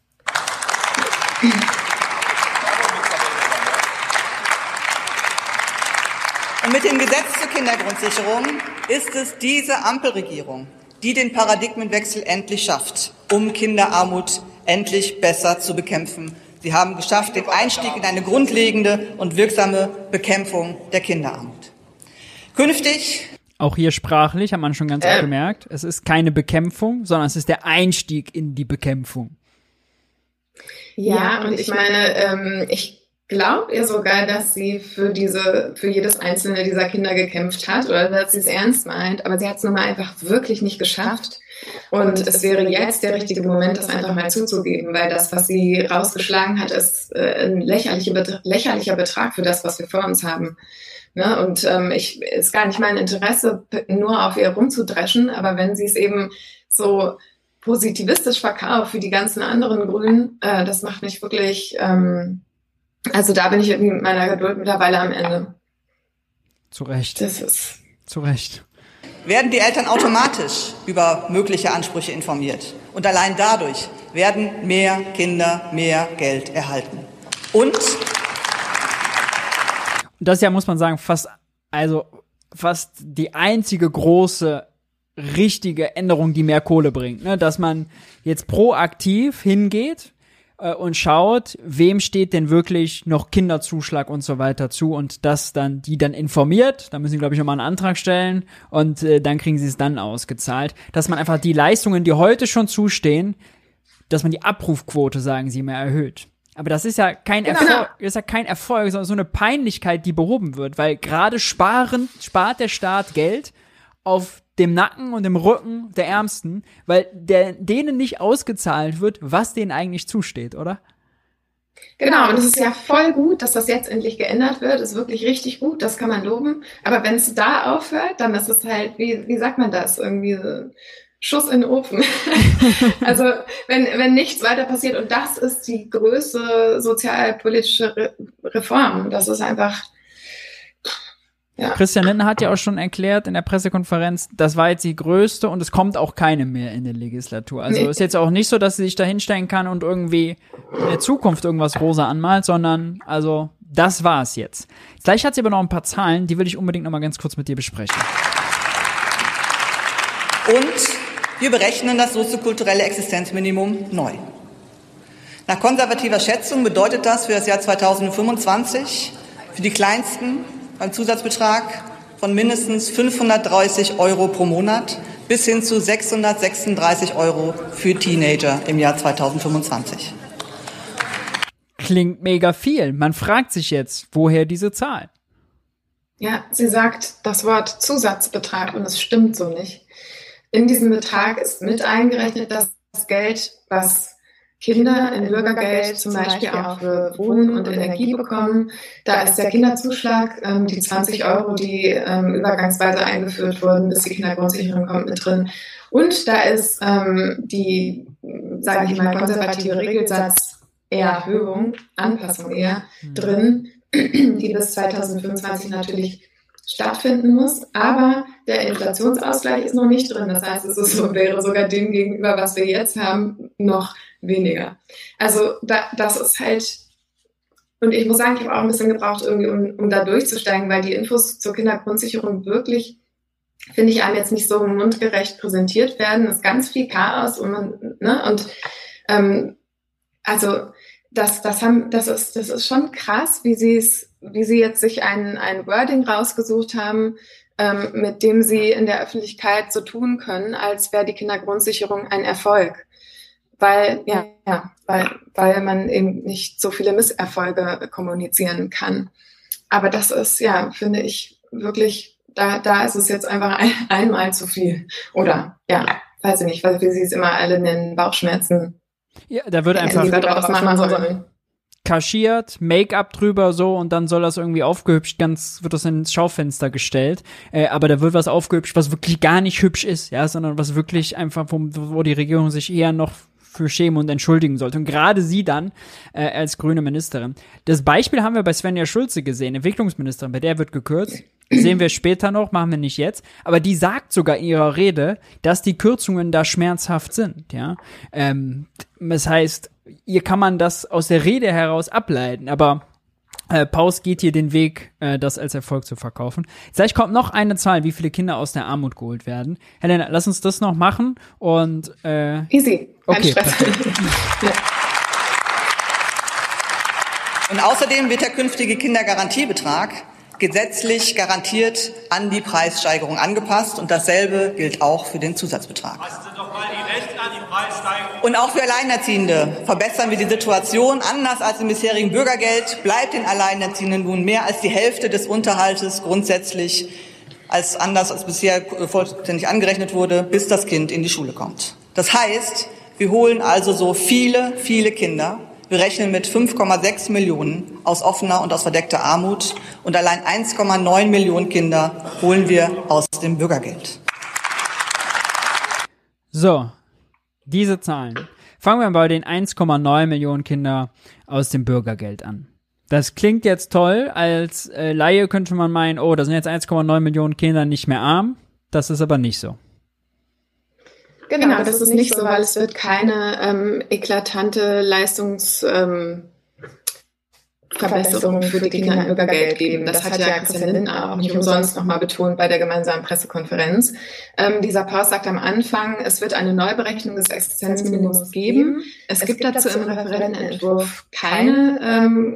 Und mit dem Gesetz zur Kindergrundsicherung ist es diese Ampelregierung, die den Paradigmenwechsel endlich schafft, um Kinderarmut endlich besser zu bekämpfen. Sie haben geschafft den Einstieg in eine grundlegende und wirksame Bekämpfung der Kinderarmut. Künftig... Auch hier sprachlich hat man schon ganz äh. oft gemerkt, es ist keine Bekämpfung, sondern es ist der Einstieg in die Bekämpfung. Ja, und ich meine, ähm, ich glaube ihr sogar, dass sie für diese, für jedes einzelne dieser Kinder gekämpft hat oder dass sie es ernst meint, aber sie hat es nun mal einfach wirklich nicht geschafft. Und es wäre jetzt der richtige Moment, das einfach mal zuzugeben, weil das, was sie rausgeschlagen hat, ist äh, ein lächerlicher, lächerlicher Betrag für das, was wir vor uns haben. Ne? Und ähm, ich ist gar nicht mein Interesse, nur auf ihr rumzudreschen, aber wenn sie es eben so positivistisch verkauft wie die ganzen anderen Grünen, äh, das macht mich wirklich, ähm, also da bin ich irgendwie mit meiner Geduld mittlerweile am Ende. Zu Recht. Das ist Zu Recht. Werden die Eltern automatisch über mögliche Ansprüche informiert. Und allein dadurch werden mehr Kinder mehr Geld erhalten. Und das ist ja, muss man sagen, fast, also fast die einzige große richtige Änderung, die mehr Kohle bringt, ne? Dass man jetzt proaktiv hingeht äh, und schaut, wem steht denn wirklich noch Kinderzuschlag und so weiter zu und das dann, die dann informiert, da müssen sie, glaube ich, nochmal einen Antrag stellen und äh, dann kriegen sie es dann ausgezahlt, dass man einfach die Leistungen, die heute schon zustehen, dass man die Abrufquote, sagen sie, mehr erhöht. Aber das ist ja kein genau. Erfolg, ist ja kein Erfolg, sondern so eine Peinlichkeit, die behoben wird, weil gerade sparen, spart der Staat Geld auf dem Nacken und dem Rücken der Ärmsten, weil der, denen nicht ausgezahlt wird, was denen eigentlich zusteht, oder? Genau, und es ist ja voll gut, dass das jetzt endlich geändert wird. Das ist wirklich richtig gut, das kann man loben. Aber wenn es da aufhört, dann ist es halt, wie, wie sagt man das, irgendwie so Schuss in den Ofen. Also wenn, wenn nichts weiter passiert, und das ist die größte sozialpolitische Re- Reform, das ist einfach... Ja. Christian Lindner hat ja auch schon erklärt in der Pressekonferenz, das war jetzt die größte und es kommt auch keine mehr in der Legislatur. Also nee. Ist jetzt auch nicht so, dass sie sich da hinstellen kann und irgendwie in der Zukunft irgendwas rosa anmalt, sondern also das war's jetzt. Gleich hat sie aber noch ein paar Zahlen, die will ich unbedingt noch mal ganz kurz mit dir besprechen. Und wir berechnen das soziokulturelle Existenzminimum neu. Nach konservativer Schätzung bedeutet das für das Jahr zweitausendfünfundzwanzig für die Kleinsten beim Zusatzbetrag von mindestens fünfhundertdreißig Euro pro Monat bis hin zu sechshundertsechsunddreißig Euro für Teenager im Jahr zweitausendfünfundzwanzig. Klingt mega viel. Man fragt sich jetzt, woher diese Zahl? Ja, sie sagt das Wort Zusatzbetrag und es stimmt so nicht. In diesem Betrag ist mit eingerechnet das Geld, was Kinder in Bürgergeld zum Beispiel auch für Wohnen und Energie bekommen. Da ist der Kinderzuschlag, ähm, die zwanzig Euro, die ähm, übergangsweise eingeführt wurden, bis die Kindergrundsicherung kommt, mit drin. Und da ist ähm, die, sage ich mal, konservative Regelsatzerhöhung, Anpassung eher, drin, die bis zweitausendfünfundzwanzig natürlich stattfinden muss, aber der Inflationsausgleich ist noch nicht drin. Das heißt, es ist so, wäre sogar dem gegenüber, was wir jetzt haben, noch weniger. Also da, das ist halt, und ich muss sagen, ich habe auch ein bisschen gebraucht, irgendwie, um, um da durchzusteigen, weil die Infos zur Kindergrundsicherung wirklich, finde ich, einem jetzt nicht so mundgerecht präsentiert werden. Es ist ganz viel Chaos und man, ne, und ähm, also das, das haben, das ist, das ist schon krass, wie sie es wie sie jetzt sich ein, ein Wording rausgesucht haben, ähm, mit dem sie in der Öffentlichkeit so tun können, als wäre die Kindergrundsicherung ein Erfolg. Weil, ja, ja, weil, weil man eben nicht so viele Misserfolge kommunizieren kann. Aber das ist, ja, finde ich wirklich, da, da ist es jetzt einfach ein, einmal zu viel. Oder, ja, weiß ich nicht, weil wie sie es immer alle nennen, Bauchschmerzen. Ja, da wird einfach die wir draus machen sollen. Kaschiert, Make-up drüber so und dann soll das irgendwie aufgehübscht, ganz wird das ins Schaufenster gestellt, äh, aber da wird was aufgehübscht, was wirklich gar nicht hübsch ist, ja, sondern was wirklich einfach, wo, wo die Regierung sich eher noch für schämen und entschuldigen sollte. Und gerade sie dann äh, als grüne Ministerin. Das Beispiel haben wir bei Svenja Schulze gesehen, Entwicklungsministerin, bei der wird gekürzt. sehen wir später noch, machen wir nicht jetzt, aber die sagt sogar in ihrer Rede, dass die Kürzungen da schmerzhaft sind, ja. Ähm, das heißt, hier kann man das aus der Rede heraus ableiten, aber äh, Paus geht hier den Weg, äh, das als Erfolg zu verkaufen. Gleich kommt noch eine Zahl, wie viele Kinder aus der Armut geholt werden. Helena, lass uns das noch machen und äh, Easy, kein okay, Stress. Ja. Und außerdem wird der künftige Kindergarantiebetrag gesetzlich garantiert an die Preissteigerung angepasst und dasselbe gilt auch für den Zusatzbetrag. Passen Sie doch mal die Rechte an die Preissteigerung. Und auch für Alleinerziehende verbessern wir die Situation. Anders als im bisherigen Bürgergeld bleibt den Alleinerziehenden nun mehr als die Hälfte des Unterhaltes grundsätzlich als anders als bisher vollständig angerechnet wurde, bis das Kind in die Schule kommt. Das heißt, wir holen also so viele, viele Kinder. Wir rechnen mit fünf Komma sechs Millionen aus offener und aus verdeckter Armut und allein eins Komma neun Millionen Kinder holen wir aus dem Bürgergeld. So, diese Zahlen. Fangen wir bei den eins Komma neun Millionen Kinder aus dem Bürgergeld an. Das klingt jetzt toll, als äh, Laie könnte man meinen, oh, da sind jetzt eins Komma neun Millionen Kinder nicht mehr arm. Das ist aber nicht so. Genau, genau, das, das ist nicht so, weil es wird keine ähm, eklatante Leistungsverbesserung ähm, für die Kinder im Bürgergeld geben. Das hat ja Christian Lindner auch nicht umsonst nochmal betont bei der gemeinsamen Pressekonferenz. Ähm, dieser Paus sagt am Anfang, es wird eine Neuberechnung des Existenzminimums geben. Es gibt dazu im Referentenentwurf keine ähm,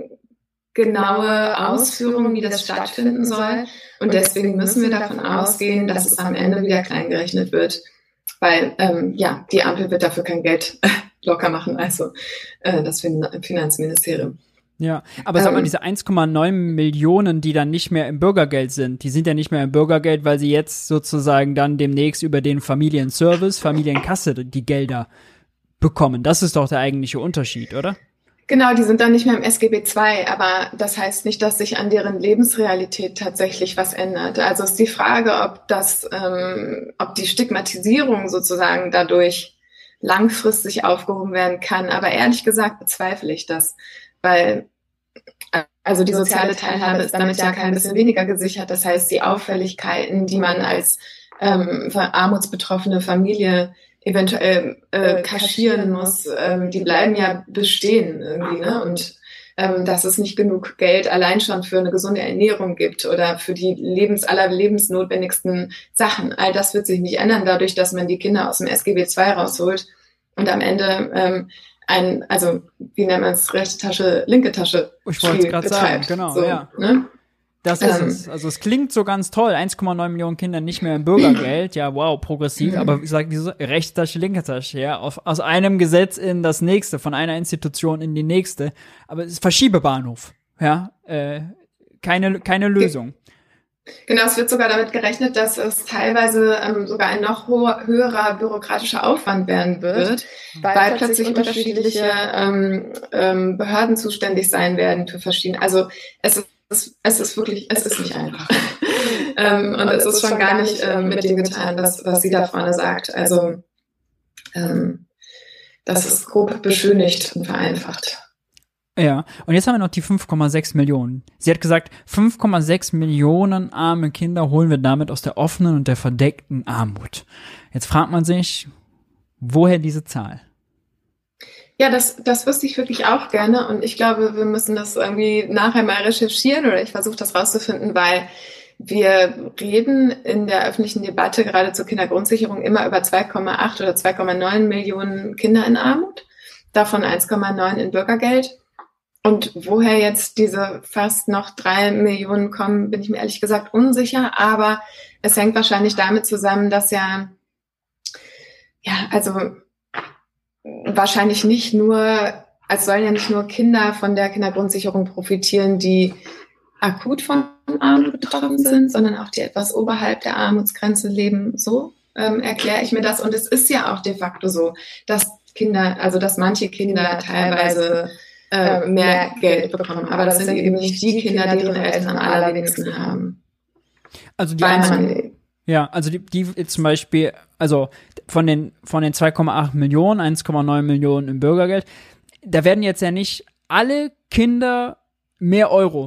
genaue Ausführung, wie das stattfinden soll. Und deswegen müssen wir davon ausgehen, dass es am Ende wieder kleingerechnet wird. Weil, ähm, ja, die Ampel wird dafür kein Geld locker machen, also äh, das fin- Finanzministerium. Ja, aber sag mal, Ähm, diese eins Komma neun Millionen, die dann nicht mehr im Bürgergeld sind, die sind ja nicht mehr im Bürgergeld, weil sie jetzt sozusagen dann demnächst über den Familienservice, Familienkasse die Gelder bekommen. Das ist doch der eigentliche Unterschied, oder? Genau, die sind dann nicht mehr im S G B zwei, aber das heißt nicht, dass sich an deren Lebensrealität tatsächlich was ändert. Also ist die Frage, ob das, ähm, ob die Stigmatisierung sozusagen dadurch langfristig aufgehoben werden kann. Aber ehrlich gesagt bezweifle ich das, weil also die soziale Teilhabe ist damit ja kein bisschen weniger gesichert. Das heißt, die Auffälligkeiten, die man als ähm, armutsbetroffene Familie eventuell äh, kaschieren muss, ähm, die bleiben ja bestehen irgendwie, ne? Und ähm, dass es nicht genug Geld allein schon für eine gesunde Ernährung gibt oder für die lebens aller lebensnotwendigsten Sachen. All das wird sich nicht ändern, dadurch, dass man die Kinder aus dem S G B zwei rausholt und am Ende ähm, ein, also wie nennt man es, rechte Tasche, linke Tasche. Ich wollte es gerade sagen, genau, so, ja. Ne? Das ist Ähm, es. Also es klingt so ganz toll. eins Komma neun Millionen Kinder nicht mehr im Bürgergeld. Ja, wow, progressiv. Aber ich sage, diese rechte Tasche, linke Tasche, ja, auf, aus einem Gesetz in das nächste, von einer Institution in die nächste. Aber es ist Verschiebebahnhof. Ja, äh, keine, keine Lösung. Genau, es wird sogar damit gerechnet, dass es teilweise ähm, sogar ein noch hoher, höherer bürokratischer Aufwand werden wird, weil, weil plötzlich unterschiedliche ähm, ähm, Behörden zuständig sein werden für verschiedene. Also es ist Es, es ist wirklich, es ist nicht einfach. ähm, und es ist schon gar nicht ähm, mit dem getan, was, was sie da vorne sagt. Also ähm, das ist grob beschönigt und vereinfacht. Ja, und jetzt haben wir noch die fünf Komma sechs Millionen. Sie hat gesagt, fünf Komma sechs Millionen arme Kinder holen wir damit aus der offenen und der verdeckten Armut. Jetzt fragt man sich, woher diese Zahl? Ja, das, das wüsste ich wirklich auch gerne und ich glaube, wir müssen das irgendwie nachher mal recherchieren oder ich versuche das rauszufinden, weil wir reden in der öffentlichen Debatte gerade zur Kindergrundsicherung immer über zwei Komma acht oder zwei Komma neun Millionen Kinder in Armut, davon eins Komma neun in Bürgergeld. Und woher jetzt diese fast noch drei Millionen kommen, bin ich mir ehrlich gesagt unsicher, aber es hängt wahrscheinlich damit zusammen, dass ja, ja, also wahrscheinlich nicht nur, es sollen ja nicht nur Kinder von der Kindergrundsicherung profitieren, die akut von Armut betroffen sind, sondern auch die etwas oberhalb der Armutsgrenze leben. So ähm, erkläre ich mir das. Und es ist ja auch de facto so, dass Kinder, also dass manche Kinder teilweise äh, mehr Geld bekommen. Aber das sind eben nicht die Kinder, deren Eltern am allerwenigsten haben. Also die Weil einzelnen, man, ja, also die, die zum Beispiel, also von den von den zwei Komma acht Millionen, eins Komma neun Millionen im Bürgergeld, da werden jetzt ja nicht alle Kinder mehr Euro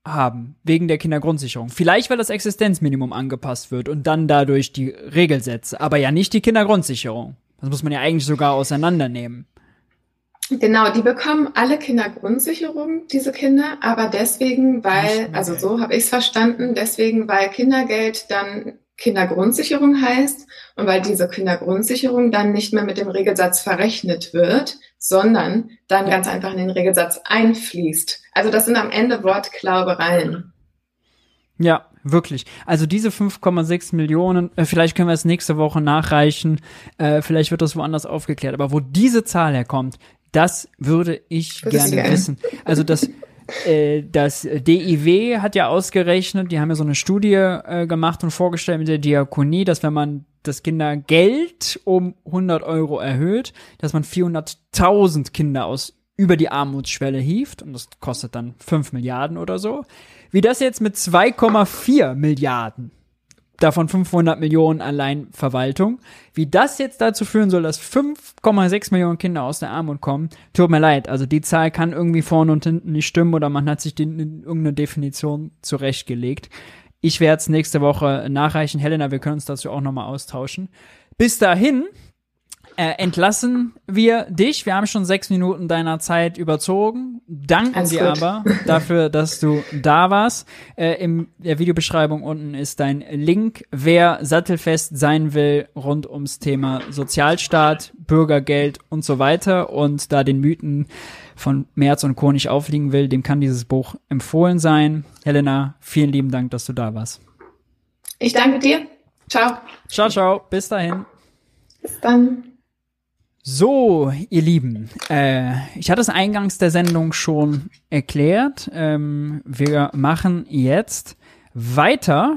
haben, wegen der Kindergrundsicherung. Vielleicht, weil das Existenzminimum angepasst wird und dann dadurch die Regelsätze, aber ja nicht die Kindergrundsicherung. Das muss man ja eigentlich sogar auseinandernehmen. Genau, die bekommen alle Kindergrundsicherung, diese Kinder, aber deswegen, weil, also so habe ich es verstanden, deswegen, weil Kindergeld dann Kindergrundsicherung heißt und weil diese Kindergrundsicherung dann nicht mehr mit dem Regelsatz verrechnet wird, sondern dann ganz einfach in den Regelsatz einfließt. Also das sind am Ende Wortklaubereien. Ja, wirklich. Also diese fünf Komma sechs Millionen, äh, vielleicht können wir es nächste Woche nachreichen, äh, vielleicht wird das woanders aufgeklärt, aber wo diese Zahl herkommt, das würde ich das gerne geil. wissen. Also das, äh, das D I W hat ja ausgerechnet, die haben ja so eine Studie äh, gemacht und vorgestellt mit der Diakonie, dass wenn man das Kindergeld um hundert Euro erhöht, dass man vierhunderttausend Kinder aus über die Armutsschwelle hieft und das kostet dann fünf Milliarden oder so. Wie das jetzt mit zwei Komma vier Milliarden, davon fünfhundert Millionen allein Verwaltung, wie das jetzt dazu führen soll, dass fünf Komma sechs Millionen Kinder aus der Armut kommen, tut mir leid. Also die Zahl kann irgendwie vorne und hinten nicht stimmen oder man hat sich die, irgendeine Definition zurechtgelegt. Ich werde es nächste Woche nachreichen. Helena, wir können uns dazu auch nochmal austauschen. Bis dahin äh, entlassen wir dich. Wir haben schon sechs Minuten deiner Zeit überzogen. Danken Alles dir gut. aber dafür, dass du da warst. Äh, in der Videobeschreibung unten ist dein Link. Wer sattelfest sein will rund ums Thema Sozialstaat, Bürgergeld und so weiter und da den Mythen von Merz und Co. nicht aufliegen will, dem kann dieses Buch empfohlen sein. Helena, vielen lieben Dank, dass du da warst. Ich danke dir. Ciao. Ciao, ciao. Bis dahin. Bis dann. So, ihr Lieben, äh, ich hatte es eingangs der Sendung schon erklärt. Ähm, wir machen jetzt weiter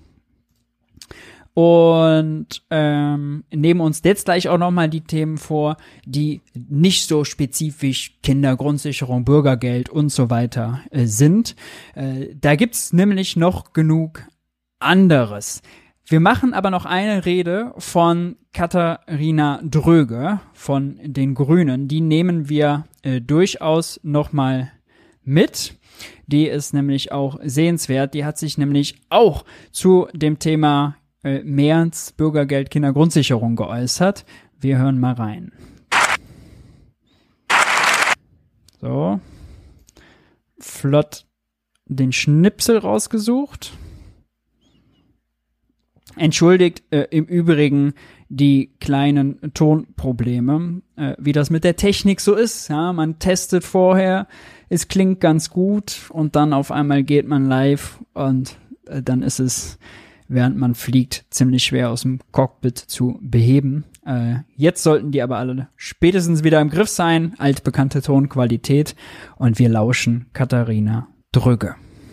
und ähm, nehmen uns jetzt gleich auch nochmal die Themen vor, die nicht so spezifisch Kindergrundsicherung, Bürgergeld und so weiter äh, sind. Äh, da gibt's nämlich noch genug anderes. Wir machen aber noch eine Rede von Katharina Dröge von den Grünen. Die nehmen wir äh, durchaus nochmal mit. Die ist nämlich auch sehenswert. Die hat sich nämlich auch zu dem Thema äh, Merz, Bürgergeld, Kindergrundsicherung geäußert. Wir hören mal rein. So. Flott den Schnipsel rausgesucht. Entschuldigt äh, im Übrigen die kleinen Tonprobleme, äh, wie das mit der Technik so ist. Ja, man testet vorher, es klingt ganz gut und dann auf einmal geht man live und äh, dann ist es, während man fliegt, ziemlich schwer aus dem Cockpit zu beheben. Äh, jetzt sollten die aber alle spätestens wieder im Griff sein, altbekannte Tonqualität und wir lauschen Katharina Dröge.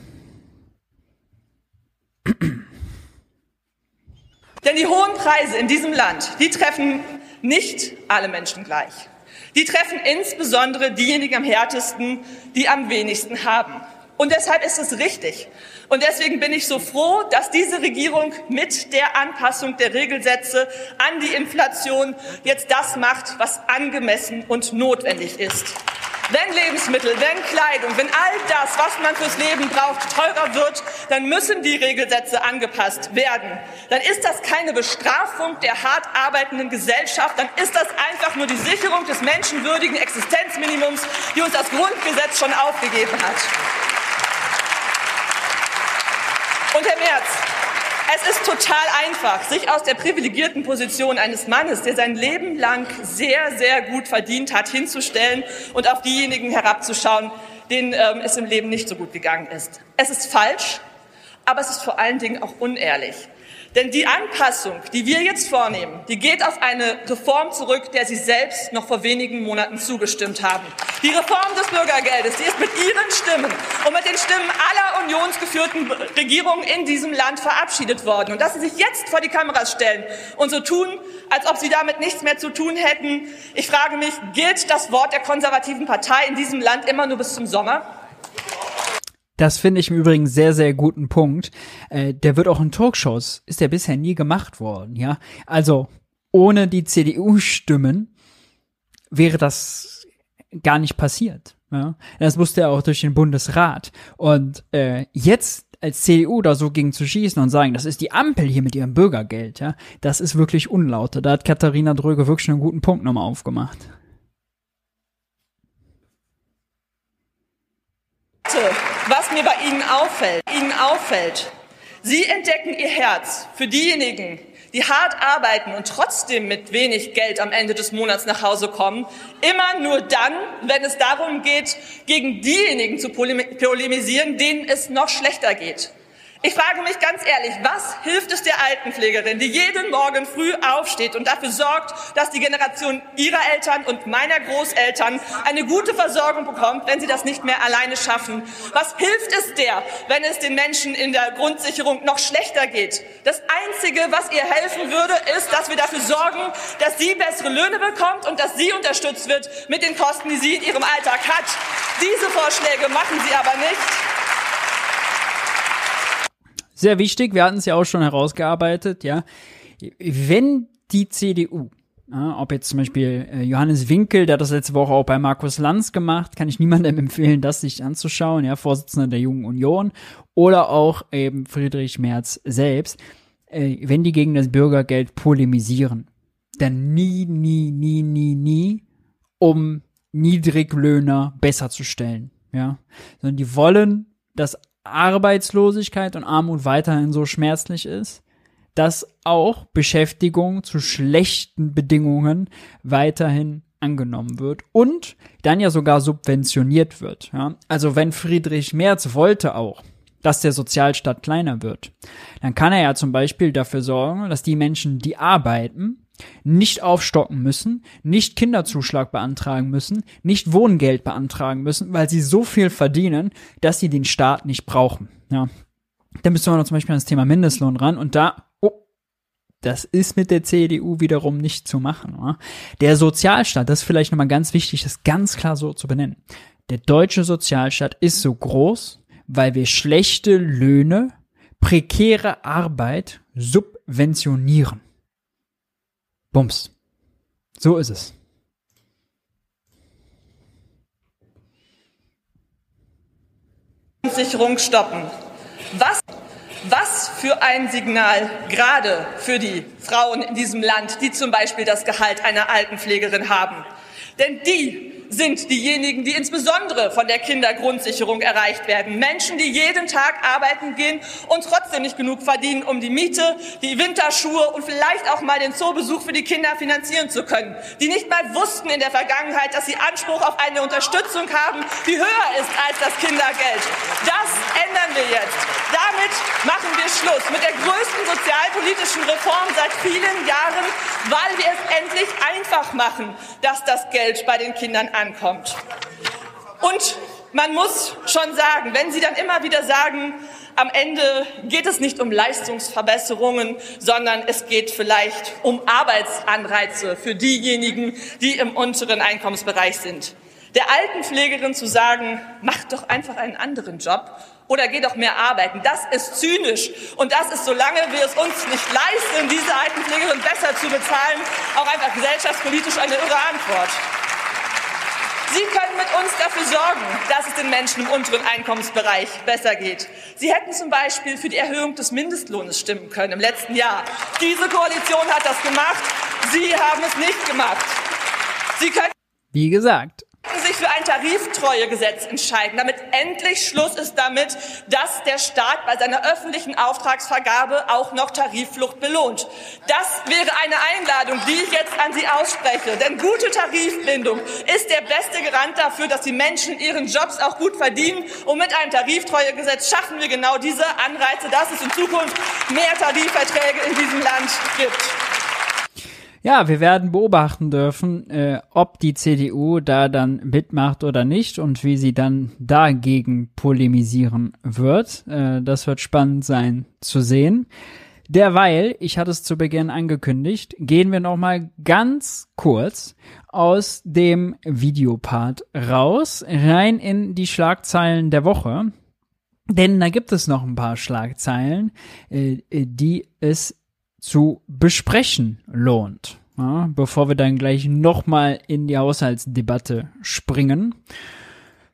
Denn die hohen Preise in diesem Land, die treffen nicht alle Menschen gleich. Die treffen insbesondere diejenigen am härtesten, die am wenigsten haben. Und deshalb ist es richtig. Und deswegen bin ich so froh, dass diese Regierung mit der Anpassung der Regelsätze an die Inflation jetzt das macht, was angemessen und notwendig ist. Wenn Lebensmittel, wenn Kleidung, wenn all das, was man fürs Leben braucht, teurer wird, dann müssen die Regelsätze angepasst werden. Dann ist das keine Bestrafung der hart arbeitenden Gesellschaft, dann ist das einfach nur die Sicherung des menschenwürdigen Existenzminimums, die uns das Grundgesetz schon aufgegeben hat. Und Herr Merz, es ist total einfach, sich aus der privilegierten Position eines Mannes, der sein Leben lang sehr, sehr gut verdient hat, hinzustellen und auf diejenigen herabzuschauen, denen ähm, es im Leben nicht so gut gegangen ist. Es ist falsch, aber es ist vor allen Dingen auch unehrlich. Denn die Anpassung, die wir jetzt vornehmen, die geht auf eine Reform zurück, der Sie selbst noch vor wenigen Monaten zugestimmt haben. Die Reform des Bürgergeldes, die ist mit Ihren Stimmen und mit den Stimmen aller unionsgeführten Regierungen in diesem Land verabschiedet worden. Und dass Sie sich jetzt vor die Kameras stellen und so tun, als ob Sie damit nichts mehr zu tun hätten. Ich frage mich, gilt das Wort der konservativen Partei in diesem Land immer nur bis zum Sommer? Das finde ich im Übrigen sehr, sehr guten Punkt. Äh, der wird auch in Talkshows, ist der bisher nie gemacht worden, ja. Also, ohne die C D U-Stimmen wäre das gar nicht passiert. Ja, das musste ja auch durch den Bundesrat. Und äh, jetzt als C D U da so gegen zu schießen und sagen, das ist die Ampel hier mit ihrem Bürgergeld, ja, das ist wirklich unlaute. Da hat Katharina Dröge wirklich einen guten Punkt nochmal aufgemacht. Was mir bei Ihnen auffällt, Ihnen auffällt, Sie entdecken Ihr Herz für diejenigen, die hart arbeiten und trotzdem mit wenig Geld am Ende des Monats nach Hause kommen, immer nur dann, wenn es darum geht, gegen diejenigen zu polemisieren, denen es noch schlechter geht. Ich frage mich ganz ehrlich, was hilft es der Altenpflegerin, die jeden Morgen früh aufsteht und dafür sorgt, dass die Generation ihrer Eltern und meiner Großeltern eine gute Versorgung bekommt, wenn sie das nicht mehr alleine schaffen? Was hilft es der, wenn es den Menschen in der Grundsicherung noch schlechter geht? Das Einzige, was ihr helfen würde, ist, dass wir dafür sorgen, dass sie bessere Löhne bekommt und dass sie unterstützt wird mit den Kosten, die sie in ihrem Alltag hat. Diese Vorschläge machen sie aber nicht. Sehr wichtig, wir hatten es ja auch schon herausgearbeitet, ja, wenn die C D U, ja, ob jetzt zum Beispiel äh, Johannes Winkel, der hat das letzte Woche auch bei Markus Lanz gemacht, kann ich niemandem empfehlen, das sich anzuschauen, ja, Vorsitzender der Jungen Union, oder auch eben Friedrich Merz selbst, äh, wenn die gegen das Bürgergeld polemisieren, dann nie, nie, nie, nie, nie, um Niedriglöhner besser zu stellen, ja, sondern die wollen, dass Arbeitslosigkeit und Armut weiterhin so schmerzlich ist, dass auch Beschäftigung zu schlechten Bedingungen weiterhin angenommen wird und dann ja sogar subventioniert wird. Ja? Also wenn Friedrich Merz wollte auch, dass der Sozialstaat kleiner wird, dann kann er ja zum Beispiel dafür sorgen, dass die Menschen, die arbeiten, nicht aufstocken müssen, nicht Kinderzuschlag beantragen müssen, nicht Wohngeld beantragen müssen, weil sie so viel verdienen, dass sie den Staat nicht brauchen. Ja, da müssen wir noch zum Beispiel an das Thema Mindestlohn ran und da, oh, das ist mit der C D U wiederum nicht zu machen. Oder? Der Sozialstaat, das ist vielleicht nochmal ganz wichtig, das ganz klar so zu benennen. Der deutsche Sozialstaat ist so groß, weil wir schlechte Löhne, prekäre Arbeit subventionieren. Bums. So ist es. Sicherung stoppen. Was, was für ein Signal gerade für die Frauen in diesem Land, die zum Beispiel das Gehalt einer Altenpflegerin haben. Denn die sind diejenigen, die insbesondere von der Kindergrundsicherung erreicht werden. Menschen, die jeden Tag arbeiten gehen und trotzdem nicht genug verdienen, um die Miete, die Winterschuhe und vielleicht auch mal den Zoobesuch für die Kinder finanzieren zu können. Die nicht mal wussten in der Vergangenheit, dass sie Anspruch auf eine Unterstützung haben, die höher ist als das Kindergeld. Das ändern wir jetzt. Damit machen wir Schluss mit der größten sozialpolitischen Reform seit vielen Jahren, weil wir es endlich einfach machen, dass das Geld bei den Kindern ankommt. Und man muss schon sagen, wenn Sie dann immer wieder sagen, am Ende geht es nicht um Leistungsverbesserungen, sondern es geht vielleicht um Arbeitsanreize für diejenigen, die im unteren Einkommensbereich sind. Der Altenpflegerin zu sagen, mach doch einfach einen anderen Job oder geh doch mehr arbeiten, das ist zynisch. Und das ist, solange wir es uns nicht leisten, diese Altenpflegerin besser zu bezahlen, auch einfach gesellschaftspolitisch eine irre Antwort. Sie können mit uns dafür sorgen, dass es den Menschen im unteren Einkommensbereich besser geht. Sie hätten zum Beispiel für die Erhöhung des Mindestlohnes stimmen können im letzten Jahr. Diese Koalition hat das gemacht. Sie haben es nicht gemacht. Sie können, wie gesagt, sich für ein Tariftreuegesetz entscheiden, damit endlich Schluss ist damit, dass der Staat bei seiner öffentlichen Auftragsvergabe auch noch Tarifflucht belohnt. Das wäre eine Einladung, die ich jetzt an Sie ausspreche. Denn gute Tarifbindung ist der beste Garant dafür, dass die Menschen in ihren Jobs auch gut verdienen. Und mit einem Tariftreuegesetz schaffen wir genau diese Anreize, dass es in Zukunft mehr Tarifverträge in diesem Land gibt. Ja, wir werden beobachten dürfen, äh, ob die C D U da dann mitmacht oder nicht und wie sie dann dagegen polemisieren wird. Äh, das wird spannend sein zu sehen. Derweil, ich hatte es zu Beginn angekündigt, gehen wir noch mal ganz kurz aus dem Videopart raus, rein in die Schlagzeilen der Woche. Denn da gibt es noch ein paar Schlagzeilen, äh, die es zu besprechen lohnt, ja, bevor wir dann gleich nochmal in die Haushaltsdebatte springen.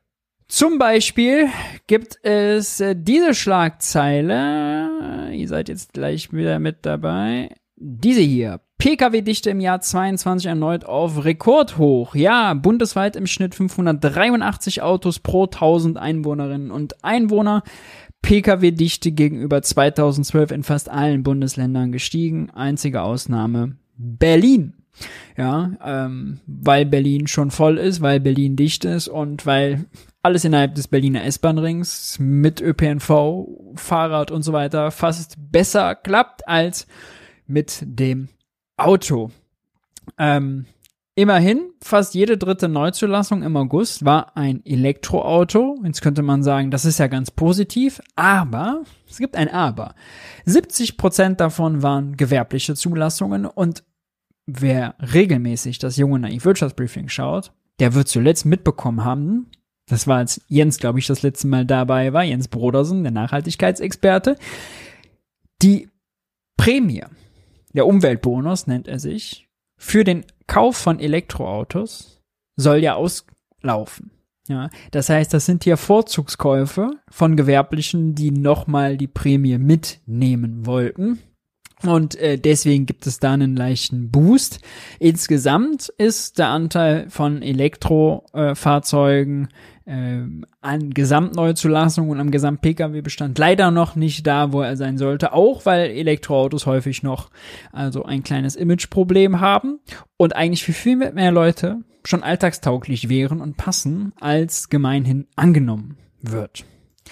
Zum Beispiel gibt es äh, diese Schlagzeile, ihr seid jetzt gleich wieder mit dabei, diese hier. P K W-Dichte im Jahr zweiundzwanzig erneut auf Rekordhoch. Ja, bundesweit im Schnitt fünfhundertdreiundachtzig Autos pro tausend Einwohnerinnen und Einwohner. P K W-Dichte gegenüber zweitausendzwölf in fast allen Bundesländern gestiegen. Einzige Ausnahme Berlin. Ja, ähm, weil Berlin schon voll ist, weil Berlin dicht ist und weil alles innerhalb des Berliner S-Bahn-Rings mit Ö P N V, Fahrrad und so weiter fast besser klappt als mit dem Auto. Ähm, immerhin, fast jede dritte Neuzulassung im August war ein Elektroauto. Jetzt könnte man sagen, das ist ja ganz positiv, aber es gibt ein Aber. siebzig Prozent davon waren gewerbliche Zulassungen und wer regelmäßig das Jung und Naiv Wirtschaftsbriefing schaut, der wird zuletzt mitbekommen haben, das war als Jens, glaube ich, das letzte Mal dabei war, Jens Brodersen, der Nachhaltigkeitsexperte, die Prämie, der Umweltbonus nennt er sich, für den Kauf von Elektroautos soll ja auslaufen. Ja, das heißt, das sind hier Vorzugskäufe von Gewerblichen, die nochmal die Prämie mitnehmen wollten. Und äh, deswegen gibt es da einen leichten Boost. Insgesamt ist der Anteil von Elektrofahrzeugen äh, an Gesamtneuzulassung und am Gesamt-P K W-Bestand leider noch nicht da, wo er sein sollte. Auch weil Elektroautos häufig noch also ein kleines Imageproblem haben und eigentlich für viel mehr Leute schon alltagstauglich wären und passen, als gemeinhin angenommen wird.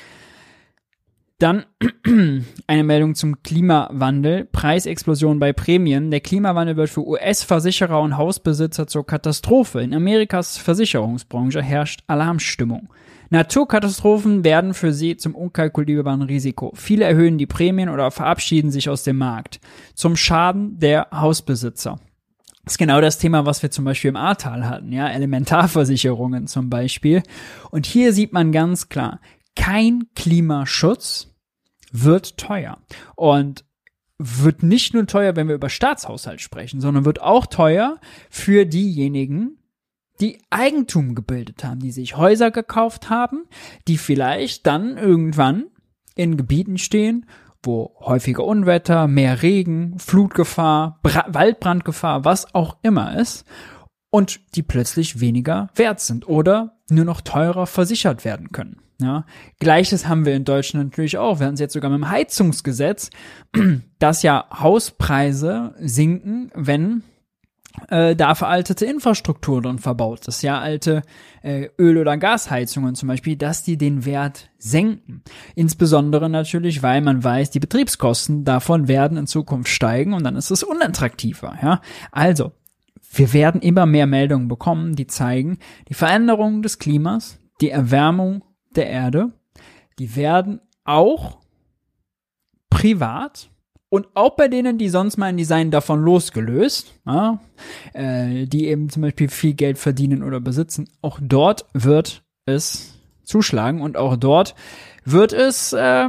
Dann eine Meldung zum Klimawandel. Preisexplosion bei Prämien. Der Klimawandel wird für U S-Versicherer und Hausbesitzer zur Katastrophe. In Amerikas Versicherungsbranche herrscht Alarmstimmung. Naturkatastrophen werden für sie zum unkalkulierbaren Risiko. Viele erhöhen die Prämien oder verabschieden sich aus dem Markt. Zum Schaden der Hausbesitzer. Das ist genau das Thema, was wir zum Beispiel im Ahrtal hatten, ja, Elementarversicherungen zum Beispiel. Und hier sieht man ganz klar, kein Klimaschutz wird teuer. Und wird nicht nur teuer, wenn wir über Staatshaushalt sprechen, sondern wird auch teuer für diejenigen, die Eigentum gebildet haben, die sich Häuser gekauft haben, die vielleicht dann irgendwann in Gebieten stehen, wo häufige Unwetter, mehr Regen, Flutgefahr, Bra- Waldbrandgefahr, was auch immer ist, und die plötzlich weniger wert sind oder nur noch teurer versichert werden können. Ja, Gleiches haben wir in Deutschland natürlich auch. Wir haben es jetzt sogar mit dem Heizungsgesetz, dass ja Hauspreise sinken, wenn äh, da veraltete Infrastruktur drin verbaut ist. Ja, alte äh, Öl- oder Gasheizungen zum Beispiel, dass die den Wert senken. Insbesondere natürlich, weil man weiß, die Betriebskosten davon werden in Zukunft steigen und dann ist es unattraktiver. Ja, also wir werden immer mehr Meldungen bekommen, die zeigen, die Veränderung des Klimas, die Erwärmung der Erde, die werden auch privat und auch bei denen, die sonst meinen, die seien davon losgelöst, ja, äh, die eben zum Beispiel viel Geld verdienen oder besitzen, auch dort wird es zuschlagen und auch dort wird es äh,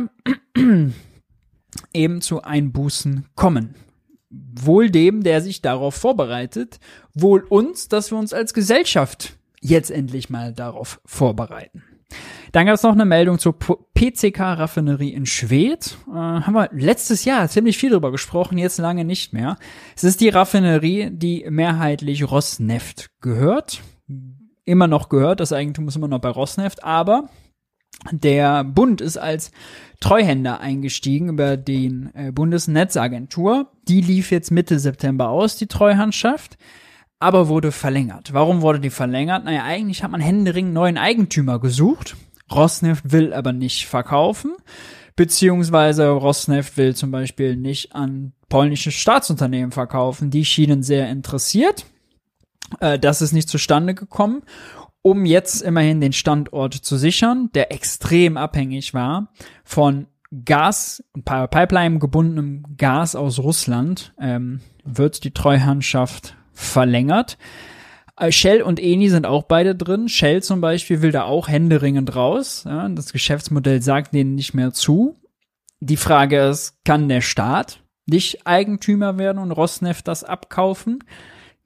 eben zu Einbußen kommen. Wohl dem, der sich darauf vorbereitet, wohl uns, dass wir uns als Gesellschaft jetzt endlich mal darauf vorbereiten. Dann gab es noch eine Meldung zur P C K-Raffinerie in Schwedt. Äh, haben wir letztes Jahr ziemlich viel drüber gesprochen, jetzt lange nicht mehr. Es ist die Raffinerie, die mehrheitlich Rosneft gehört. Immer noch gehört, das Eigentum ist immer noch bei Rosneft, aber der Bund ist als Treuhänder eingestiegen über den äh, Bundesnetzagentur. Die lief jetzt Mitte September aus, die Treuhandschaft, aber wurde verlängert. Warum wurde die verlängert? Naja, eigentlich hat man händeringend neuen Eigentümer gesucht. Rosneft will aber nicht verkaufen, beziehungsweise Rosneft will zum Beispiel nicht an polnische Staatsunternehmen verkaufen. Die schienen sehr interessiert. Äh, das ist nicht zustande gekommen, um jetzt immerhin den Standort zu sichern, der extrem abhängig war von Gas, Pipeline gebundenem Gas aus Russland, ähm, wird die Treuhandschaft verlängert. Shell und Eni sind auch beide drin. Shell zum Beispiel will da auch händeringend raus. Ja, das Geschäftsmodell sagt denen nicht mehr zu. Die Frage ist, kann der Staat nicht Eigentümer werden und Rosneft das abkaufen?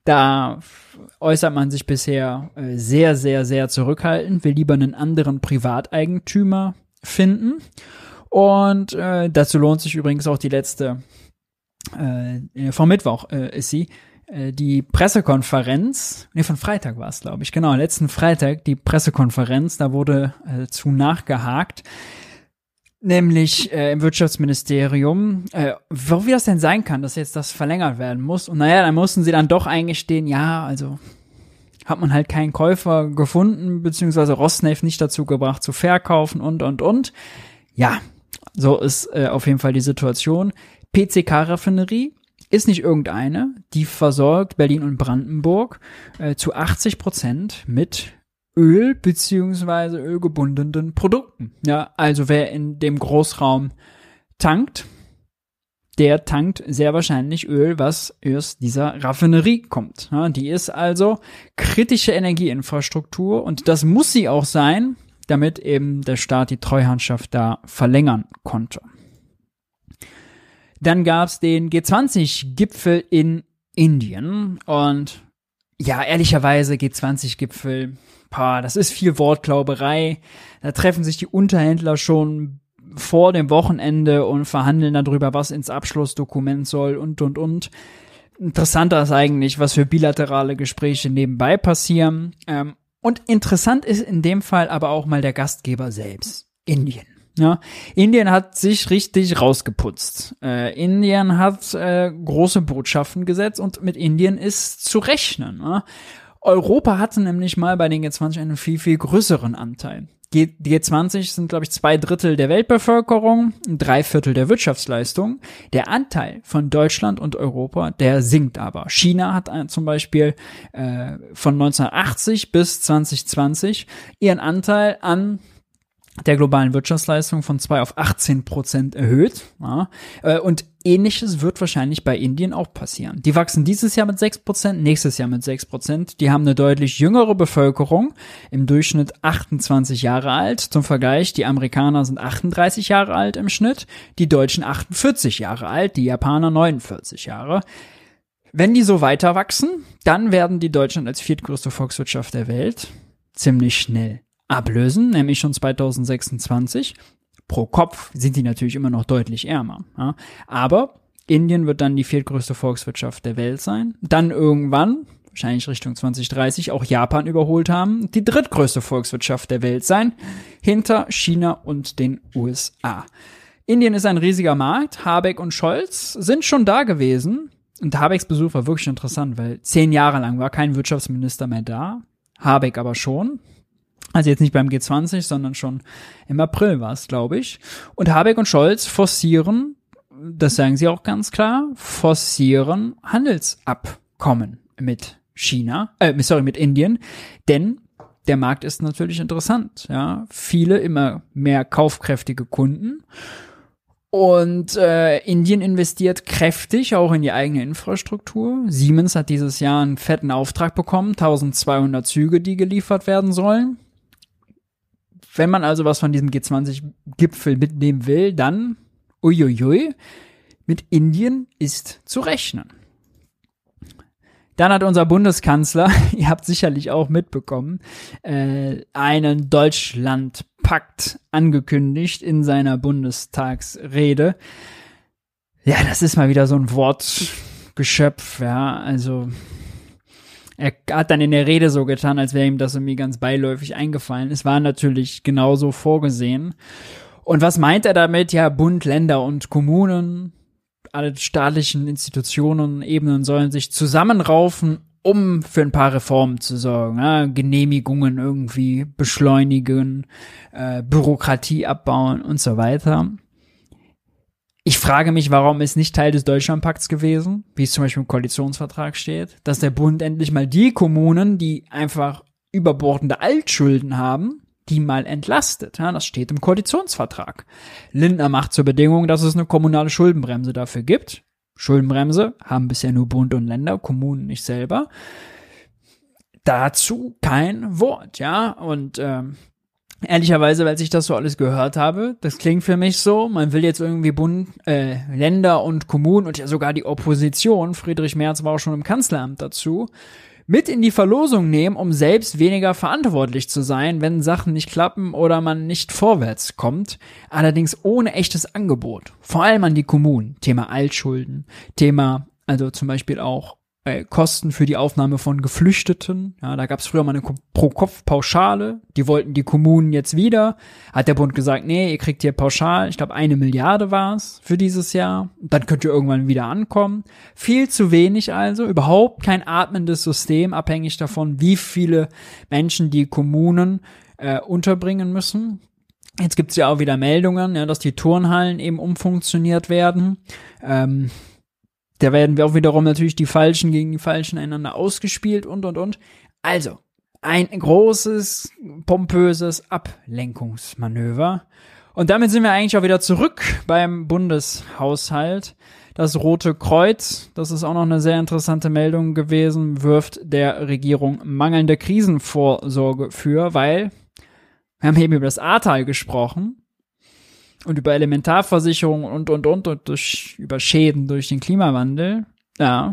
Da äußert man sich bisher äh, sehr, sehr, sehr zurückhaltend, will lieber einen anderen Privateigentümer finden. Und äh, dazu lohnt sich übrigens auch die letzte, äh, vom Mittwoch äh, ist sie, äh, die Pressekonferenz, nee, von Freitag war es, glaube ich, genau, letzten Freitag die Pressekonferenz, da wurde äh, zu nachgehakt, nämlich äh, im Wirtschaftsministerium, äh, wie das denn sein kann, dass jetzt das verlängert werden muss. Und naja, dann mussten sie dann doch eingestehen, ja, also hat man halt keinen Käufer gefunden, beziehungsweise Rosneft nicht dazu gebracht zu verkaufen und, und, und. Ja, so ist äh, auf jeden Fall die Situation. P C K-Raffinerie ist nicht irgendeine, die versorgt Berlin und Brandenburg äh, zu achtzig Prozent mit Öl beziehungsweise ölgebundenen Produkten. Ja, also wer in dem Großraum tankt, der tankt sehr wahrscheinlich Öl, was aus dieser Raffinerie kommt. Ja, die ist also kritische Energieinfrastruktur und das muss sie auch sein, damit eben der Staat die Treuhandschaft da verlängern konnte. Dann gab's den G zwanzig Gipfel in Indien und ja, ehrlicherweise G zwanzig Gipfel, boah, das ist viel Wortklauberei. Da treffen sich die Unterhändler schon vor dem Wochenende und verhandeln darüber, was ins Abschlussdokument soll und, und, und. Interessanter ist eigentlich, was für bilaterale Gespräche nebenbei passieren. Ähm, und interessant ist in dem Fall aber auch mal der Gastgeber selbst, Indien. Ja, Indien hat sich richtig rausgeputzt. Äh, Indien hat äh, große Botschaften gesetzt und mit Indien ist zu rechnen. Ne? Europa hatte nämlich mal bei den G zwanzig einen viel, viel größeren Anteil. G- die G zwanzig sind, glaube ich, zwei Drittel der Weltbevölkerung, drei Viertel der Wirtschaftsleistung. Der Anteil von Deutschland und Europa, der sinkt aber. China hat äh, zum Beispiel äh, von neunzehnhundertachtzig bis zwanzig zwanzig ihren Anteil an der globalen Wirtschaftsleistung von zwei auf achtzehn Prozent erhöht. Ja. Und Ähnliches wird wahrscheinlich bei Indien auch passieren. Die wachsen dieses Jahr mit sechs Prozent, nächstes Jahr mit sechs Prozent. Die haben eine deutlich jüngere Bevölkerung, im Durchschnitt achtundzwanzig Jahre alt. Zum Vergleich, die Amerikaner sind achtunddreißig Jahre alt im Schnitt, die Deutschen achtundvierzig Jahre alt, die Japaner neunundvierzig Jahre. Wenn die so weiter wachsen, dann werden die Deutschland als viertgrößte Volkswirtschaft der Welt ziemlich schnell ablösen, nämlich schon zweitausendsechsundzwanzig. Pro Kopf sind die natürlich immer noch deutlich ärmer. Ja. Aber Indien wird dann die viertgrößte Volkswirtschaft der Welt sein. Dann irgendwann, wahrscheinlich Richtung zwanzig dreißig, auch Japan überholt haben, die drittgrößte Volkswirtschaft der Welt sein, hinter China und den U S A. Indien ist ein riesiger Markt. Habeck und Scholz sind schon da gewesen. Und Habecks Besuch war wirklich interessant, weil zehn Jahre lang war kein Wirtschaftsminister mehr da. Habeck aber schon. Also jetzt nicht beim G zwanzig, sondern schon im April war es, glaube ich. Und Habeck und Scholz forcieren, das sagen sie auch ganz klar, forcieren Handelsabkommen mit China, äh, sorry, mit Indien. Denn der Markt ist natürlich interessant, ja. Viele immer mehr kaufkräftige Kunden. Und äh, Indien investiert kräftig auch in die eigene Infrastruktur. Siemens hat dieses Jahr einen fetten Auftrag bekommen, eintausendzweihundert Züge, die geliefert werden sollen. Wenn man also was von diesem G zwanzig Gipfel mitnehmen will, dann, uiuiui, mit Indien ist zu rechnen. Dann hat unser Bundeskanzler, ihr habt sicherlich auch mitbekommen, äh, einen Deutschlandpakt angekündigt in seiner Bundestagsrede. Ja, das ist mal wieder so ein Wortgeschöpf, ja, also er hat dann in der Rede so getan, als wäre ihm das irgendwie ganz beiläufig eingefallen. Es war natürlich genauso vorgesehen. Und was meint er damit? Ja, Bund, Länder und Kommunen, alle staatlichen Institutionen, Ebenen sollen sich zusammenraufen, um für ein paar Reformen zu sorgen. Ja, Genehmigungen irgendwie beschleunigen, äh, Bürokratie abbauen und so weiter. Ich frage mich, warum ist nicht Teil des Deutschlandpakts gewesen, wie es zum Beispiel im Koalitionsvertrag steht, dass der Bund endlich mal die Kommunen, die einfach überbordende Altschulden haben, die mal entlastet. Ja, das steht im Koalitionsvertrag. Lindner macht zur Bedingung, dass es eine kommunale Schuldenbremse dafür gibt. Schuldenbremse haben bisher nur Bund und Länder, Kommunen nicht selber. Dazu kein Wort, ja. Und ähm, Ehrlicherweise, als ich das so alles gehört habe, das klingt für mich so, man will jetzt irgendwie Bund, äh, Länder und Kommunen und ja sogar die Opposition, Friedrich Merz war auch schon im Kanzleramt dazu, mit in die Verlosung nehmen, um selbst weniger verantwortlich zu sein, wenn Sachen nicht klappen oder man nicht vorwärts kommt. Allerdings ohne echtes Angebot. Vor allem an die Kommunen. Thema Altschulden, Thema, also zum Beispiel auch äh, Kosten für die Aufnahme von Geflüchteten. Ja, da gab es früher mal eine Pro-Kopf-Pauschale. Die wollten die Kommunen jetzt wieder. Hat der Bund gesagt, nee, ihr kriegt hier pauschal, ich glaube eine Milliarde war es für dieses Jahr. Dann könnt ihr irgendwann wieder ankommen. Viel zu wenig also. Überhaupt kein atmendes System, abhängig davon, wie viele Menschen die Kommunen äh, unterbringen müssen. Jetzt gibt's ja auch wieder Meldungen, ja, dass die Turnhallen eben umfunktioniert werden. Ähm, Da werden wir auch wiederum natürlich die Falschen gegen die Falschen einander ausgespielt und, und, und. Also, ein großes, pompöses Ablenkungsmanöver. Und damit sind wir eigentlich auch wieder zurück beim Bundeshaushalt. Das Rote Kreuz, das ist auch noch eine sehr interessante Meldung gewesen, wirft der Regierung mangelnde Krisenvorsorge für, weil wir haben eben über das Ahrtal gesprochen. Und über Elementarversicherung und, und, und, und durch, über Schäden durch den Klimawandel, ja,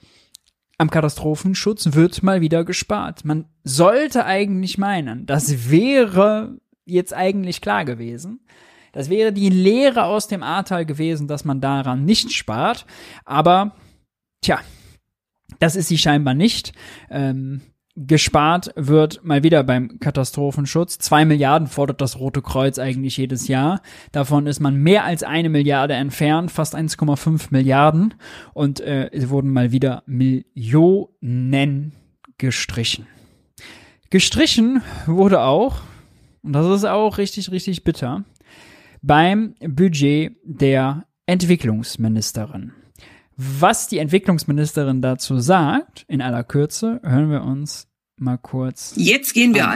am Katastrophenschutz wird mal wieder gespart. Man sollte eigentlich meinen, das wäre jetzt eigentlich klar gewesen. Das wäre die Lehre aus dem Ahrtal gewesen, dass man daran nicht spart. Aber, tja, das ist sie scheinbar nicht. Ähm, Gespart wird mal wieder beim Katastrophenschutz. Zwei Milliarden fordert das Rote Kreuz eigentlich jedes Jahr. Davon ist man mehr als eine Milliarde entfernt, fast eins Komma fünf Milliarden. Und äh, es wurden mal wieder Millionen gestrichen. Gestrichen wurde auch, und das ist auch richtig, richtig bitter, beim Budget der Entwicklungsministerin. Was die Entwicklungsministerin dazu sagt, in aller Kürze, hören wir uns mal kurz. Jetzt gehen wir an.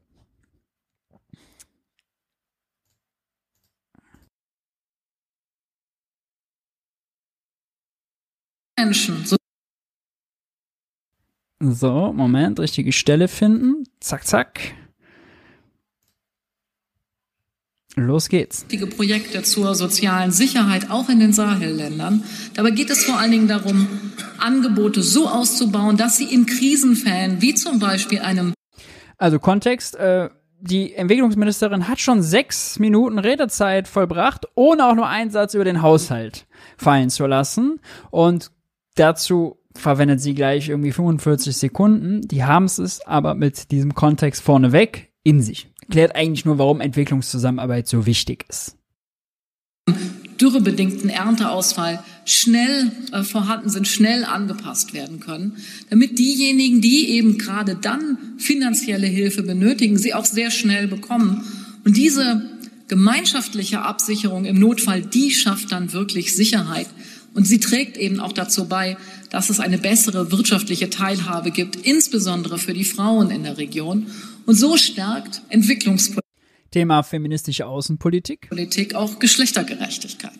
Menschen. So, Moment, richtige Stelle finden. Zack, zack. Los geht's. Projekte zur sozialen Sicherheit auch in den Sahelländern. Dabei geht es vor allen Dingen darum, Angebote so auszubauen, dass sie in Krisenfällen, wie zum Beispiel einem... Also Kontext, äh, die Entwicklungsministerin hat schon sechs Minuten Redezeit vollbracht, ohne auch nur einen Satz über den Haushalt fallen zu lassen. Und dazu verwendet sie gleich irgendwie fünfundvierzig Sekunden. Die haben es aber mit diesem Kontext vorneweg in sich. Erklärt eigentlich nur, warum Entwicklungszusammenarbeit so wichtig ist. Dürrebedingten Ernteausfall schnell äh, vorhanden sind, schnell angepasst werden können, damit diejenigen, die eben gerade dann finanzielle Hilfe benötigen, sie auch sehr schnell bekommen. Und diese gemeinschaftliche Absicherung im Notfall, die schafft dann wirklich Sicherheit. Und sie trägt eben auch dazu bei, dass es eine bessere wirtschaftliche Teilhabe gibt, insbesondere für die Frauen in der Region. Und so stärkt Entwicklungspolitik. Thema feministische Außenpolitik. Politik auch Geschlechtergerechtigkeit.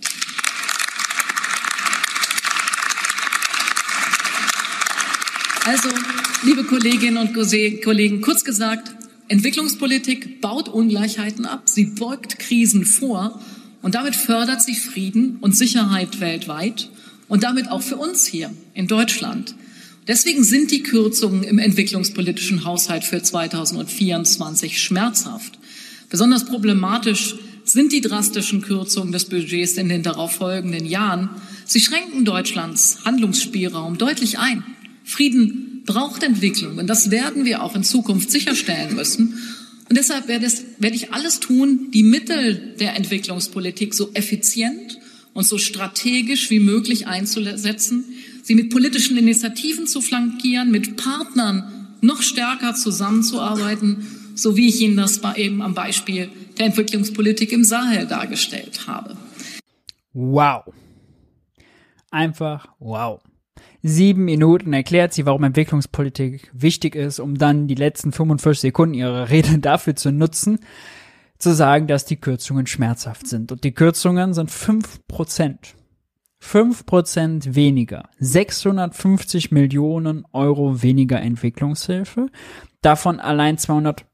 Also, liebe Kolleginnen und Kollegen, kurz gesagt, Entwicklungspolitik baut Ungleichheiten ab, sie beugt Krisen vor und damit fördert sie Frieden und Sicherheit weltweit und damit auch für uns hier in Deutschland. Deswegen sind die Kürzungen im entwicklungspolitischen Haushalt für zweitausendvierundzwanzig schmerzhaft. Besonders problematisch sind die drastischen Kürzungen des Budgets in den darauffolgenden Jahren. Sie schränken Deutschlands Handlungsspielraum deutlich ein. Frieden braucht Entwicklung und das werden wir auch in Zukunft sicherstellen müssen. Und deshalb werde, es, werde ich alles tun, die Mittel der Entwicklungspolitik so effizient und so strategisch wie möglich einzusetzen, sie mit politischen Initiativen zu flankieren, mit Partnern noch stärker zusammenzuarbeiten, so wie ich Ihnen das eben am Beispiel der Entwicklungspolitik im Sahel dargestellt habe. Wow. Einfach wow. Sieben Minuten erklärt sie, warum Entwicklungspolitik wichtig ist, um dann die letzten fünfundvierzig Sekunden ihrer Rede dafür zu nutzen, zu sagen, dass die Kürzungen schmerzhaft sind. Und die Kürzungen sind fünf Prozent. fünf Prozent weniger. sechshundertfünfzig Millionen Euro weniger Entwicklungshilfe. Davon allein zweihundert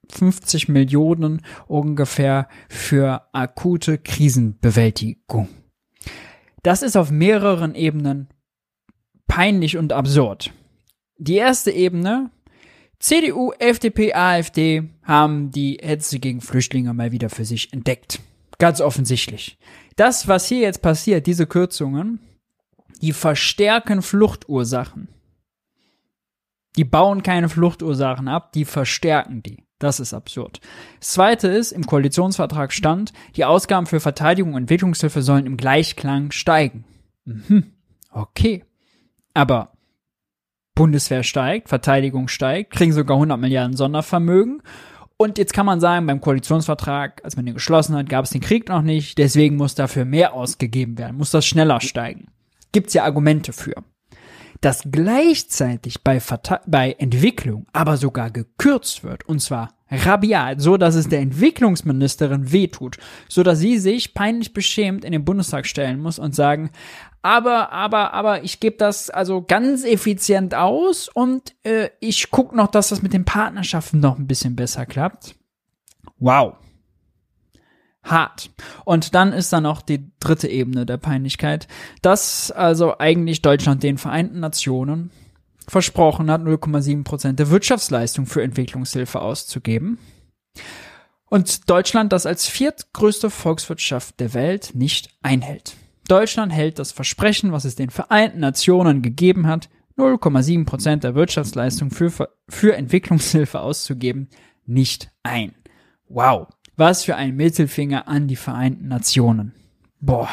fünfzig Millionen ungefähr für akute Krisenbewältigung. Das ist auf mehreren Ebenen peinlich und absurd. Die erste Ebene: C D U, F D P, AfD haben die Hetze gegen Flüchtlinge mal wieder für sich entdeckt. Ganz offensichtlich. Das, was hier jetzt passiert, diese Kürzungen, die verstärken Fluchtursachen. Die bauen keine Fluchtursachen ab, die verstärken die. Das ist absurd. Das Zweite ist, im Koalitionsvertrag stand, die Ausgaben für Verteidigung und Entwicklungshilfe sollen im Gleichklang steigen. Mhm. Okay. Aber Bundeswehr steigt, Verteidigung steigt, kriegen sogar hundert Milliarden Sondervermögen. Und jetzt kann man sagen, beim Koalitionsvertrag, als man den geschlossen hat, gab es den Krieg noch nicht, deswegen muss dafür mehr ausgegeben werden, muss das schneller steigen. Gibt's ja Argumente für. Dass gleichzeitig bei, Verte- bei Entwicklung aber sogar gekürzt wird, und zwar rabiat, so dass es der Entwicklungsministerin wehtut, so dass sie sich peinlich beschämt in den Bundestag stellen muss und sagen, aber, aber, aber ich gebe das also ganz effizient aus und äh, ich gucke noch, dass das mit den Partnerschaften noch ein bisschen besser klappt. Wow. Hart. Und dann ist da noch die dritte Ebene der Peinlichkeit, dass also eigentlich Deutschland den Vereinten Nationen versprochen hat, null Komma sieben Prozent der Wirtschaftsleistung für Entwicklungshilfe auszugeben. Und Deutschland das als viertgrößte Volkswirtschaft der Welt nicht einhält. Deutschland hält das Versprechen, was es den Vereinten Nationen gegeben hat, null Komma sieben Prozent der Wirtschaftsleistung für, für Entwicklungshilfe auszugeben, nicht ein. Wow. Was für ein Mittelfinger an die Vereinten Nationen. Boah.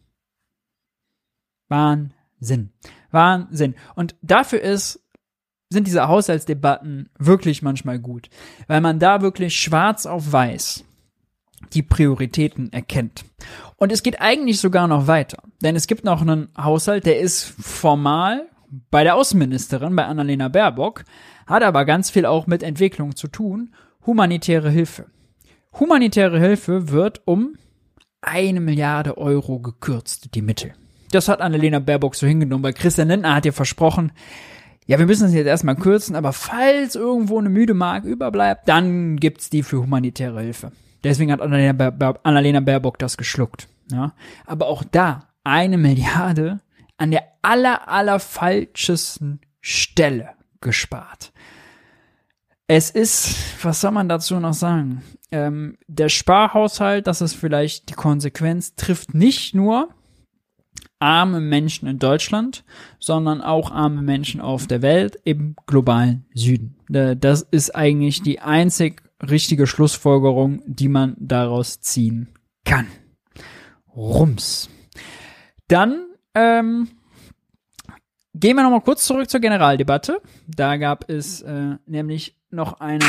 Wahnsinn. Wahnsinn. Und dafür ist, sind diese Haushaltsdebatten wirklich manchmal gut, weil man da wirklich schwarz auf weiß die Prioritäten erkennt. Und es geht eigentlich sogar noch weiter, denn es gibt noch einen Haushalt, der ist formal bei der Außenministerin, bei Annalena Baerbock, hat aber ganz viel auch mit Entwicklung zu tun, humanitäre Hilfe. Humanitäre Hilfe wird um eine Milliarde Euro gekürzt, die Mittel. Das hat Annalena Baerbock so hingenommen, weil Christian Lindner hat ja versprochen, ja, wir müssen es jetzt erstmal kürzen, aber falls irgendwo eine müde Mark überbleibt, dann gibt's die für humanitäre Hilfe. Deswegen hat Annalena, Baer- Annalena Baerbock das geschluckt. Ja? Aber auch da eine Milliarde an der aller, aller falschesten Stelle gespart. Es ist, was soll man dazu noch sagen? Ähm, der Sparhaushalt, das ist vielleicht die Konsequenz, trifft nicht nur arme Menschen in Deutschland, sondern auch arme Menschen auf der Welt im globalen Süden. Das ist eigentlich die einzig richtige Schlussfolgerung, die man daraus ziehen kann. Rums. Dann ähm, gehen wir nochmal kurz zurück zur Generaldebatte. Da gab es äh, nämlich noch eine,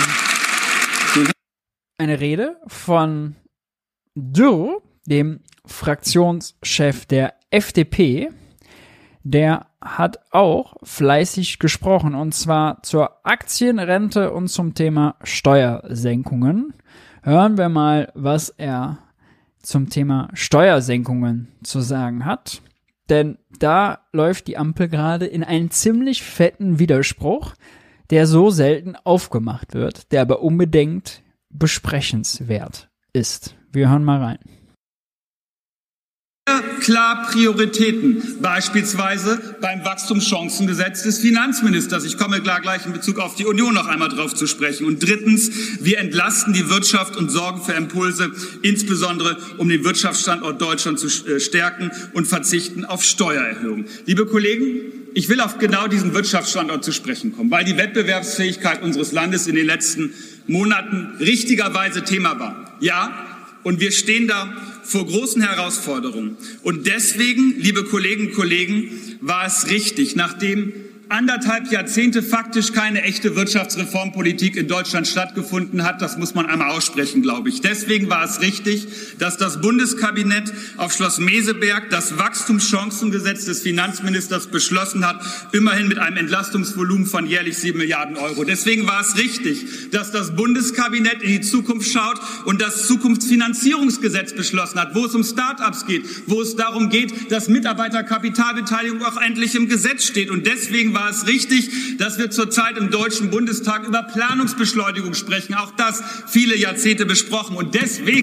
eine Rede von Dürr, dem Fraktionschef der F D P. Der hat auch fleißig gesprochen, und zwar zur Aktienrente und zum Thema Steuersenkungen. Hören wir mal, was er zum Thema Steuersenkungen zu sagen hat. Denn da läuft die Ampel gerade in einen ziemlich fetten Widerspruch, der so selten aufgemacht wird, der aber unbedingt besprechenswert ist. Wir hören mal rein. Klar Prioritäten, beispielsweise beim Wachstumschancengesetz des Finanzministers. Ich komme klar gleich in Bezug auf die Union noch einmal drauf zu sprechen. Und drittens, wir entlasten die Wirtschaft und sorgen für Impulse, insbesondere um den Wirtschaftsstandort Deutschland zu stärken, und verzichten auf Steuererhöhungen. Liebe Kollegen, ich will auf genau diesen Wirtschaftsstandort zu sprechen kommen, weil die Wettbewerbsfähigkeit unseres Landes in den letzten Monaten richtigerweise Thema war. Ja, und wir stehen da vor großen Herausforderungen. Und deswegen, liebe Kolleginnen und Kollegen, war es richtig, nachdem anderthalb Jahrzehnte faktisch keine echte Wirtschaftsreformpolitik in Deutschland stattgefunden hat, das muss man einmal aussprechen, glaube ich. Deswegen war es richtig, dass das Bundeskabinett auf Schloss Meseberg das Wachstumschancengesetz des Finanzministers beschlossen hat, immerhin mit einem Entlastungsvolumen von jährlich sieben Milliarden Euro. Deswegen war es richtig, dass das Bundeskabinett in die Zukunft schaut und das Zukunftsfinanzierungsgesetz beschlossen hat, wo es um Start-ups geht, wo es darum geht, dass Mitarbeiterkapitalbeteiligung auch endlich im Gesetz steht. Und deswegen war war es richtig, dass wir zurzeit im Deutschen Bundestag über Planungsbeschleunigung sprechen. Auch das viele Jahrzehnte besprochen. Und deswegen...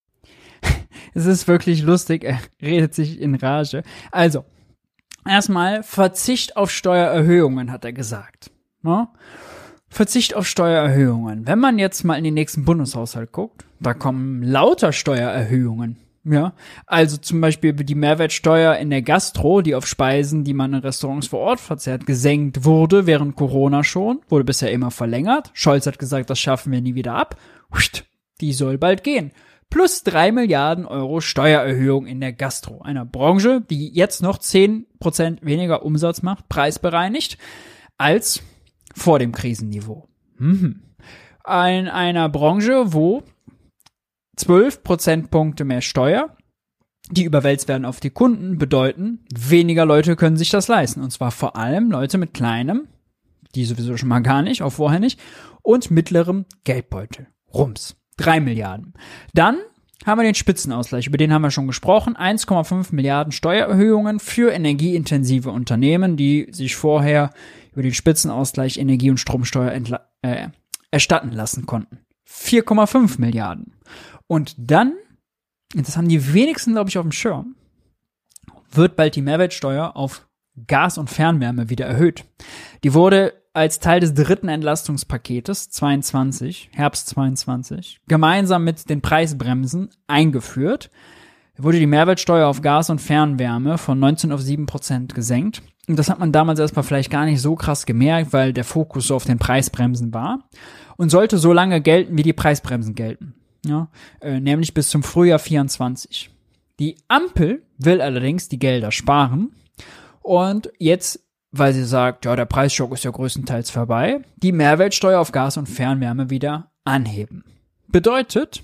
Es ist wirklich lustig, er redet sich in Rage. Also, erstmal Verzicht auf Steuererhöhungen, hat er gesagt. Ja? Verzicht auf Steuererhöhungen. Wenn man jetzt mal in den nächsten Bundeshaushalt guckt, da kommen lauter Steuererhöhungen. Ja, also zum Beispiel die Mehrwertsteuer in der Gastro, die auf Speisen, die man in Restaurants vor Ort verzehrt, gesenkt wurde während Corona schon, wurde bisher immer verlängert. Scholz hat gesagt, das schaffen wir nie wieder ab. Die soll bald gehen. Plus drei Milliarden Euro Steuererhöhung in der Gastro, einer Branche, die jetzt noch zehn Prozent weniger Umsatz macht, preisbereinigt, als vor dem Krisenniveau. Mhm. In einer Branche, wo zwölf Prozentpunkte mehr Steuer, die überwälzt werden auf die Kunden, bedeuten, weniger Leute können sich das leisten. Und zwar vor allem Leute mit kleinem, die sowieso schon mal gar nicht, auch vorher nicht, und mittlerem Geldbeutel. Rums. Drei Milliarden. Dann haben wir den Spitzenausgleich, über den haben wir schon gesprochen. eins Komma fünf Milliarden Steuererhöhungen für energieintensive Unternehmen, die sich vorher über den Spitzenausgleich Energie- und Stromsteuer entla- äh, erstatten lassen konnten. vier Komma fünf Milliarden. Und dann, das haben die wenigsten, glaube ich, auf dem Schirm, wird bald die Mehrwertsteuer auf Gas und Fernwärme wieder erhöht. Die wurde als Teil des dritten Entlastungspaketes zweiundzwanzig, Herbst zweiundzwanzig, gemeinsam mit den Preisbremsen eingeführt. Da wurde die Mehrwertsteuer auf Gas und Fernwärme von neunzehn auf sieben Prozent gesenkt. Und das hat man damals erstmal vielleicht gar nicht so krass gemerkt, weil der Fokus so auf den Preisbremsen war. Und sollte so lange gelten, wie die Preisbremsen gelten. Ja, äh, nämlich bis zum Frühjahr vierundzwanzig. Die Ampel will allerdings die Gelder sparen und jetzt, weil sie sagt, ja, der Preisschock ist ja größtenteils vorbei, die Mehrwertsteuer auf Gas und Fernwärme wieder anheben. Bedeutet,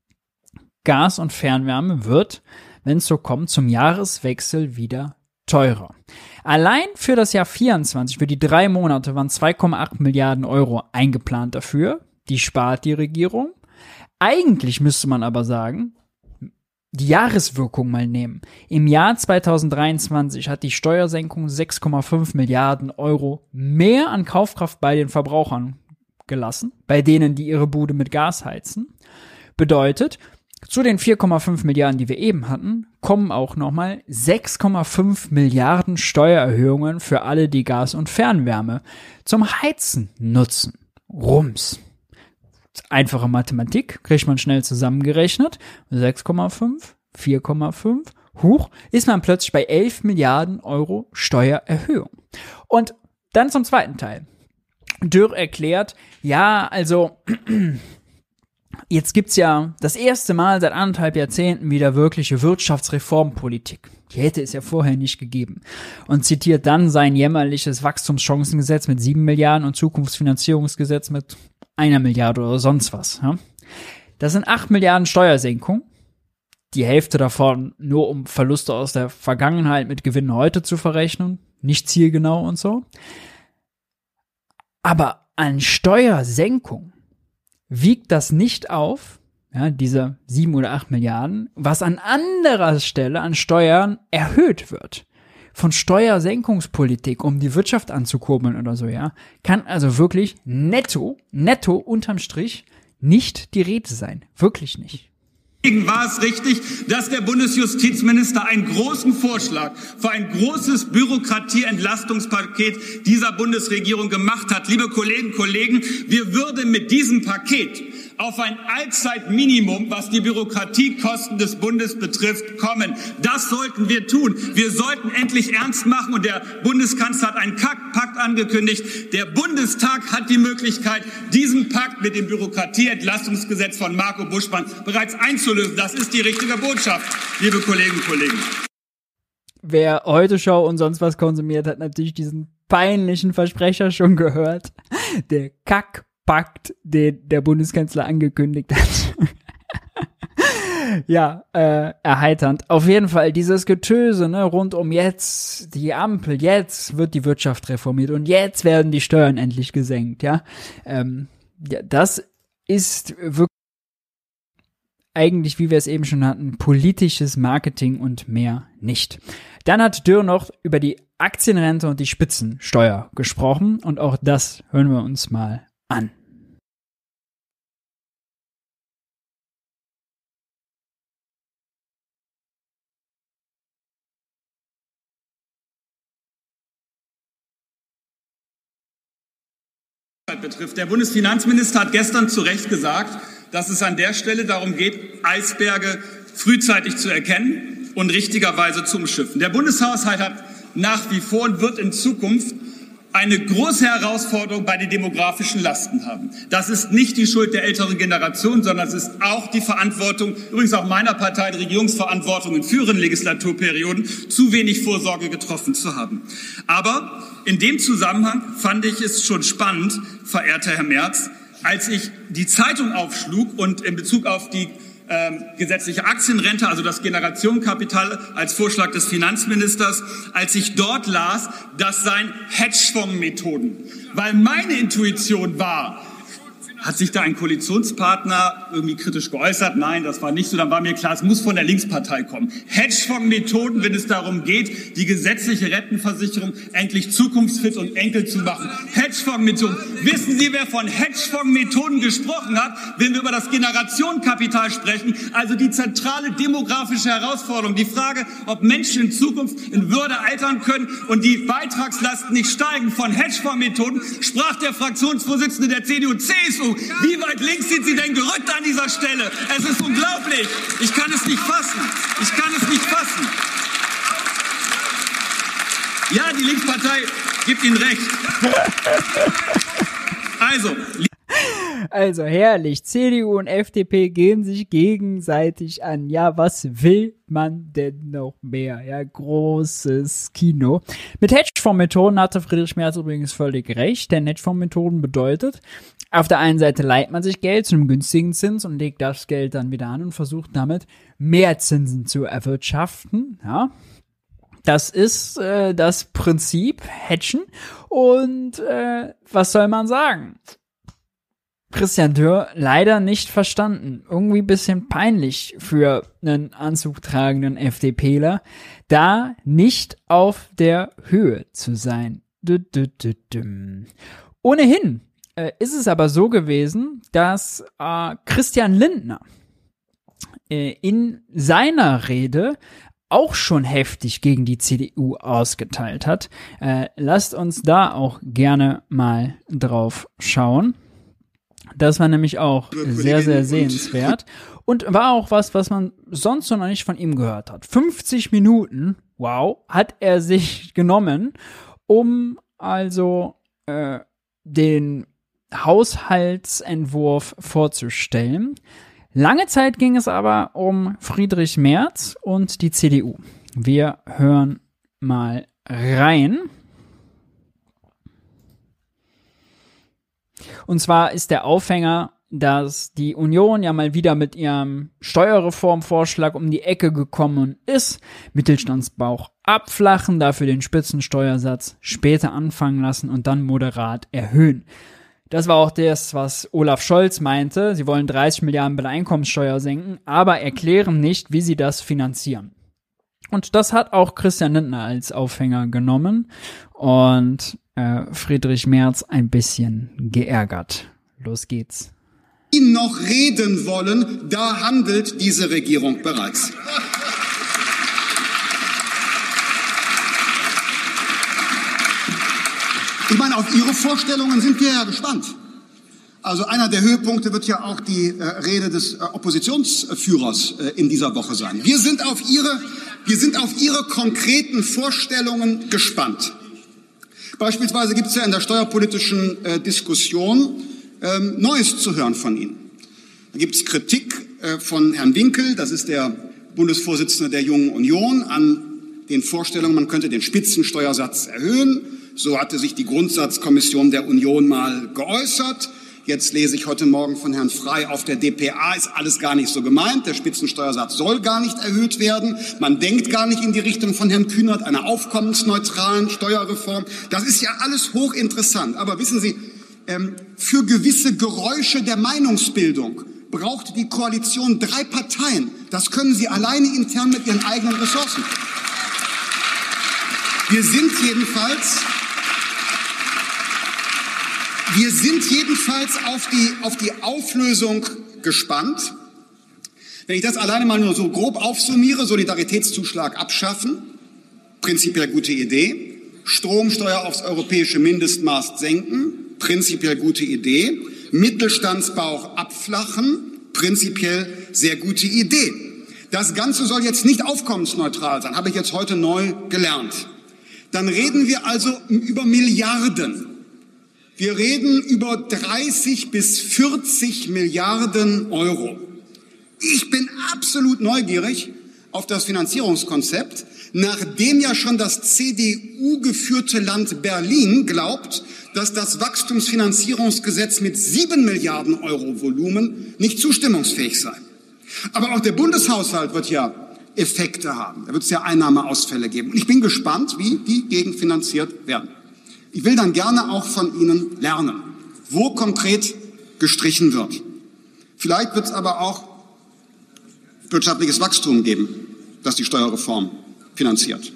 Gas und Fernwärme wird, wenn es so kommt, zum Jahreswechsel wieder teurer. Allein für das Jahr vierundzwanzig, für die drei Monate, waren zwei Komma acht Milliarden Euro eingeplant dafür. Die spart die Regierung. Eigentlich müsste man aber sagen, die Jahreswirkung mal nehmen. Im Jahr zweitausenddreiundzwanzig hat die Steuersenkung sechs Komma fünf Milliarden Euro mehr an Kaufkraft bei den Verbrauchern gelassen, bei denen, die ihre Bude mit Gas heizen. Bedeutet, zu den vier Komma fünf Milliarden, die wir eben hatten, kommen auch nochmal sechs Komma fünf Milliarden Steuererhöhungen für alle, die Gas und Fernwärme zum Heizen nutzen. Rums. Einfache Mathematik, kriegt man schnell zusammengerechnet. sechs Komma fünf, vier Komma fünf, huch, ist man plötzlich bei elf Milliarden Euro Steuererhöhung. Und dann zum zweiten Teil. Dürr erklärt, ja, also jetzt gibt's ja das erste Mal seit anderthalb Jahrzehnten wieder wirkliche Wirtschaftsreformpolitik. Die hätte es ja vorher nicht gegeben. Und zitiert dann sein jämmerliches Wachstumschancengesetz mit sieben Milliarden und Zukunftsfinanzierungsgesetz mit einer Milliarde oder sonst was. Ja? Das sind acht Milliarden Steuersenkung. Die Hälfte davon nur, um Verluste aus der Vergangenheit mit Gewinnen heute zu verrechnen. Nicht zielgenau und so. Aber an Steuersenkung wiegt das nicht auf, ja, diese sieben oder acht Milliarden, was an anderer Stelle an Steuern erhöht wird. Von Steuersenkungspolitik, um die Wirtschaft anzukurbeln oder so, ja, kann also wirklich netto, netto unterm Strich nicht die Rede sein. Wirklich nicht. Deswegen war es richtig, dass der Bundesjustizminister einen großen Vorschlag für ein großes Bürokratieentlastungspaket dieser Bundesregierung gemacht hat. Liebe Kolleginnen und Kollegen, wir würden mit diesem Paket auf ein Allzeitminimum, was die Bürokratiekosten des Bundes betrifft, kommen. Das sollten wir tun. Wir sollten endlich ernst machen und der Bundeskanzler hat einen Pakt angekündigt. Der Bundestag hat die Möglichkeit, diesen Pakt mit dem Bürokratieentlastungsgesetz von Marco Buschmann bereits einzulösen. Das ist die richtige Botschaft, liebe Kolleginnen und Kollegen. Wer Heute-Show und sonst was konsumiert, hat natürlich diesen peinlichen Versprecher schon gehört. Der Kack Pakt, den der Bundeskanzler angekündigt hat. Ja, äh, erheiternd. Auf jeden Fall dieses Getöse, ne, rund um jetzt, die Ampel, jetzt wird die Wirtschaft reformiert und jetzt werden die Steuern endlich gesenkt, ja. Ähm, ja, das ist wirklich eigentlich, wie wir es eben schon hatten, politisches Marketing und mehr nicht. Dann hat Dürr noch über die Aktienrente und die Spitzensteuer gesprochen und auch das hören wir uns mal an. Betrifft. Der Bundesfinanzminister hat gestern zu Recht gesagt, dass es an der Stelle darum geht, Eisberge frühzeitig zu erkennen und richtigerweise zu umschiffen. Der Bundeshaushalt hat nach wie vor und wird in Zukunft eine große Herausforderung bei den demografischen Lasten haben. Das ist nicht die Schuld der älteren Generation, sondern es ist auch die Verantwortung, übrigens auch meiner Partei, die Regierungsverantwortung in früheren Legislaturperioden, zu wenig Vorsorge getroffen zu haben. Aber in dem Zusammenhang fand ich es schon spannend, verehrter Herr Merz, als ich die Zeitung aufschlug und in Bezug auf die Ähm, gesetzliche Aktienrente, also das Generationenkapital als Vorschlag des Finanzministers, als ich dort las, das seien Hedgefondsmethoden. Weil meine Intuition war, hat sich da ein Koalitionspartner irgendwie kritisch geäußert? Nein, das war nicht so. Dann war mir klar, es muss von der Linkspartei kommen. Hedgefondsmethoden, wenn es darum geht, die gesetzliche Rentenversicherung endlich zukunftsfit und enkel zu machen. Hedgefondsmethoden. Wissen Sie, wer von Hedgefondsmethoden gesprochen hat, wenn wir über das Generationenkapital sprechen? Also die zentrale demografische Herausforderung. Die Frage, ob Menschen in Zukunft in Würde altern können und die Beitragslasten nicht steigen. Von Hedgefondsmethoden sprach der Fraktionsvorsitzende der C D U C S U. Wie weit links sind Sie denn gerückt an dieser Stelle? Es ist unglaublich. Ich kann es nicht fassen. Ich kann es nicht fassen. Ja, die Linkspartei gibt Ihnen recht. Also, Also herrlich, C D U und F D P gehen sich gegenseitig an. Ja, was will man denn noch mehr? Ja, großes Kino. Mit Hedgefondsmethoden hatte Friedrich Merz übrigens völlig recht, denn Hedgefondsmethoden bedeutet, auf der einen Seite leiht man sich Geld zu einem günstigen Zins und legt das Geld dann wieder an und versucht damit mehr Zinsen zu erwirtschaften. Ja, das ist äh, das Prinzip Hedgen. Und äh, was soll man sagen? Christian Dürr leider nicht verstanden. Irgendwie ein bisschen peinlich für einen anzugtragenden FDPler, da nicht auf der Höhe zu sein. Dü, dü, dü, dü. Ohnehin äh, ist es aber so gewesen, dass äh, Christian Lindner äh, in seiner Rede auch schon heftig gegen die C D U ausgeteilt hat. Äh, lasst uns da auch gerne mal drauf schauen. Das war nämlich auch sehr, sehr sehenswert und war auch was, was man sonst noch nicht von ihm gehört hat. fünfzig Minuten, wow, hat er sich genommen, um also äh, den Haushaltsentwurf vorzustellen. Lange Zeit ging es aber um Friedrich Merz und die C D U. Wir hören mal rein. Und zwar ist der Aufhänger, dass die Union ja mal wieder mit ihrem Steuerreformvorschlag um die Ecke gekommen ist. Mittelstandsbauch abflachen, dafür den Spitzensteuersatz später anfangen lassen und dann moderat erhöhen. Das war auch das, was Olaf Scholz meinte. Sie wollen dreißig Milliarden bei der Einkommenssteuer senken, aber erklären nicht, wie sie das finanzieren. Und das hat auch Christian Lindner als Aufhänger genommen und äh, Friedrich Merz ein bisschen geärgert. Los geht's. Die noch reden wollen, da handelt diese Regierung bereits. Ich meine, auf Ihre Vorstellungen sind wir ja gespannt. Also einer der Höhepunkte wird ja auch die äh, Rede des äh, Oppositionsführers äh, in dieser Woche sein. Wir sind auf Ihre, wir sind auf Ihre konkreten Vorstellungen gespannt. Beispielsweise gibt es ja in der steuerpolitischen äh, Diskussion ähm, Neues zu hören von Ihnen. Da gibt es Kritik äh, von Herrn Winkel, das ist der Bundesvorsitzende der Jungen Union, an den Vorstellungen, man könnte den Spitzensteuersatz erhöhen. So hatte sich die Grundsatzkommission der Union mal geäußert. Jetzt lese ich heute Morgen von Herrn Frey auf der D P A, ist alles gar nicht so gemeint. Der Spitzensteuersatz soll gar nicht erhöht werden. Man denkt gar nicht in die Richtung von Herrn Kühnert, einer aufkommensneutralen Steuerreform. Das ist ja alles hochinteressant. Aber wissen Sie, ähm, für gewisse Geräusche der Meinungsbildung braucht die Koalition drei Parteien. Das können Sie alleine intern mit Ihren eigenen Ressourcen. Wir sind jedenfalls, wir sind jedenfalls auf die, auf die Auflösung gespannt. Wenn ich das alleine mal nur so grob aufsummiere, Solidaritätszuschlag abschaffen, prinzipiell gute Idee. Stromsteuer aufs europäische Mindestmaß senken, prinzipiell gute Idee. Mittelstandsbauch abflachen, prinzipiell sehr gute Idee. Das Ganze soll jetzt nicht aufkommensneutral sein, habe ich jetzt heute neu gelernt. Dann reden wir also über Milliarden. Wir reden über dreißig bis vierzig Milliarden Euro. Ich bin absolut neugierig auf das Finanzierungskonzept, nachdem ja schon das C D U-geführte Land Berlin glaubt, dass das Wachstumsfinanzierungsgesetz mit sieben Milliarden Euro Volumen nicht zustimmungsfähig sei. Aber auch der Bundeshaushalt wird ja Effekte haben. Da wird es ja Einnahmeausfälle geben. Und ich bin gespannt, wie die gegenfinanziert werden. Ich will dann gerne auch von Ihnen lernen, wo konkret gestrichen wird. Vielleicht wird es aber auch wirtschaftliches Wachstum geben, das die Steuerreform finanziert.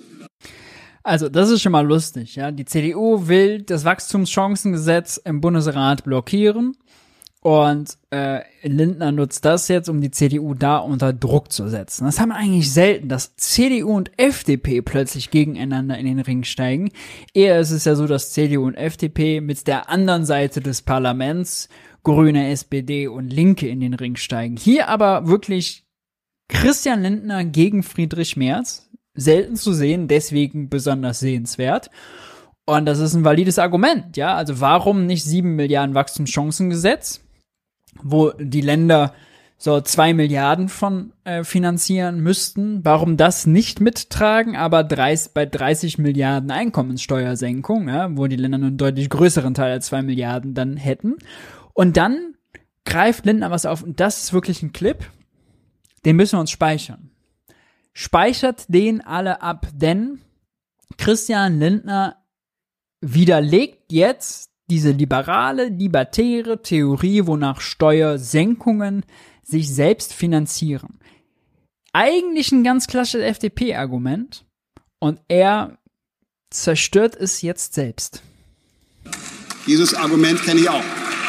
Also, das ist schon mal lustig, ja. Die C D U will das Wachstumschancengesetz im Bundesrat blockieren und äh, Lindner nutzt das jetzt, um die C D U da unter Druck zu setzen. Das haben wir eigentlich selten, dass C D U und F D P plötzlich gegeneinander in den Ring steigen. Eher ist es ja so, dass C D U und F D P mit der anderen Seite des Parlaments, Grüne, S P D und Linke in den Ring steigen. Hier aber wirklich Christian Lindner gegen Friedrich Merz. Selten zu sehen, deswegen besonders sehenswert. Und das ist ein valides Argument, ja. Also warum nicht sieben Milliarden Wachstumschancengesetz, wo die Länder so zwei Milliarden von äh, finanzieren müssten? Warum das nicht mittragen, aber dreißig, bei dreißig Milliarden Einkommenssteuersenkung, ja, wo die Länder einen deutlich größeren Teil als zwei Milliarden dann hätten. Und dann greift Lindner was auf. Und das ist wirklich ein Clip, den müssen wir uns speichern. Speichert den alle ab, denn Christian Lindner widerlegt jetzt diese liberale, libertäre Theorie, wonach Steuersenkungen sich selbst finanzieren. Eigentlich ein ganz klassisches F D P-Argument und er zerstört es jetzt selbst. Dieses Argument kenne ich auch.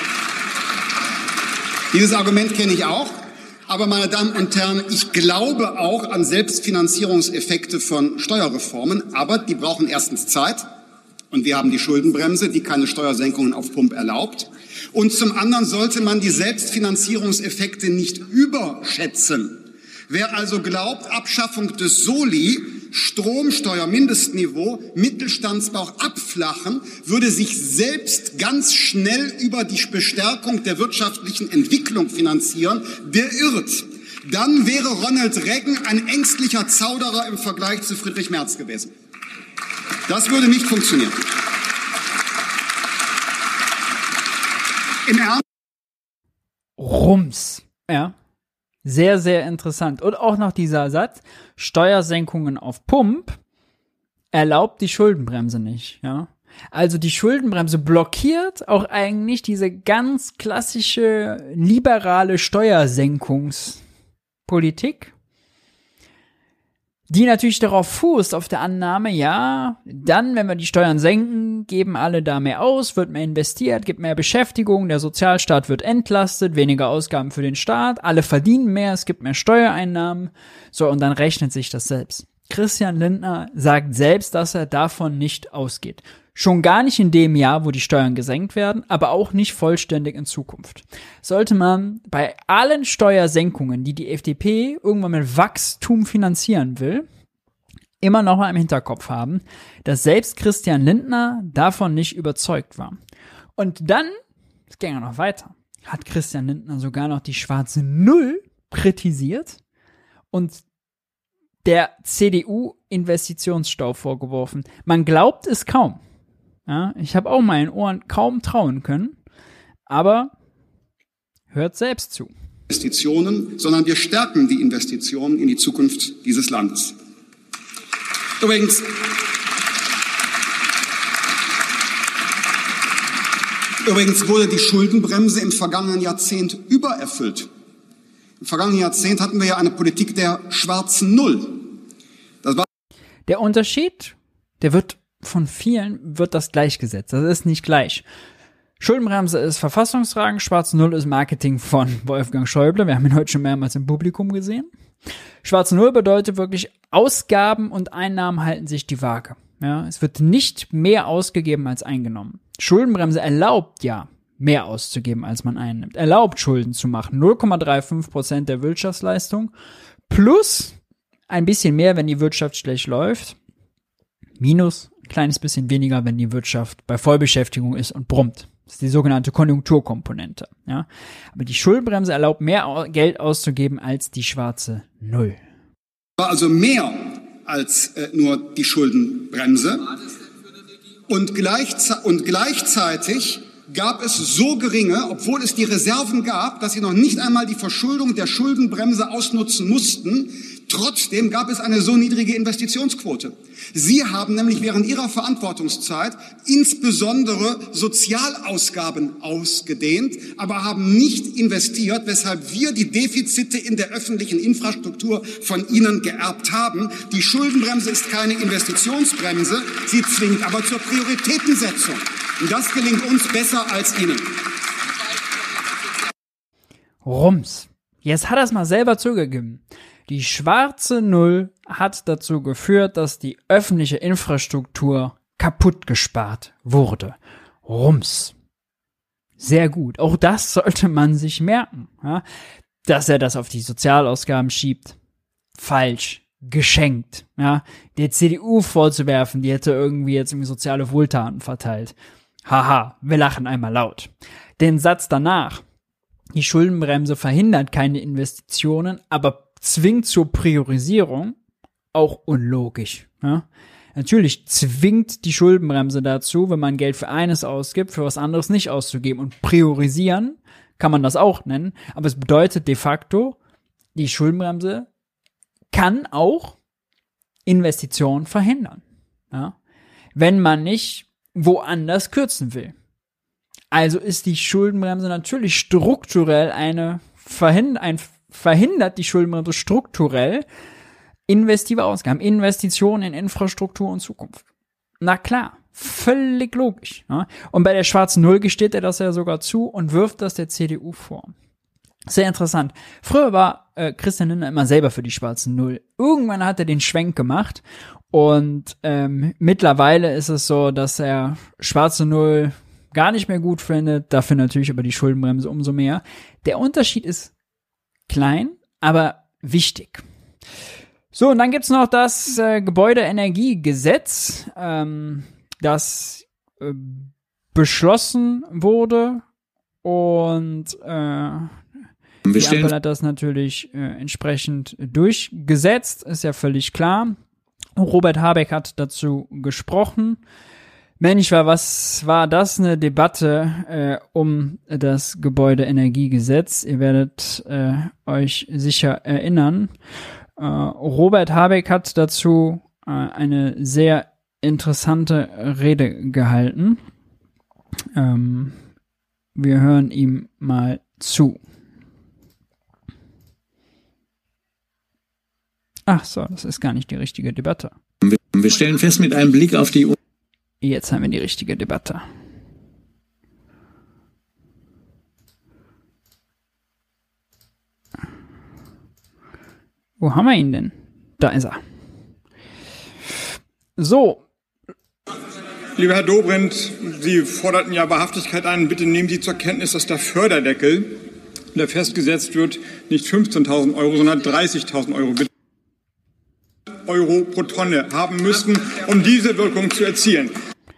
Dieses Argument kenne ich auch. Aber, meine Damen und Herren, ich glaube auch an Selbstfinanzierungseffekte von Steuerreformen, aber die brauchen erstens Zeit. Und wir haben die Schuldenbremse, die keine Steuersenkungen auf Pump erlaubt. Und zum anderen sollte man die Selbstfinanzierungseffekte nicht überschätzen. Wer also glaubt, Abschaffung des Soli, Stromsteuer, Mindestniveau, Mittelstandsbauch abflachen, würde sich selbst ganz schnell über die Bestärkung der wirtschaftlichen Entwicklung finanzieren, der irrt. Dann wäre Ronald Reagan ein ängstlicher Zauderer im Vergleich zu Friedrich Merz gewesen. Das würde nicht funktionieren. Im Ernst? Rums, ja. Sehr, sehr interessant. Und auch noch dieser Satz, Steuersenkungen auf Pump erlaubt die Schuldenbremse nicht, ja. Also die Schuldenbremse blockiert auch eigentlich diese ganz klassische liberale Steuersenkungspolitik, die natürlich darauf fußt, auf der Annahme, ja, dann, wenn wir die Steuern senken, geben alle da mehr aus, wird mehr investiert, gibt mehr Beschäftigung, der Sozialstaat wird entlastet, weniger Ausgaben für den Staat, alle verdienen mehr, es gibt mehr Steuereinnahmen, so, und dann rechnet sich das selbst. Christian Lindner sagt selbst, dass er davon nicht ausgeht. Schon gar nicht in dem Jahr, wo die Steuern gesenkt werden, aber auch nicht vollständig in Zukunft. Sollte man bei allen Steuersenkungen, die die F D P irgendwann mit Wachstum finanzieren will, immer noch mal im Hinterkopf haben, dass selbst Christian Lindner davon nicht überzeugt war. Und dann, es ging ja noch weiter, hat Christian Lindner sogar noch die schwarze Null kritisiert und der C D U-Investitionsstau vorgeworfen. Man glaubt es kaum. Ja, ich habe auch meinen Ohren kaum trauen können, aber hört selbst zu. Investitionen, sondern wir stärken die Investitionen in die Zukunft dieses Landes. Übrigens, übrigens wurde die Schuldenbremse im vergangenen Jahrzehnt übererfüllt. Im vergangenen Jahrzehnt hatten wir ja eine Politik der schwarzen Null. Das war der Unterschied der wird von vielen, wird das gleichgesetzt. Das ist nicht gleich. Schuldenbremse ist Verfassungsfragen, Schwarze Null ist Marketing von Wolfgang Schäuble. Wir haben ihn heute schon mehrmals im Publikum gesehen. Schwarze Null bedeutet wirklich, Ausgaben und Einnahmen halten sich die Waage. Ja, es wird nicht mehr ausgegeben als eingenommen. Schuldenbremse erlaubt ja, mehr auszugeben, als man einnimmt. Erlaubt, Schulden zu machen. null Komma fünfunddreißig Prozent der Wirtschaftsleistung plus ein bisschen mehr, wenn die Wirtschaft schlecht läuft. Minus ein kleines bisschen weniger, wenn die Wirtschaft bei Vollbeschäftigung ist und brummt. Das ist die sogenannte Konjunkturkomponente. Ja? Aber die Schuldenbremse erlaubt mehr Geld auszugeben als die schwarze Null. Also mehr als äh, nur die Schuldenbremse. Und, gleichze- und gleichzeitig gab es so geringe, obwohl es die Reserven gab, dass sie noch nicht einmal die Verschuldung der Schuldenbremse ausnutzen mussten. Trotzdem gab es eine so niedrige Investitionsquote. Sie haben nämlich während Ihrer Verantwortungszeit insbesondere Sozialausgaben ausgedehnt, aber haben nicht investiert, weshalb wir die Defizite in der öffentlichen Infrastruktur von Ihnen geerbt haben. Die Schuldenbremse ist keine Investitionsbremse, sie zwingt aber zur Prioritätensetzung. Und das gelingt uns besser als Ihnen. Rums. Jetzt hat er es mal selber zugegeben. Die schwarze Null hat dazu geführt, dass die öffentliche Infrastruktur kaputt gespart wurde. Rums. Sehr gut. Auch das sollte man sich merken. Ja? Dass er das auf die Sozialausgaben schiebt. Falsch. Geschenkt. Ja? Der C D U vorzuwerfen, die hätte irgendwie jetzt irgendwie soziale Wohltaten verteilt. Haha, wir lachen einmal laut. Den Satz danach. Die Schuldenbremse verhindert keine Investitionen, aber zwingt zur Priorisierung, auch unlogisch. Ja? Natürlich zwingt die Schuldenbremse dazu, wenn man Geld für eines ausgibt, für was anderes nicht auszugeben. Und priorisieren kann man das auch nennen, aber es bedeutet de facto, die Schuldenbremse kann auch Investitionen verhindern. Ja? Wenn man nicht woanders kürzen will. Also ist die Schuldenbremse natürlich strukturell eine Verhind- ein verhindert die Schuldenbremse strukturell investive Ausgaben, Investitionen in Infrastruktur und Zukunft. Na klar, völlig logisch. Ja? Und bei der schwarzen Null gesteht er das ja sogar zu und wirft das der C D U vor. Sehr interessant. Früher war äh, Christian Lindner immer selber für die schwarzen Null. Irgendwann hat er den Schwenk gemacht und ähm, mittlerweile ist es so, dass er schwarze Null gar nicht mehr gut findet, dafür natürlich aber die Schuldenbremse umso mehr. Der Unterschied ist klein, aber wichtig. So, und dann gibt's noch das äh, Gebäudeenergiegesetz, ähm, das äh, beschlossen wurde und äh, die Ampel hat das natürlich äh, entsprechend durchgesetzt, ist ja völlig klar. Robert Habeck hat dazu gesprochen. Mensch, war was war das eine Debatte äh, um das Gebäudeenergiegesetz? Ihr werdet äh, euch sicher erinnern. Äh, Robert Habeck hat dazu äh, eine sehr interessante Rede gehalten. Ähm, wir hören ihm mal zu. Ach so, das ist gar nicht die richtige Debatte. Wir stellen fest, mit einem Blick auf die Jetzt haben wir die richtige Debatte. Wo haben wir ihn denn? Da ist er. So. Lieber Herr Dobrindt, Sie forderten ja Wahrhaftigkeit ein. Bitte nehmen Sie zur Kenntnis, dass der Förderdeckel, der festgesetzt wird, nicht fünfzehntausend Euro, sondern dreißigtausend Euro Euro pro Tonne haben müssten, um diese Wirkung zu erzielen.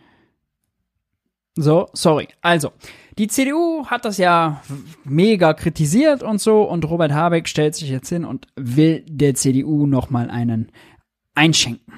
So, sorry. Also, die C D U hat das ja mega kritisiert und so und Robert Habeck stellt sich jetzt hin und will der C D U nochmal einen einschenken.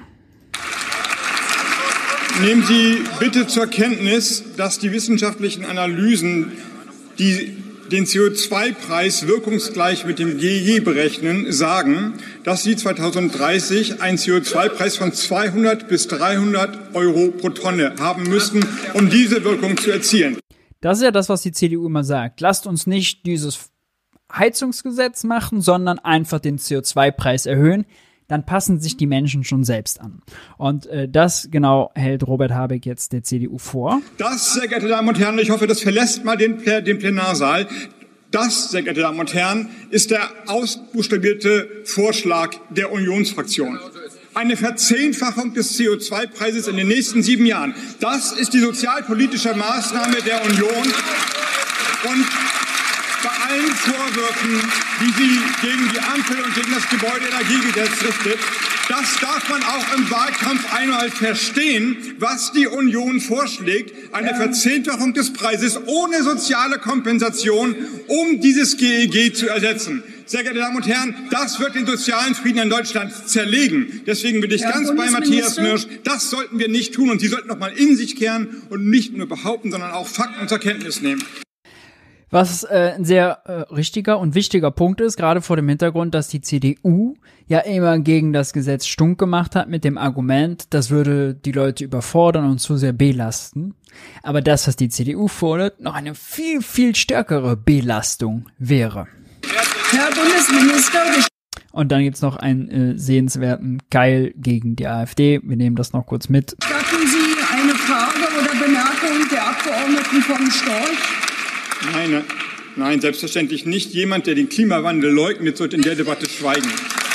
Nehmen Sie bitte zur Kenntnis, dass die wissenschaftlichen Analysen, die den C O zwei Preis wirkungsgleich mit dem G E berechnen, sagen, dass Sie zweitausenddreißig einen C O zwei Preis von zweihundert bis dreihundert Euro pro Tonne haben müssten, um diese Wirkung zu erzielen. Das ist ja das, was die C D U immer sagt. Lasst uns nicht dieses Heizungsgesetz machen, sondern einfach den C O zwei Preis erhöhen. dann passen sich die Menschen schon selbst an. Und äh, das genau hält Robert Habeck jetzt der C D U vor. Das, sehr geehrte Damen und Herren, ich hoffe, das verlässt mal den, den Plenarsaal. Das, sehr geehrte Damen und Herren, ist der ausbuchstabierte Vorschlag der Unionsfraktion. Eine Verzehnfachung des C O zwei Preises in den nächsten sieben Jahren. Das ist die sozialpolitische Maßnahme der Union. Und bei allen Vorwürfen, die sie gegen die Ampel und gegen das Gebäudeenergiegesetz richtet, das darf man auch im Wahlkampf einmal verstehen, was die Union vorschlägt. Eine Verzehnfachung des Preises ohne soziale Kompensation, um dieses G E G zu ersetzen. Sehr geehrte Damen und Herren, das wird den sozialen Frieden in Deutschland zerlegen. Deswegen bin ich Herr ganz bei Matthias Mirsch. Das sollten wir nicht tun. Und Sie sollten noch mal in sich kehren und nicht nur behaupten, sondern auch Fakten zur Kenntnis nehmen. Was äh, ein sehr äh, richtiger und wichtiger Punkt ist, gerade vor dem Hintergrund, dass die C D U ja immer gegen das Gesetz stunk gemacht hat mit dem Argument, das würde die Leute überfordern und zu sehr belasten. Aber das, was die C D U fordert, noch eine viel, viel stärkere Belastung wäre. Herr Bundesminister, und dann gibt's noch einen äh, sehenswerten Keil gegen die AfD. Wir nehmen das noch kurz mit. Gestatten Sie eine Frage oder Bemerkung der Abgeordneten vom Storch? Nein, nein, selbstverständlich nicht. Jemand, der den Klimawandel leugnet, sollte in der Debatte schweigen.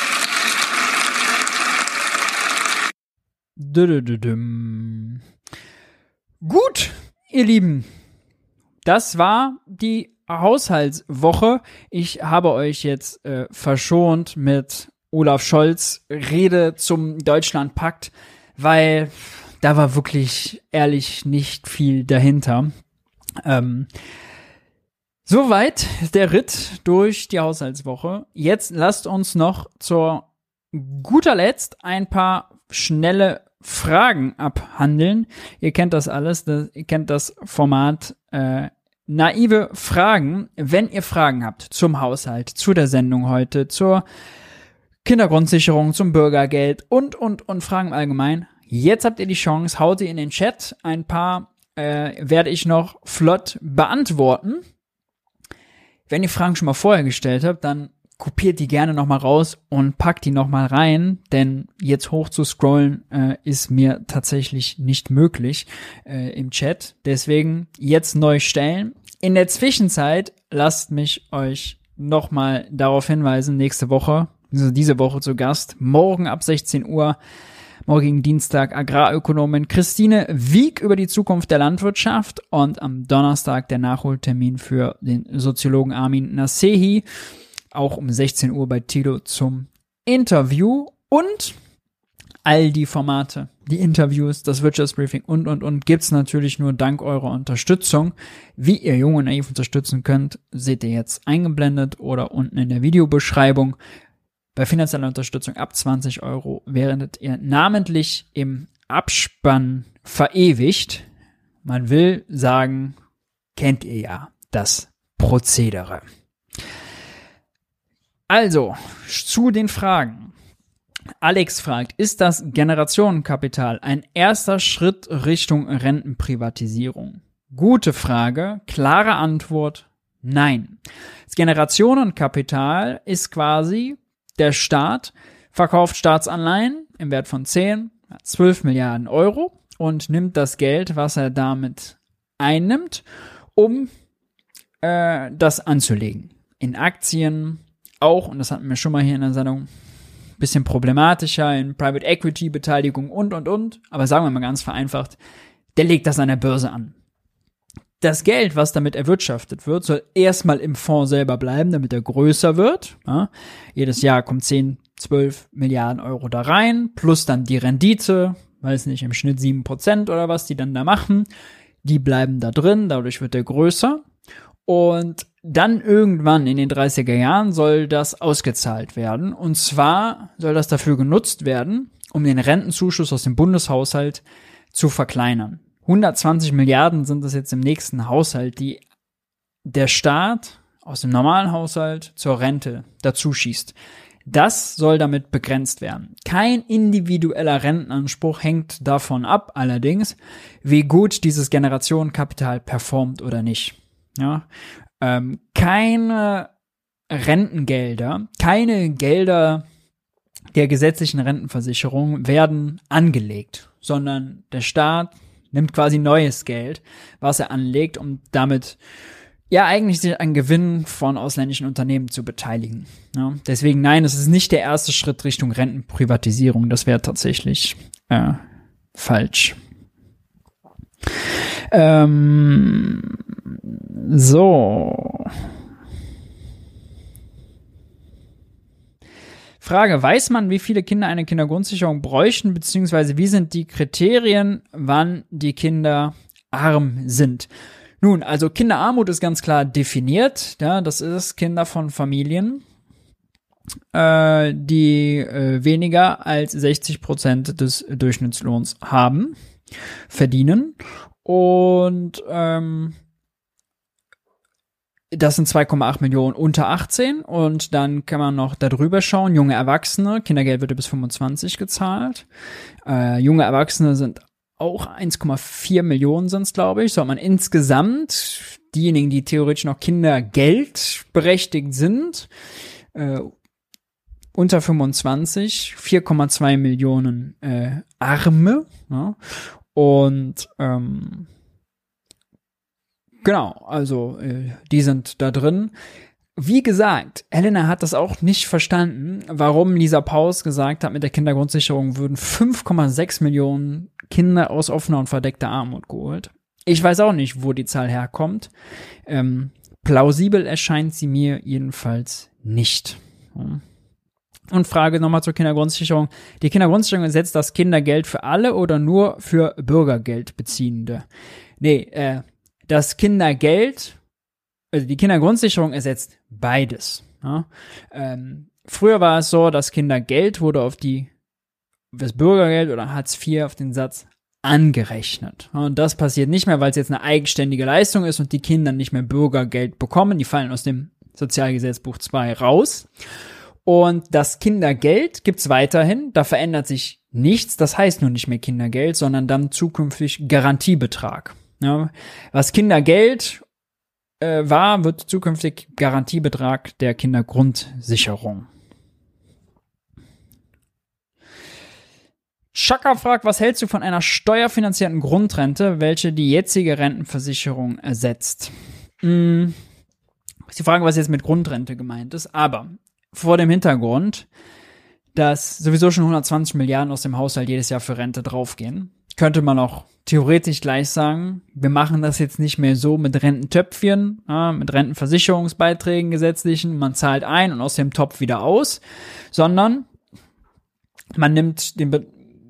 Gut, ihr Lieben, das war die Haushaltswoche. Ich habe euch jetzt äh, verschont mit Olaf Scholz Rede zum Deutschlandpakt, weil da war wirklich ehrlich nicht viel dahinter. Ähm, Soweit der Ritt durch die Haushaltswoche. Jetzt lasst uns noch zur guter Letzt ein paar schnelle Fragen abhandeln. Ihr kennt das alles, das, ihr kennt das Format äh, naive Fragen. Wenn ihr Fragen habt zum Haushalt, zu der Sendung heute, zur Kindergrundsicherung, zum Bürgergeld und, und, und Fragen im Allgemeinen, jetzt habt ihr die Chance, haut ihr in den Chat. Ein paar äh, werde ich noch flott beantworten. Wenn ihr Fragen schon mal vorher gestellt habt, dann kopiert die gerne nochmal raus und packt die nochmal rein, denn jetzt hoch zu scrollen äh, ist mir tatsächlich nicht möglich äh, im Chat. Deswegen jetzt neu stellen. In der Zwischenzeit lasst mich euch nochmal darauf hinweisen, nächste Woche, also diese Woche zu Gast, morgen ab sechzehn Uhr, morgigen Dienstag Agrarökonomin Christine Wieck über die Zukunft der Landwirtschaft und am Donnerstag der Nachholtermin für den Soziologen Armin Nasehi, auch um sechzehn Uhr bei Tilo zum Interview und all die Formate, die Interviews, das Wirtschaftsbriefing und, und, und gibt's natürlich nur dank eurer Unterstützung. Wie ihr Jung und Naiv unterstützen könnt, seht ihr jetzt eingeblendet oder unten in der Videobeschreibung. Bei finanzieller Unterstützung ab zwanzig Euro werdet ihr namentlich im Abspann verewigt. Man will sagen, kennt ihr ja das Prozedere. Also, zu den Fragen. Alex fragt, ist das Generationenkapital ein erster Schritt Richtung Rentenprivatisierung? Gute Frage, klare Antwort, nein. Das Generationenkapital ist quasi, der Staat verkauft Staatsanleihen im Wert von zehn, zwölf Milliarden Euro und nimmt das Geld, was er damit einnimmt, um äh, das anzulegen. In Aktien auch, und das hatten wir schon mal hier in der Sendung, bisschen problematischer, in Private Equity Beteiligung und, und, und. Aber sagen wir mal ganz vereinfacht, der legt das an der Börse an. Das Geld, was damit erwirtschaftet wird, soll erstmal im Fonds selber bleiben, damit er größer wird. Ja, jedes Jahr kommt zehn, zwölf Milliarden Euro da rein, plus dann die Rendite, weiß nicht, im Schnitt sieben Prozent oder was die dann da machen. Die bleiben da drin, dadurch wird er größer. Und dann irgendwann in den dreißiger Jahren soll das ausgezahlt werden. Und zwar soll das dafür genutzt werden, um den Rentenzuschuss aus dem Bundeshaushalt zu verkleinern. hundertzwanzig Milliarden sind es jetzt im nächsten Haushalt, die der Staat aus dem normalen Haushalt zur Rente dazu schießt. Das soll damit begrenzt werden. Kein individueller Rentenanspruch hängt davon ab, allerdings, wie gut dieses Generationenkapital performt oder nicht. Ja, ähm, keine Rentengelder, keine Gelder der gesetzlichen Rentenversicherung werden angelegt, sondern der Staat nimmt quasi neues Geld, was er anlegt, um damit ja eigentlich sich an Gewinnen von ausländischen Unternehmen zu beteiligen. Ja, deswegen nein, es ist nicht der erste Schritt Richtung Rentenprivatisierung. Das wäre tatsächlich äh, falsch. Ähm, so. Frage, weiß man, wie viele Kinder eine Kindergrundsicherung bräuchten, beziehungsweise wie sind die Kriterien, wann die Kinder arm sind? Nun, also Kinderarmut ist ganz klar definiert, ja, das ist Kinder von Familien, äh, die äh, weniger als sechzig Prozent des Durchschnittslohns haben, verdienen und ähm, das sind zwei Komma acht Millionen unter achtzehn und dann kann man noch darüber schauen, junge Erwachsene, Kindergeld wird bis fünfundzwanzig gezahlt, äh, junge Erwachsene sind auch eins Komma vier Millionen sind es, glaube ich, so hat man insgesamt diejenigen, die theoretisch noch Kindergeld berechtigt sind, äh, unter fünfundzwanzig, vier Komma zwei Millionen äh, Arme, ja, und ähm, genau, also äh, die sind da drin. Wie gesagt, Helena hat das auch nicht verstanden, warum Lisa Paus gesagt hat, mit der Kindergrundsicherung würden fünf Komma sechs Millionen Kinder aus offener und verdeckter Armut geholt. Ich weiß auch nicht, wo die Zahl herkommt. Ähm, plausibel erscheint sie mir jedenfalls nicht. Ja. Und Frage nochmal zur Kindergrundsicherung. Die Kindergrundsicherung ersetzt das Kindergeld für alle oder nur für Bürgergeldbeziehende? Nee, äh, das Kindergeld, also die Kindergrundsicherung ersetzt beides. Ja? Ähm, früher war es so, das Kindergeld wurde auf die das Bürgergeld oder Hartz vier auf den Satz angerechnet. Ja, und das passiert nicht mehr, weil es jetzt eine eigenständige Leistung ist und die Kinder nicht mehr Bürgergeld bekommen. Die fallen aus dem Sozialgesetzbuch zwei raus. Und das Kindergeld gibt's weiterhin. Da verändert sich nichts. Das heißt nur nicht mehr Kindergeld, sondern dann zukünftig Garantiebetrag. Ja, was Kindergeld äh, war, wird zukünftig Garantiebetrag der Kindergrundsicherung. Chaka fragt, was hältst du von einer steuerfinanzierten Grundrente, welche die jetzige Rentenversicherung ersetzt? Hm, ist die Frage, was jetzt mit Grundrente gemeint ist, aber vor dem Hintergrund, dass sowieso schon hundertzwanzig Milliarden aus dem Haushalt jedes Jahr für Rente draufgehen, könnte man auch theoretisch gleich sagen, wir machen das jetzt nicht mehr so mit Rententöpfchen, ja, mit Rentenversicherungsbeiträgen gesetzlichen, man zahlt ein und aus dem Topf wieder aus, sondern man nimmt den Be-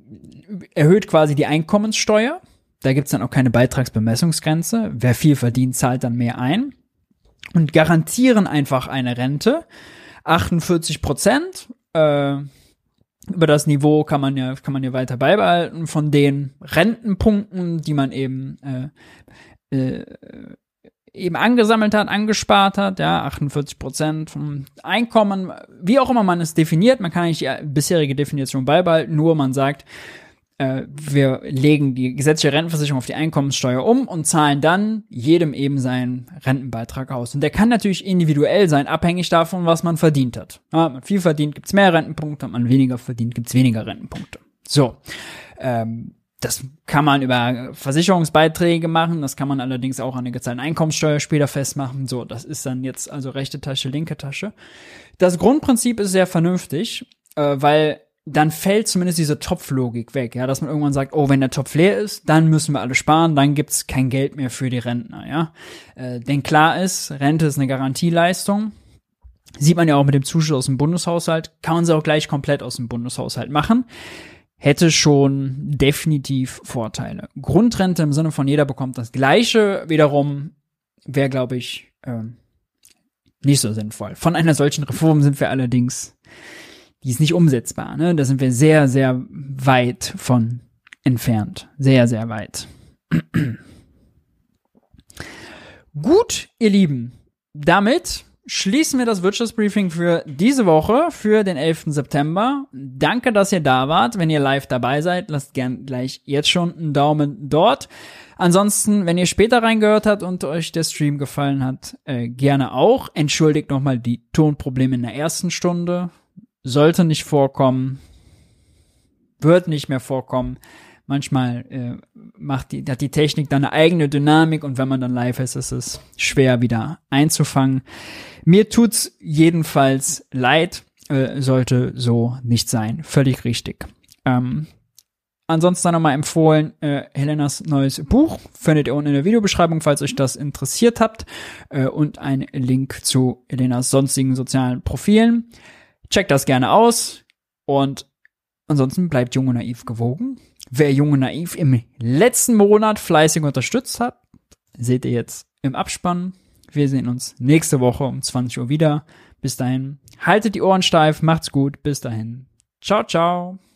erhöht quasi die Einkommenssteuer, da gibt's dann auch keine Beitragsbemessungsgrenze, wer viel verdient, zahlt dann mehr ein und garantieren einfach eine Rente, achtundvierzig Prozent, äh, über das Niveau kann man ja kann man ja weiter beibehalten von den Rentenpunkten, die man eben äh, äh, eben angesammelt hat, angespart hat, ja, achtundvierzig Prozent vom Einkommen, wie auch immer man es definiert, man kann nicht die bisherige Definition beibehalten, nur man sagt, äh, wir legen die gesetzliche Rentenversicherung auf die Einkommenssteuer um und zahlen dann jedem eben seinen Rentenbeitrag aus. Und der kann natürlich individuell sein, abhängig davon, was man verdient hat. Ja, hat man viel verdient, gibt's mehr Rentenpunkte, hat man weniger verdient, gibt's weniger Rentenpunkte. So, ähm, das kann man über Versicherungsbeiträge machen, das kann man allerdings auch an der gezahlten Einkommenssteuer später festmachen. So, das ist dann jetzt also rechte Tasche, linke Tasche. Das Grundprinzip ist sehr vernünftig, äh, weil dann fällt zumindest diese Topflogik weg, ja, dass man irgendwann sagt, oh, wenn der Topf leer ist, dann müssen wir alle sparen, dann gibt's kein Geld mehr für die Rentner, ja. Äh, denn klar ist, Rente ist eine Garantieleistung. Sieht man ja auch mit dem Zuschuss aus dem Bundeshaushalt, kann man sie auch gleich komplett aus dem Bundeshaushalt machen. Hätte schon definitiv Vorteile. Grundrente im Sinne von jeder bekommt das Gleiche, wiederum wäre, glaube ich, ähm, nicht so sinnvoll. Von einer solchen Reform sind wir allerdings, die ist nicht umsetzbar, ne? Da sind wir sehr, sehr weit von entfernt. Sehr, sehr weit. Gut, ihr Lieben, damit schließen wir das Wirtschaftsbriefing für diese Woche, für den elften September. Danke, dass ihr da wart. Wenn ihr live dabei seid, lasst gern gleich jetzt schon einen Daumen dort. Ansonsten, wenn ihr später reingehört habt und euch der Stream gefallen hat, äh, gerne auch. Entschuldigt nochmal die Tonprobleme in der ersten Stunde. sollte nicht vorkommen, wird nicht mehr vorkommen. Manchmal äh, macht die, hat die Technik dann eine eigene Dynamik und wenn man dann live ist, ist es schwer wieder einzufangen. Mir tut's jedenfalls leid, äh, sollte so nicht sein. Völlig richtig. Ähm, ansonsten dann nochmal empfohlen, äh, Helenas neues Buch findet ihr unten in der Videobeschreibung, falls euch das interessiert habt, äh, und ein Link zu Helenas sonstigen sozialen Profilen. Checkt das gerne aus und ansonsten bleibt Jung und Naiv gewogen. Wer Jung und Naiv im letzten Monat fleißig unterstützt hat, seht ihr jetzt im Abspann. Wir sehen uns nächste Woche um zwanzig Uhr wieder. Bis dahin, haltet die Ohren steif, macht's gut, bis dahin. Ciao, ciao.